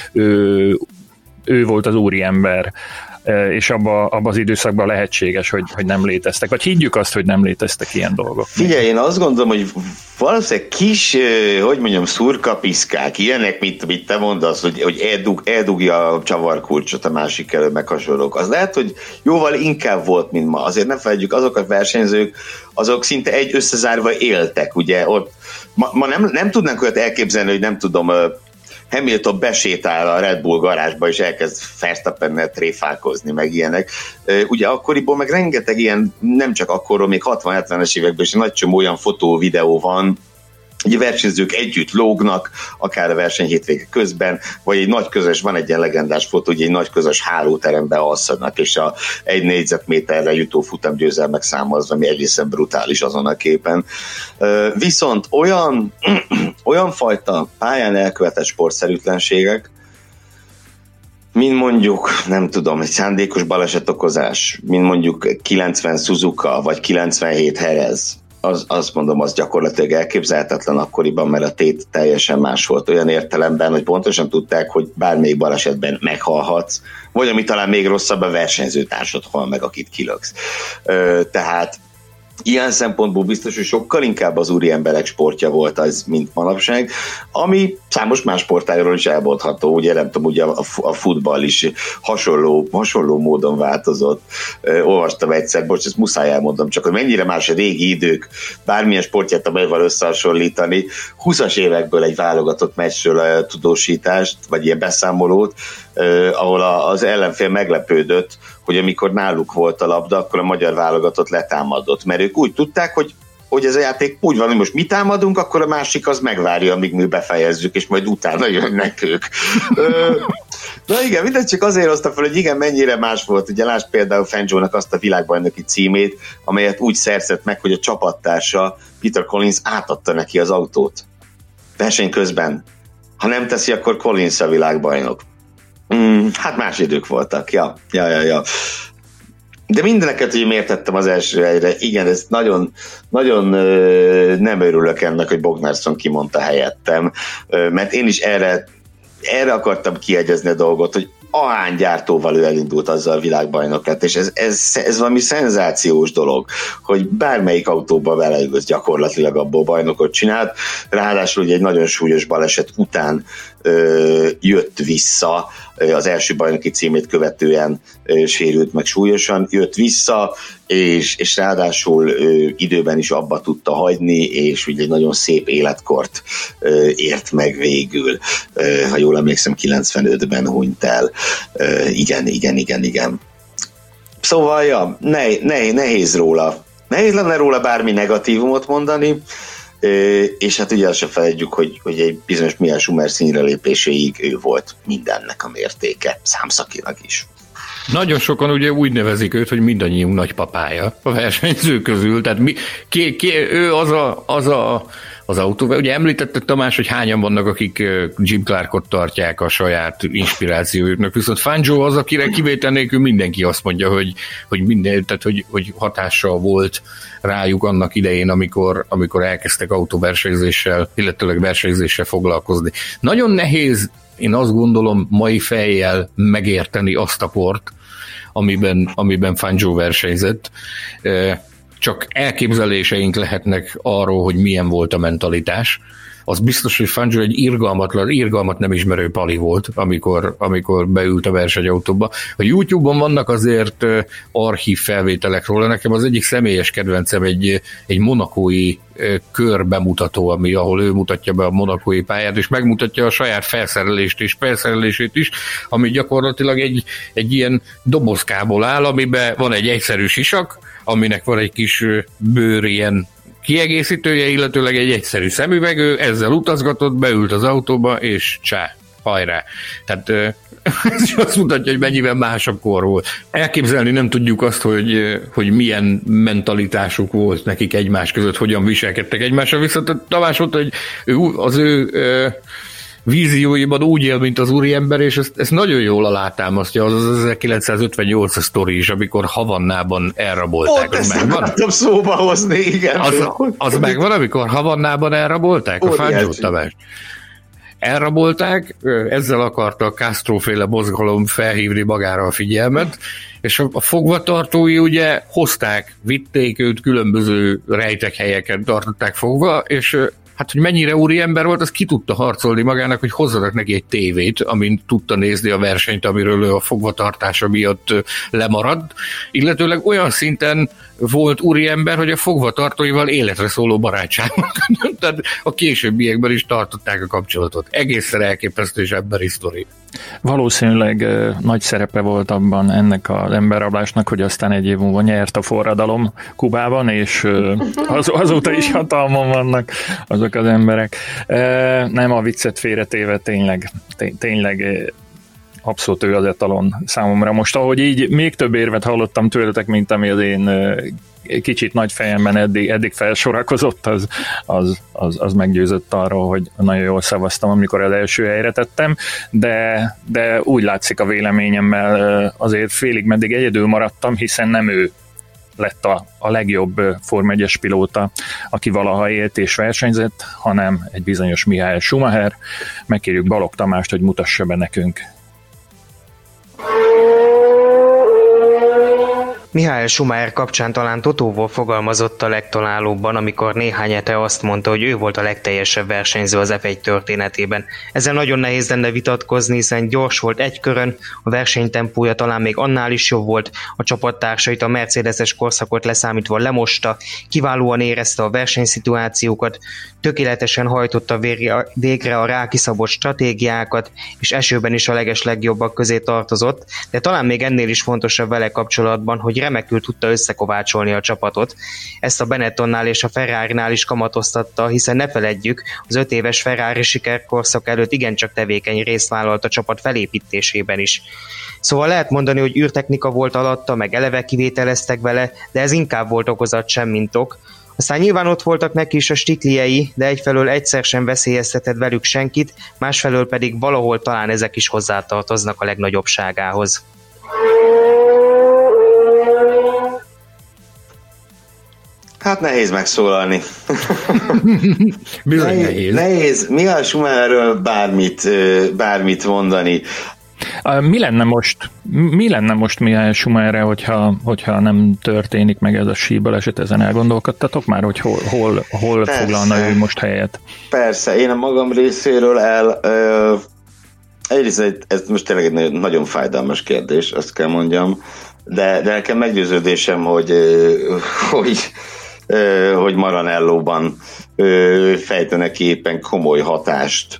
ő volt az úriember, és abba az időszakban lehetséges, hogy nem léteztek. Vagy higgyük azt, hogy nem léteztek ilyen dolgok. Figyelj, én azt gondolom, hogy valószínűleg kis, szurkapiszkák, ilyenek, mint te mondasz, hogy eldugja a csavarkulcsot a másik elő, meg hasonlók. Az lehet, hogy jóval inkább volt, mint ma. Azért ne felejtjük, azok a versenyzők, azok szinte egy összezárva éltek, ugye? Ott, ma nem tudnánk olyat elképzelni, hogy nem tudom, Hamilton besétál a Red Bull garázsba, és elkezd Verstappennel tréfálkozni, meg ilyenek. Ugye akkoriból meg rengeteg ilyen, nem csak akkorról, még 60-70-es években is nagy csomó olyan fotó, videó van, hogy a versenyzők együtt lógnak, akár a verseny hétvége közben, vagy van egy ilyen legendás fotó, hogy egy nagy közös hálóteremben alszanak, és a 1 négyzetméterre jutó futamgyőzelmek számolva, ami egészen brutális azon a képen. Viszont olyan fajta pályán elkövetett sportszerűtlenségek, mint mondjuk, nem tudom, egy szándékos balesetokozás, mint mondjuk 90 Suzuka, vagy 97 Jerez, azt mondom, az gyakorlatilag elképzelhetetlen akkoriban, mert a tét teljesen más volt olyan értelemben, hogy pontosan tudták, hogy bármelyik balesetben meghalhatsz, vagy ami talán még rosszabb, a versenyzőtársad hal meg, akit kilöksz. Tehát ilyen szempontból biztos, hogy sokkal inkább az úriemberek sportja volt az, mint manapság, ami számos más sportágról is elmondható, ugye nem tudom, ugye a futball is hasonló módon változott. Olvastam egyszer, ezt muszáj elmondom, csak hogy mennyire más a régi idők, bármilyen sportját amelyval összehasonlítani, 20-as évekből egy válogatott meccsről tudósítást, vagy ilyen beszámolót, ahol az ellenfél meglepődött, hogy amikor náluk volt a labda, akkor a magyar válogatott letámadott, mert ők úgy tudták, hogy ez a játék úgy van, hogy most mi támadunk, akkor a másik az megvárja, amíg mi befejezzük, és majd utána jönnek ők. Na igen, mindez csak azért hozta fel, hogy igen, mennyire más volt. Ugye lásd például Fangio-nak azt a világbajnoki címét, amelyet úgy szerzett meg, hogy a csapattársa Peter Collins átadta neki az autót. Verseny közben. Ha nem teszi, akkor Collins a világbajnok. Hát más idők voltak, ja. De mindeneket, hogy miért tettem az első helyre, igen, ez nagyon nem örülök ennek, hogy Bognarsson kimondta helyettem, mert én is erre akartam kiegyezni a dolgot, hogy ahány gyártóval ő elindult azzal a világbajnok lett, és ez valami szenzációs dolog, hogy bármelyik autóba beleülsz, gyakorlatilag abból bajnokot csinált, ráadásul ugye egy nagyon súlyos baleset után jött vissza, az első bajnoki címét követően sérült meg súlyosan, jött vissza, és ráadásul időben is abba tudta hagyni, és ugye egy nagyon szép életkort ért meg végül. Ha jól emlékszem, 95-ben hunyt el. Igen. Szóval, ja, nehéz róla. Nehéz lenne róla bármi negatívumot mondani, és hát ugye azt se felejtjük, hogy egy bizonyos Michael Schumacher színre lépéséig ő volt mindennek a mértéke, számszakilag is. Nagyon sokan ugye úgy nevezik őt, hogy mindannyiunk nagypapája a versenyző közül, tehát ő az autó. Ugye említette Tamás, hogy hányan vannak, akik Jim Clarkot tartják a saját inspirációjuknak, viszont Fangio az, akire kivétel nélkül mindenki azt mondja, hogy hatással volt rájuk annak idején, amikor elkezdtek autóversenyzéssel, illetőleg versenyzéssel foglalkozni. Nagyon nehéz, én azt gondolom, mai fejjel megérteni azt a port, amiben Fangio versenyzett. Csak elképzeléseink lehetnek arról, hogy milyen volt a mentalitás. Az biztos, hogy Fangio egy irgalmat nem ismerő pali volt, amikor beült a versenyautóba. A YouTube-on vannak azért archív felvételek róla. Nekem az egyik személyes kedvencem egy monakói körbemutató, ahol ő mutatja be a monakói pályát, és megmutatja a saját felszerelését is, ami gyakorlatilag egy ilyen dobozkából áll, amiben van egy egyszerű sisak, aminek van egy kis bőr ilyen kiegészítője, illetőleg egy egyszerű szemüveg, ő ezzel utazgatott, beült az autóba, és hajrá. Tehát ez azt mutatja, hogy mennyivel másabb kor volt. Elképzelni nem tudjuk azt, hogy milyen mentalitásuk volt nekik egymás között, hogyan viselkedtek egymással, viszont Tamás mondta, hogy az ő vízióiban úgy él, mint az úriember, és ezt nagyon jól alátámasztja az 1958-as sztori is, amikor Havannában elrabolták. Ott ezt akartam szóba hozni, igen. Az megvan, amikor Havannában elrabolták? A Fangio Tamás. Elrabolták, ezzel akarta a Castro-féle mozgalom felhívni magára a figyelmet, és a fogvatartói ugye hozták, vitték őt, különböző rejtek helyeken tartották fogva, és hát, hogy mennyire úriember volt, az ki tudta harcolni magának, hogy hozzanak neki egy tévét, amin tudta nézni a versenyt, amiről ő a fogvatartása miatt lemaradt, illetőleg olyan szinten volt úriember, hogy a fogvatartóival életre szóló barátságnak. Tehát a későbbiekben is tartották a kapcsolatot. Egészen elképesztő és emberi sztori. Valószínűleg nagy szerepe volt abban ennek az emberrablásnak, hogy aztán egy év múlva nyert a forradalom Kubában, és azóta is hatalmon vannak azok az emberek. Nem, a viccet félretéve tényleg abszolút ő az etalon számomra. Most, ahogy így még több érvet hallottam tőletek, mint ami az én kicsit nagy fejemben eddig felsorakozott, az meggyőzött arról, hogy nagyon jól szavaztam, amikor az első helyre tettem, de úgy látszik a véleményemmel azért félig meddig egyedül maradtam, hiszen nem ő lett a legjobb Forma 1-es pilóta, aki valaha élt és versenyzett, hanem egy bizonyos Michael Schumacher. Megkérjük Balogh Tamást, hogy mutassa be nekünk. Michael Schumacher kapcsán talán Totóval fogalmazott a legtalálóbban, amikor néhány hete azt mondta, hogy ő volt a legteljesebb versenyző az F1 történetében. Ezzel nagyon nehéz lenne vitatkozni, hiszen gyors volt egy körön, a versenytempója talán még annál is jobb volt, a csapattársait a Mercedes-es korszakot leszámítva lemosta, kiválóan érezte a versenyszituációkat, tökéletesen hajtotta végre a rákiszabott stratégiákat, és esőben is a legeslegjobbak közé tartozott, de talán még ennél is fontosabb vele kapcsolatban, hogy remekül tudta összekovácsolni a csapatot. Ezt a Benettonnál és a Ferrarinál is kamatoztatta, hiszen ne feledjük, az 5 éves Ferrari sikerkorszak előtt igencsak tevékeny részt vállalt a csapat felépítésében is. Szóval lehet mondani, hogy űrtechnika volt alatta, meg eleve kivételeztek vele, de ez inkább volt okozat sem, mint ok. Aztán nyilván ott voltak neki is a stikliei, de egyfelől egyszer sem veszélyeztetett velük senkit, másfelől pedig valahol talán ezek is hozzátartoznak a legnagyobbságához. Hát nehéz megszólalni. Bizony nehéz. Michael Schumacherről bármit mondani. Mi lenne most Michael Schumacherre, hogyha nem történik meg ez a síbaleset, ezen elgondolkodtatok már, hogy hol foglalna ő most helyet? Persze, én a magam részéről egyrészt ez most tényleg egy nagyon fájdalmas kérdés, azt kell mondjam, de nekem meggyőződésem, hogy Maranellóban fejtenek ki éppen komoly hatást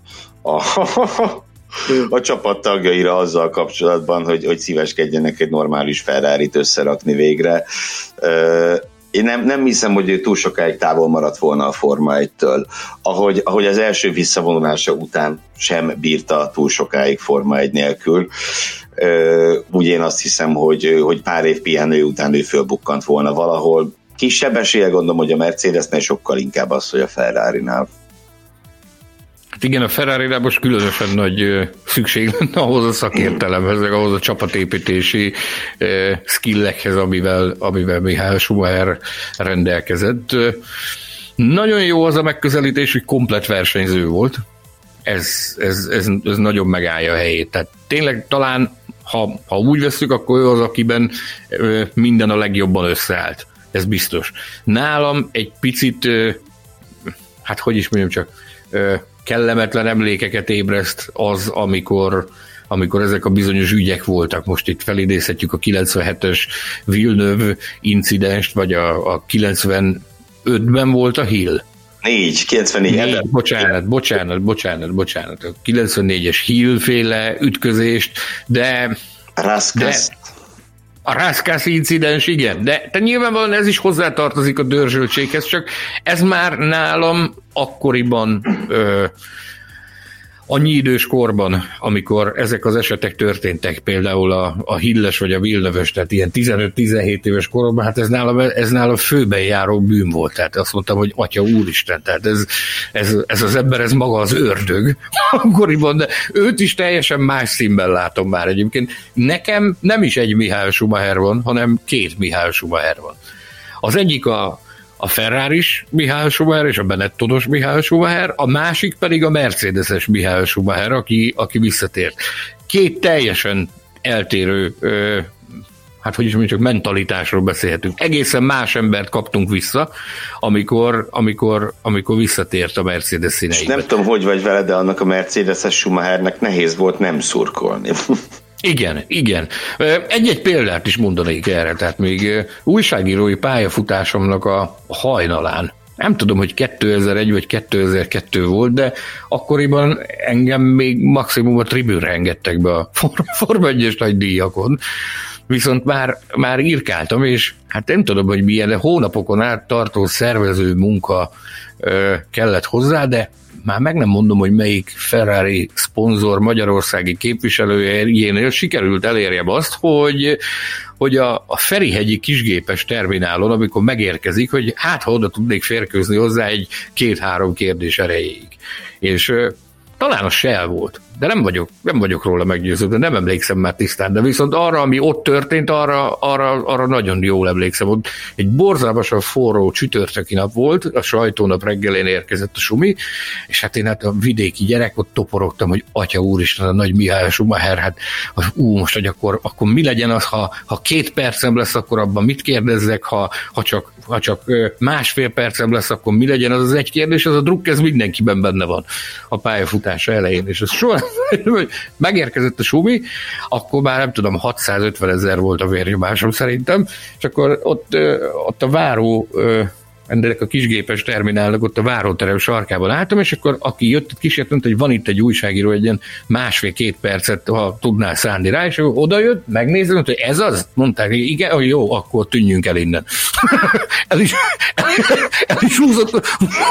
a csapat tagjaira azzal kapcsolatban, hogy szíveskedjenek egy normális Ferrarit összerakni végre. Én nem hiszem, hogy ő túl sokáig távol maradt volna a Forma 1-től. Ahogy az első visszavonulása után sem bírta túl sokáig Forma 1 nélkül. Úgy én azt hiszem, hogy pár év pihenő után ő fölbukkant volna valahol. Kisebb esélye gondolom, hogy a Mercedesnél, sokkal inkább az, hogy a Ferrarinál. Hát igen, a Ferrari-re most különösen nagy szükség lenne ahhoz a szakértelemhez, meg ahhoz a csapatépítési skillekhez, amivel Michael Schumacher rendelkezett. Nagyon jó az a megközelítés, hogy komplett versenyző volt. Ez nagyon megállja a helyét. Tehát tényleg talán, ha úgy veszük, akkor ő az, akiben minden a legjobban összeállt. Ez biztos. Nálam egy picit, hát hogy is mondjam csak, kellemetlen emlékeket ébreszt az, amikor ezek a bizonyos ügyek voltak. Most itt felidézhetjük a 97-es Villeneuve incidenst, vagy a 95-ben volt a Hill. 94. Bocsánat. A 94-es Hill-féle ütközést, de... A Raskas incidens, igen, de nyilvánvalóan ez is hozzátartozik a dörzsöltséghez, csak ez már nálam akkoriban, annyi idős korban, amikor ezek az esetek történtek, például a Hilles vagy a Villeneuve-ös, tehát ilyen 15-17 éves koromban, hát ez nálam főben járó bűn volt, tehát azt mondtam, hogy atya úristen, tehát ez az ember, ez maga az ördög akkoriban, de őt is teljesen más színben látom már egyébként. Nekem nem is egy Michael Schumacher van, hanem két Michael Schumacher van. Az egyik a Ferraris Michael Schumacher és a Benettonos Michael Schumacher, a másik pedig a Mercedeses Michael Schumacher, aki visszatért. Két teljesen eltérő, hát hogy is mondjuk mentalitásról beszélhetünk. Egészen más embert kaptunk vissza, amikor visszatért a Mercedes színeibe. Nem tudom, hogy vagy vele, de annak a Mercedeses Schumachernek nehéz volt nem szurkolni. Igen. Egy-egy példát is mondanék erre, tehát még újságírói pályafutásomnak a hajnalán, nem tudom, hogy 2001 vagy 2002 volt, de akkoriban engem még maximum a tribűnre engedtek be a Forma 1-es nagy díjakon, viszont már írkáltam, és hát nem tudom, hogy milyen, de hónapokon át tartó szervező munka kellett hozzá, de már meg nem mondom, hogy melyik Ferrari szponzor magyarországi képviselőjénél sikerült elérjem azt, hogy a Ferihegyi kisgépes terminálon, amikor megérkezik, hogy hát ha oda tudnék férkőzni hozzá egy 2-3 kérdés erejéig. És talán a Shell volt, de nem vagyok róla meggyőződve, nem emlékszem már tisztán, de viszont arra, ami ott történt, arra nagyon jól emlékszem. Ott egy borzalmasan forró csütörtöki nap volt, a sajtónap reggelén érkezett a Sumi, és hát én a vidéki gyerek ott toporogtam, hogy atya úristen, a nagy Michael Schumacher, hát most, hogy akkor mi legyen az, ha 2 percem lesz, akkor abban mit kérdezzek, ha csak másfél percem lesz, akkor mi legyen az egy kérdés, az a druk, ez mindenkiben benne van a pályafutása elején, és ez soha megérkezett a Sumi, akkor már nem tudom, 650 000 volt a vérnyomásom szerintem, és akkor ott a váró, ennek a kisgépes terminálnak ott a váróterem sarkában álltam, és akkor aki jött, kísért mondta, hogy van itt egy újságíró, egy ilyen 1,5-2 percet, ha tudnál szállni rá, és oda jött, megnézem, hogy ez az? Mondták, hogy igen, jó, akkor tűnjünk el innen. el is húzott,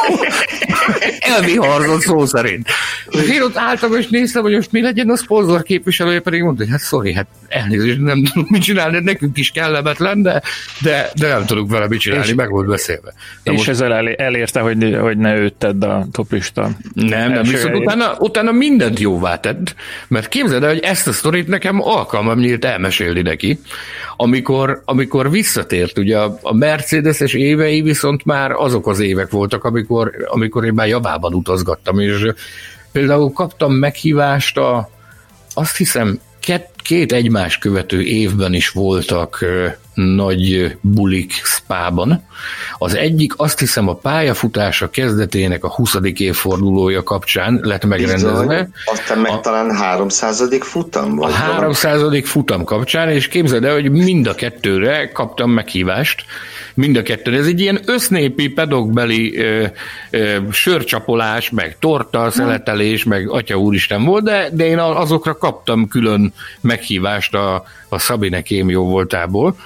elviharzott szó szerint. Én ott álltam, és néztem, hogy most mi legyen, a szponzor képviselője pedig mondta, hogy hát sorry, hát elnézést, nem tudunk mit csinálni, nekünk is kellemetlen, de nem tudunk vele mit csinálni, meg volt beszélve. És most ezzel elérte, hogy ne őt tedd a toplista. Nem, viszont utána mindent jóvá tett, mert képzeld el, hogy ezt a sztorit nekem alkalmam nyílt elmesélni neki, amikor visszatért, ugye a Mercedes-es évei viszont már azok az évek voltak, amikor én már javában utazgattam, és például kaptam meghívást azt hiszem 2 egymást követő évben is voltak nagy bulik Spában. Az egyik, azt hiszem, a pályafutása kezdetének a 20. évfordulója kapcsán lett megrendezve. Aztán meg talán 300. futam? Vagy a 300. futam kapcsán, és képzeld el, hogy mind a kettőre kaptam meghívást. Mind a kettőre. Ez egy ilyen össznépi pedokbeli sörcsapolás, meg torta, szeletelés, meg atya úristen volt, de én azokra kaptam külön meghívást a Sabine Kém jó voltából,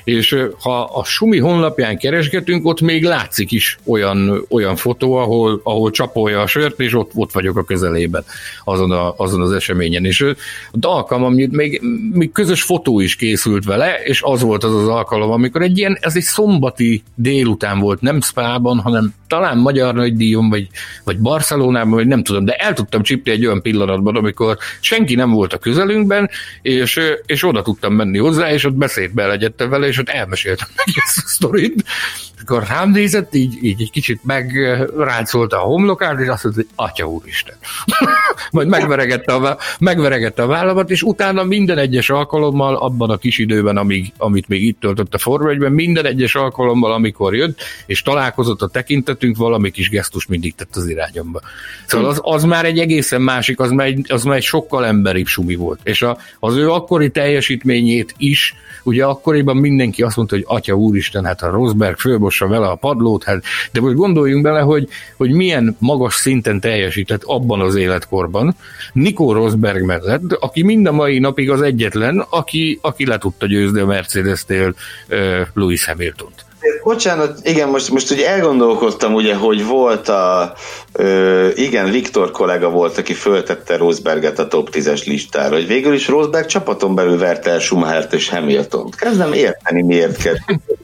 és ha a Sumi honlapján keresgetünk, ott még látszik is olyan fotó, ahol csapolja a sört, és ott vagyok a közelében azon az eseményen. És az alkalom, még közös fotó is készült vele, és az volt az alkalom, amikor ez egy szombati délután volt, nem Spában, hanem talán Magyar Nagydíjon, vagy Barcelonában, vagy nem tudom, de el tudtam csípni egy olyan pillanatban, amikor senki nem volt a közelünkben, és oda tudtam menni hozzá, és ott beszédbe elegyedtem vele, és ott elmeséltem neki ezt a sztorit. Akkor rám nézett, így egy kicsit megráncolta a homlokát, és azt mondta, hogy Atya úristen. Majd megveregette a vállamat, és utána minden egyes alkalommal, abban a kis időben, amit még itt töltött a Forma 1-ben, minden egyes alkalommal, amikor jött, és találkozott a tekintetünk, valami kis gesztus mindig tett az irányomba. Szóval az már egy egészen másik, az már egy sokkal emberibb Sumi volt. És az ő akkori teljesítményét is, ugye akkoriban mindenki azt mondta, hogy Atya úristen, hát a Rosberg fölbossa vele a padlót, hát, de most gondoljunk bele, hogy milyen magas szinten teljesített abban az életkorban Nico Rosberg mellett, aki mind a mai napig az egyetlen, aki le tudta győzni a Mercedes-nél Lewis Hamiltont. Bocsánat, igen, most ugye elgondolkodtam, ugye, hogy volt igen, Viktor kollega volt, aki föltette Rosberget a top 10-es listára, hogy végül is Rosberg csapaton belül verte el Schumachert és Hamiltont. Kezdem érteni, miért kell.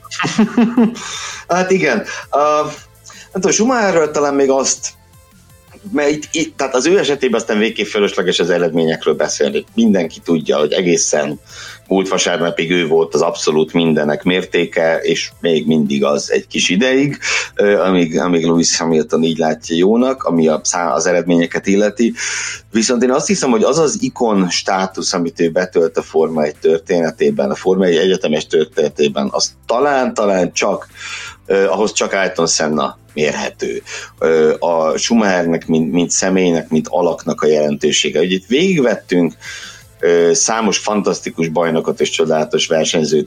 Hát igen, a Schumacherről talán még azt, mert tehát az ő esetében aztán végképp fölösleges az eredményekről beszélni. Mindenki tudja, hogy egészen múlt vasárnapig ő volt az abszolút mindenek mértéke, és még mindig az egy kis ideig, amíg Lewis Hamilton így látja jónak, ami az eredményeket illeti. Viszont én azt hiszem, hogy az az ikon státusz, amit ő betölt a Forma 1 történetében, a Forma 1 egyetemes történetében, az talán csak ahhoz csak Ayrton Senna mérhető. A Schumachernek, mint személynek, mint alaknak a jelentősége. Ugye itt végigvettünk számos fantasztikus bajnokot és csodálatos versenyzőt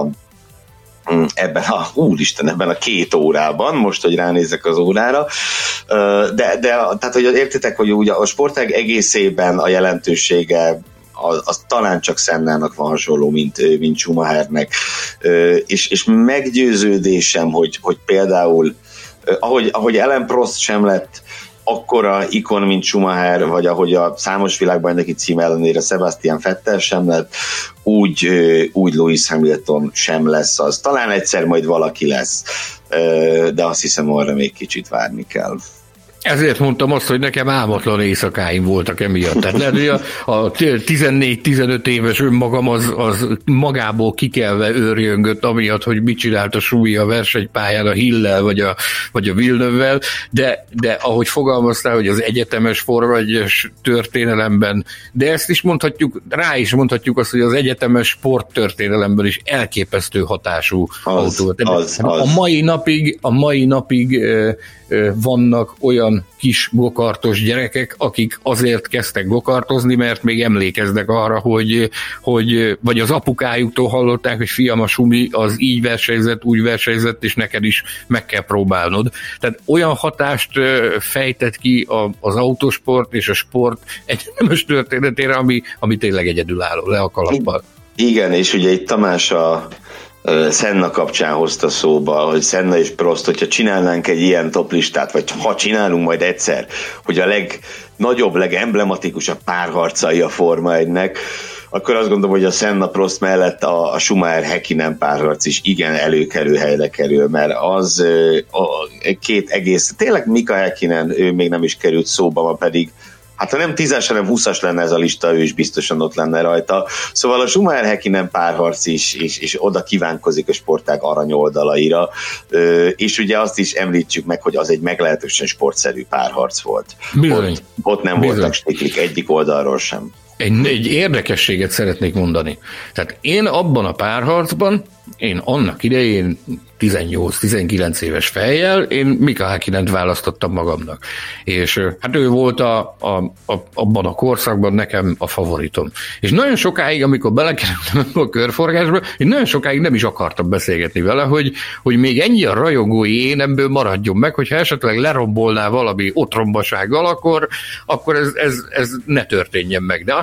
ebben a 2 órában, most, hogy ránézek az órára, de tehát, hogy értitek, hogy ugye a sportág egészében a jelentősége az talán csak Sennának van hasonló, mint Schumachernek, és meggyőződésem, hogy például ahogy Alain Prost sem lett akkora ikon, mint Schumacher, vagy ahogy a számos világbajnoki cím ellenére Sebastian Vettel sem lett, úgy Lewis Hamilton sem lesz az. Talán egyszer majd valaki lesz, de azt hiszem, arra még kicsit várni kell. Ezért mondtam azt, hogy nekem álmatlan éjszakáim voltak emiatt. Tehát lehet, hogy a 14-15 éves önmagam az magából kikelve őrjöngött, amiatt, hogy mit csinált a Sumi a versenypályán a Hill-lel vagy a Villeneuve-vel, de ahogy fogalmaztál, hogy az egyetemes Forma 1-es történelemben, de ezt is mondhatjuk, rá is mondhatjuk azt, hogy az egyetemes sporttörténelemben is elképesztő hatású autó. A mai napig vannak olyan kis gokartos gyerekek, akik azért kezdtek gokartozni, mert még emlékeznek arra, hogy vagy az apukájuktól hallották, hogy fiam, a Sumi az így versenyzett, úgy versenyzett, és neked is meg kell próbálnod. Tehát olyan hatást fejtett ki az autósport és a sport egyetemes történetére, ami tényleg egyedülálló, le a kalappal. Igen, és ugye itt Tamás a Senna kapcsán hozta szóba, hogy Senna és Prost, hogyha csinálnánk egy ilyen toplistát, vagy ha csinálunk majd egyszer, hogy a legnagyobb, legemblematikusabb párharcai a Forma 1-nek, akkor azt gondolom, hogy a Senna-Prost mellett a Schumacher-Häkkinen párharc is igen előkelő helyre kerül, mert az két egész, tényleg Mika Häkkinen, ő még nem is került szóba, ma pedig hát ha nem 10-es, hanem 20-as lenne ez a lista, ő is biztosan ott lenne rajta. Szóval a Schumacher-Häkkinen párharc is oda kívánkozik a sportág aranyoldalaira, és ugye azt is említsük meg, hogy az egy meglehetősen sportszerű párharc volt. Ott nem voltak stiklik egyik oldalról sem. Egy érdekességet szeretnék mondani. Tehát én abban a párharcban, én annak idején 18-19 éves fejjel, én Mika Häkkinent választottam magamnak. És hát ő volt abban a korszakban nekem a favoritom. És nagyon sokáig, amikor belekerültem a körforgásba, én nagyon sokáig nem is akartam beszélgetni vele, hogy még ennyi a rajongói énemből maradjon meg, hogyha esetleg lerombolná valami otrombasággal, akkor ez ne történjen meg. De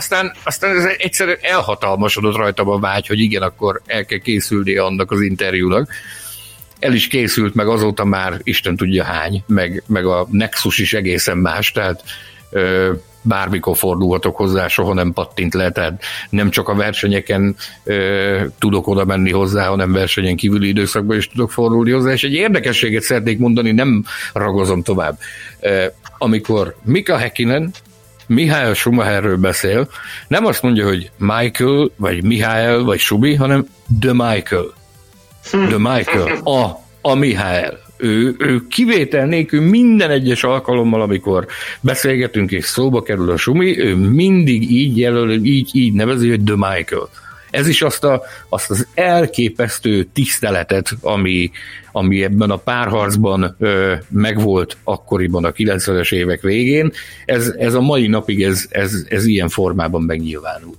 aztán ez egyszerűen elhatalmasodott rajtam a vágy, hogy igen, akkor el kell készülni annak az interjúnak. El is készült, meg azóta már Isten tudja hány, meg a Nexus is egészen más, tehát bármikor fordulhatok hozzá, soha nem pattint le, tehát nem csak a versenyeken tudok oda menni hozzá, hanem versenyen kívüli időszakban is tudok fordulni hozzá, és egy érdekességet szeretnék mondani, nem ragozom tovább. Amikor Mika Häkkinen Mihály Schumacherről beszél, nem azt mondja, hogy Michael, vagy Mihály, vagy Subi, hanem The Michael. The Michael, a Mihály. Ő kivétel nélkül minden egyes alkalommal, amikor beszélgetünk és szóba kerül a Sumi, ő mindig így jelöl, így nevezi, hogy The Michael. Ez is azt az elképesztő tiszteletet, ami ebben a párharcban megvolt akkoriban a 90-es évek végén, ez a mai napig ez ilyen formában megnyilvánul.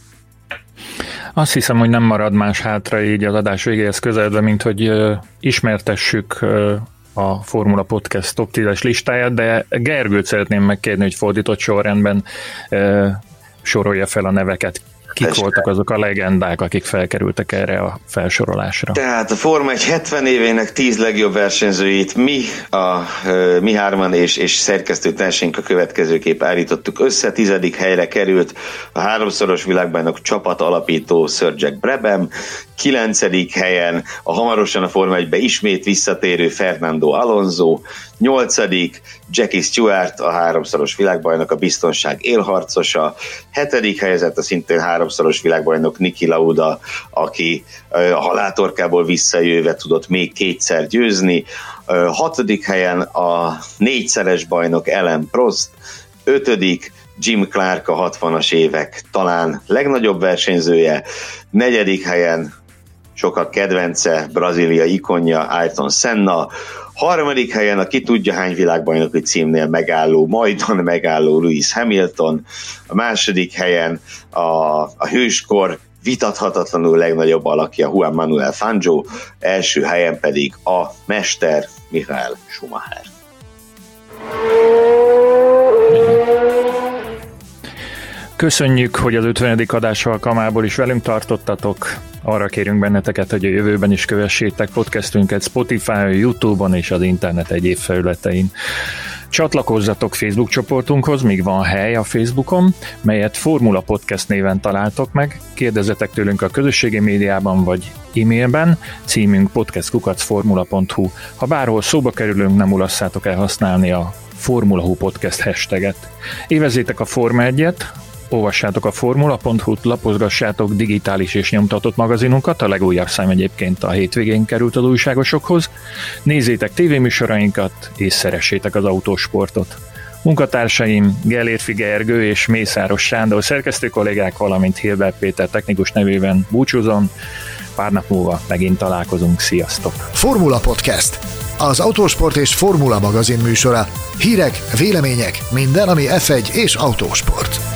Azt hiszem, hogy nem marad más hátra így az adás végéhez közeledve, mint hogy ismertessük a Formula Podcast top 10-es listáját, de Gergőt szeretném megkérni, hogy fordított sorrendben sorolja fel a neveket. Kik voltak azok a legendák, akik felkerültek erre a felsorolásra? Tehát a Forma 1 70 évének 10 legjobb versenyzőit mi hárman és szerkesztőtársaink a következőképp állítottuk össze. 10. helyre került a 3-szoros világbajnok csapat alapító Sir Jack Brabham, 9. helyen a hamarosan a Forma 1-be ismét visszatérő Fernando Alonso, 8. Jackie Stewart, a 3-szoros világbajnok, a biztonság élharcosa, 7. helyezett a szintén 3-szoros világbajnok Niki Lauda, aki a haláltorkából visszajöve tudott még 2-szer győzni, 6. helyen a 4-szeres bajnok Alain Prost, 5. Jim Clark, a 60-as évek talán legnagyobb versenyzője, 4. helyen sokak kedvence, Brazília ikonja Ayrton Senna, 3. helyen a ki tudja hány világbajnoki címnél majdon megálló Lewis Hamilton, a 2. helyen a hőskor vitathatatlanul legnagyobb alakja Juan Manuel Fangio, 1. helyen pedig a mester Michael Schumacher. Köszönjük, hogy az 50. adás alkalmából is velünk tartottatok. Arra kérünk benneteket, hogy a jövőben is kövessétek podcastünket Spotify-on, YouTube-on és az internet egyéb felületein. Csatlakozzatok Facebook csoportunkhoz, míg van hely a Facebookon, melyet Formula Podcast néven találtok meg. Kérdezzetek tőlünk a közösségi médiában vagy e-mailben, címünk podcast@formula.hu. Ha bárhol szóba kerülünk, nem mulasszátok el használni a Formula.hu podcast hashtaget. Évezzétek a Forma 1-et, olvassátok a formula.hu-t, lapozgassátok digitális és nyomtatott magazinunkat, a legújabb szám egyébként a hétvégén került az újságosokhoz, nézzétek tévéműsorainkat és szeressétek az autósportot. Munkatársaim Gellérfi Gergő és Mészáros Sándor szerkesztő kollégák, valamint Hilbert Péter technikus nevében búcsúzom, pár nap múlva megint találkozunk, sziasztok! Formula Podcast, az autósport és formula magazin műsora. Hírek, vélemények, minden, ami F1 és autósport.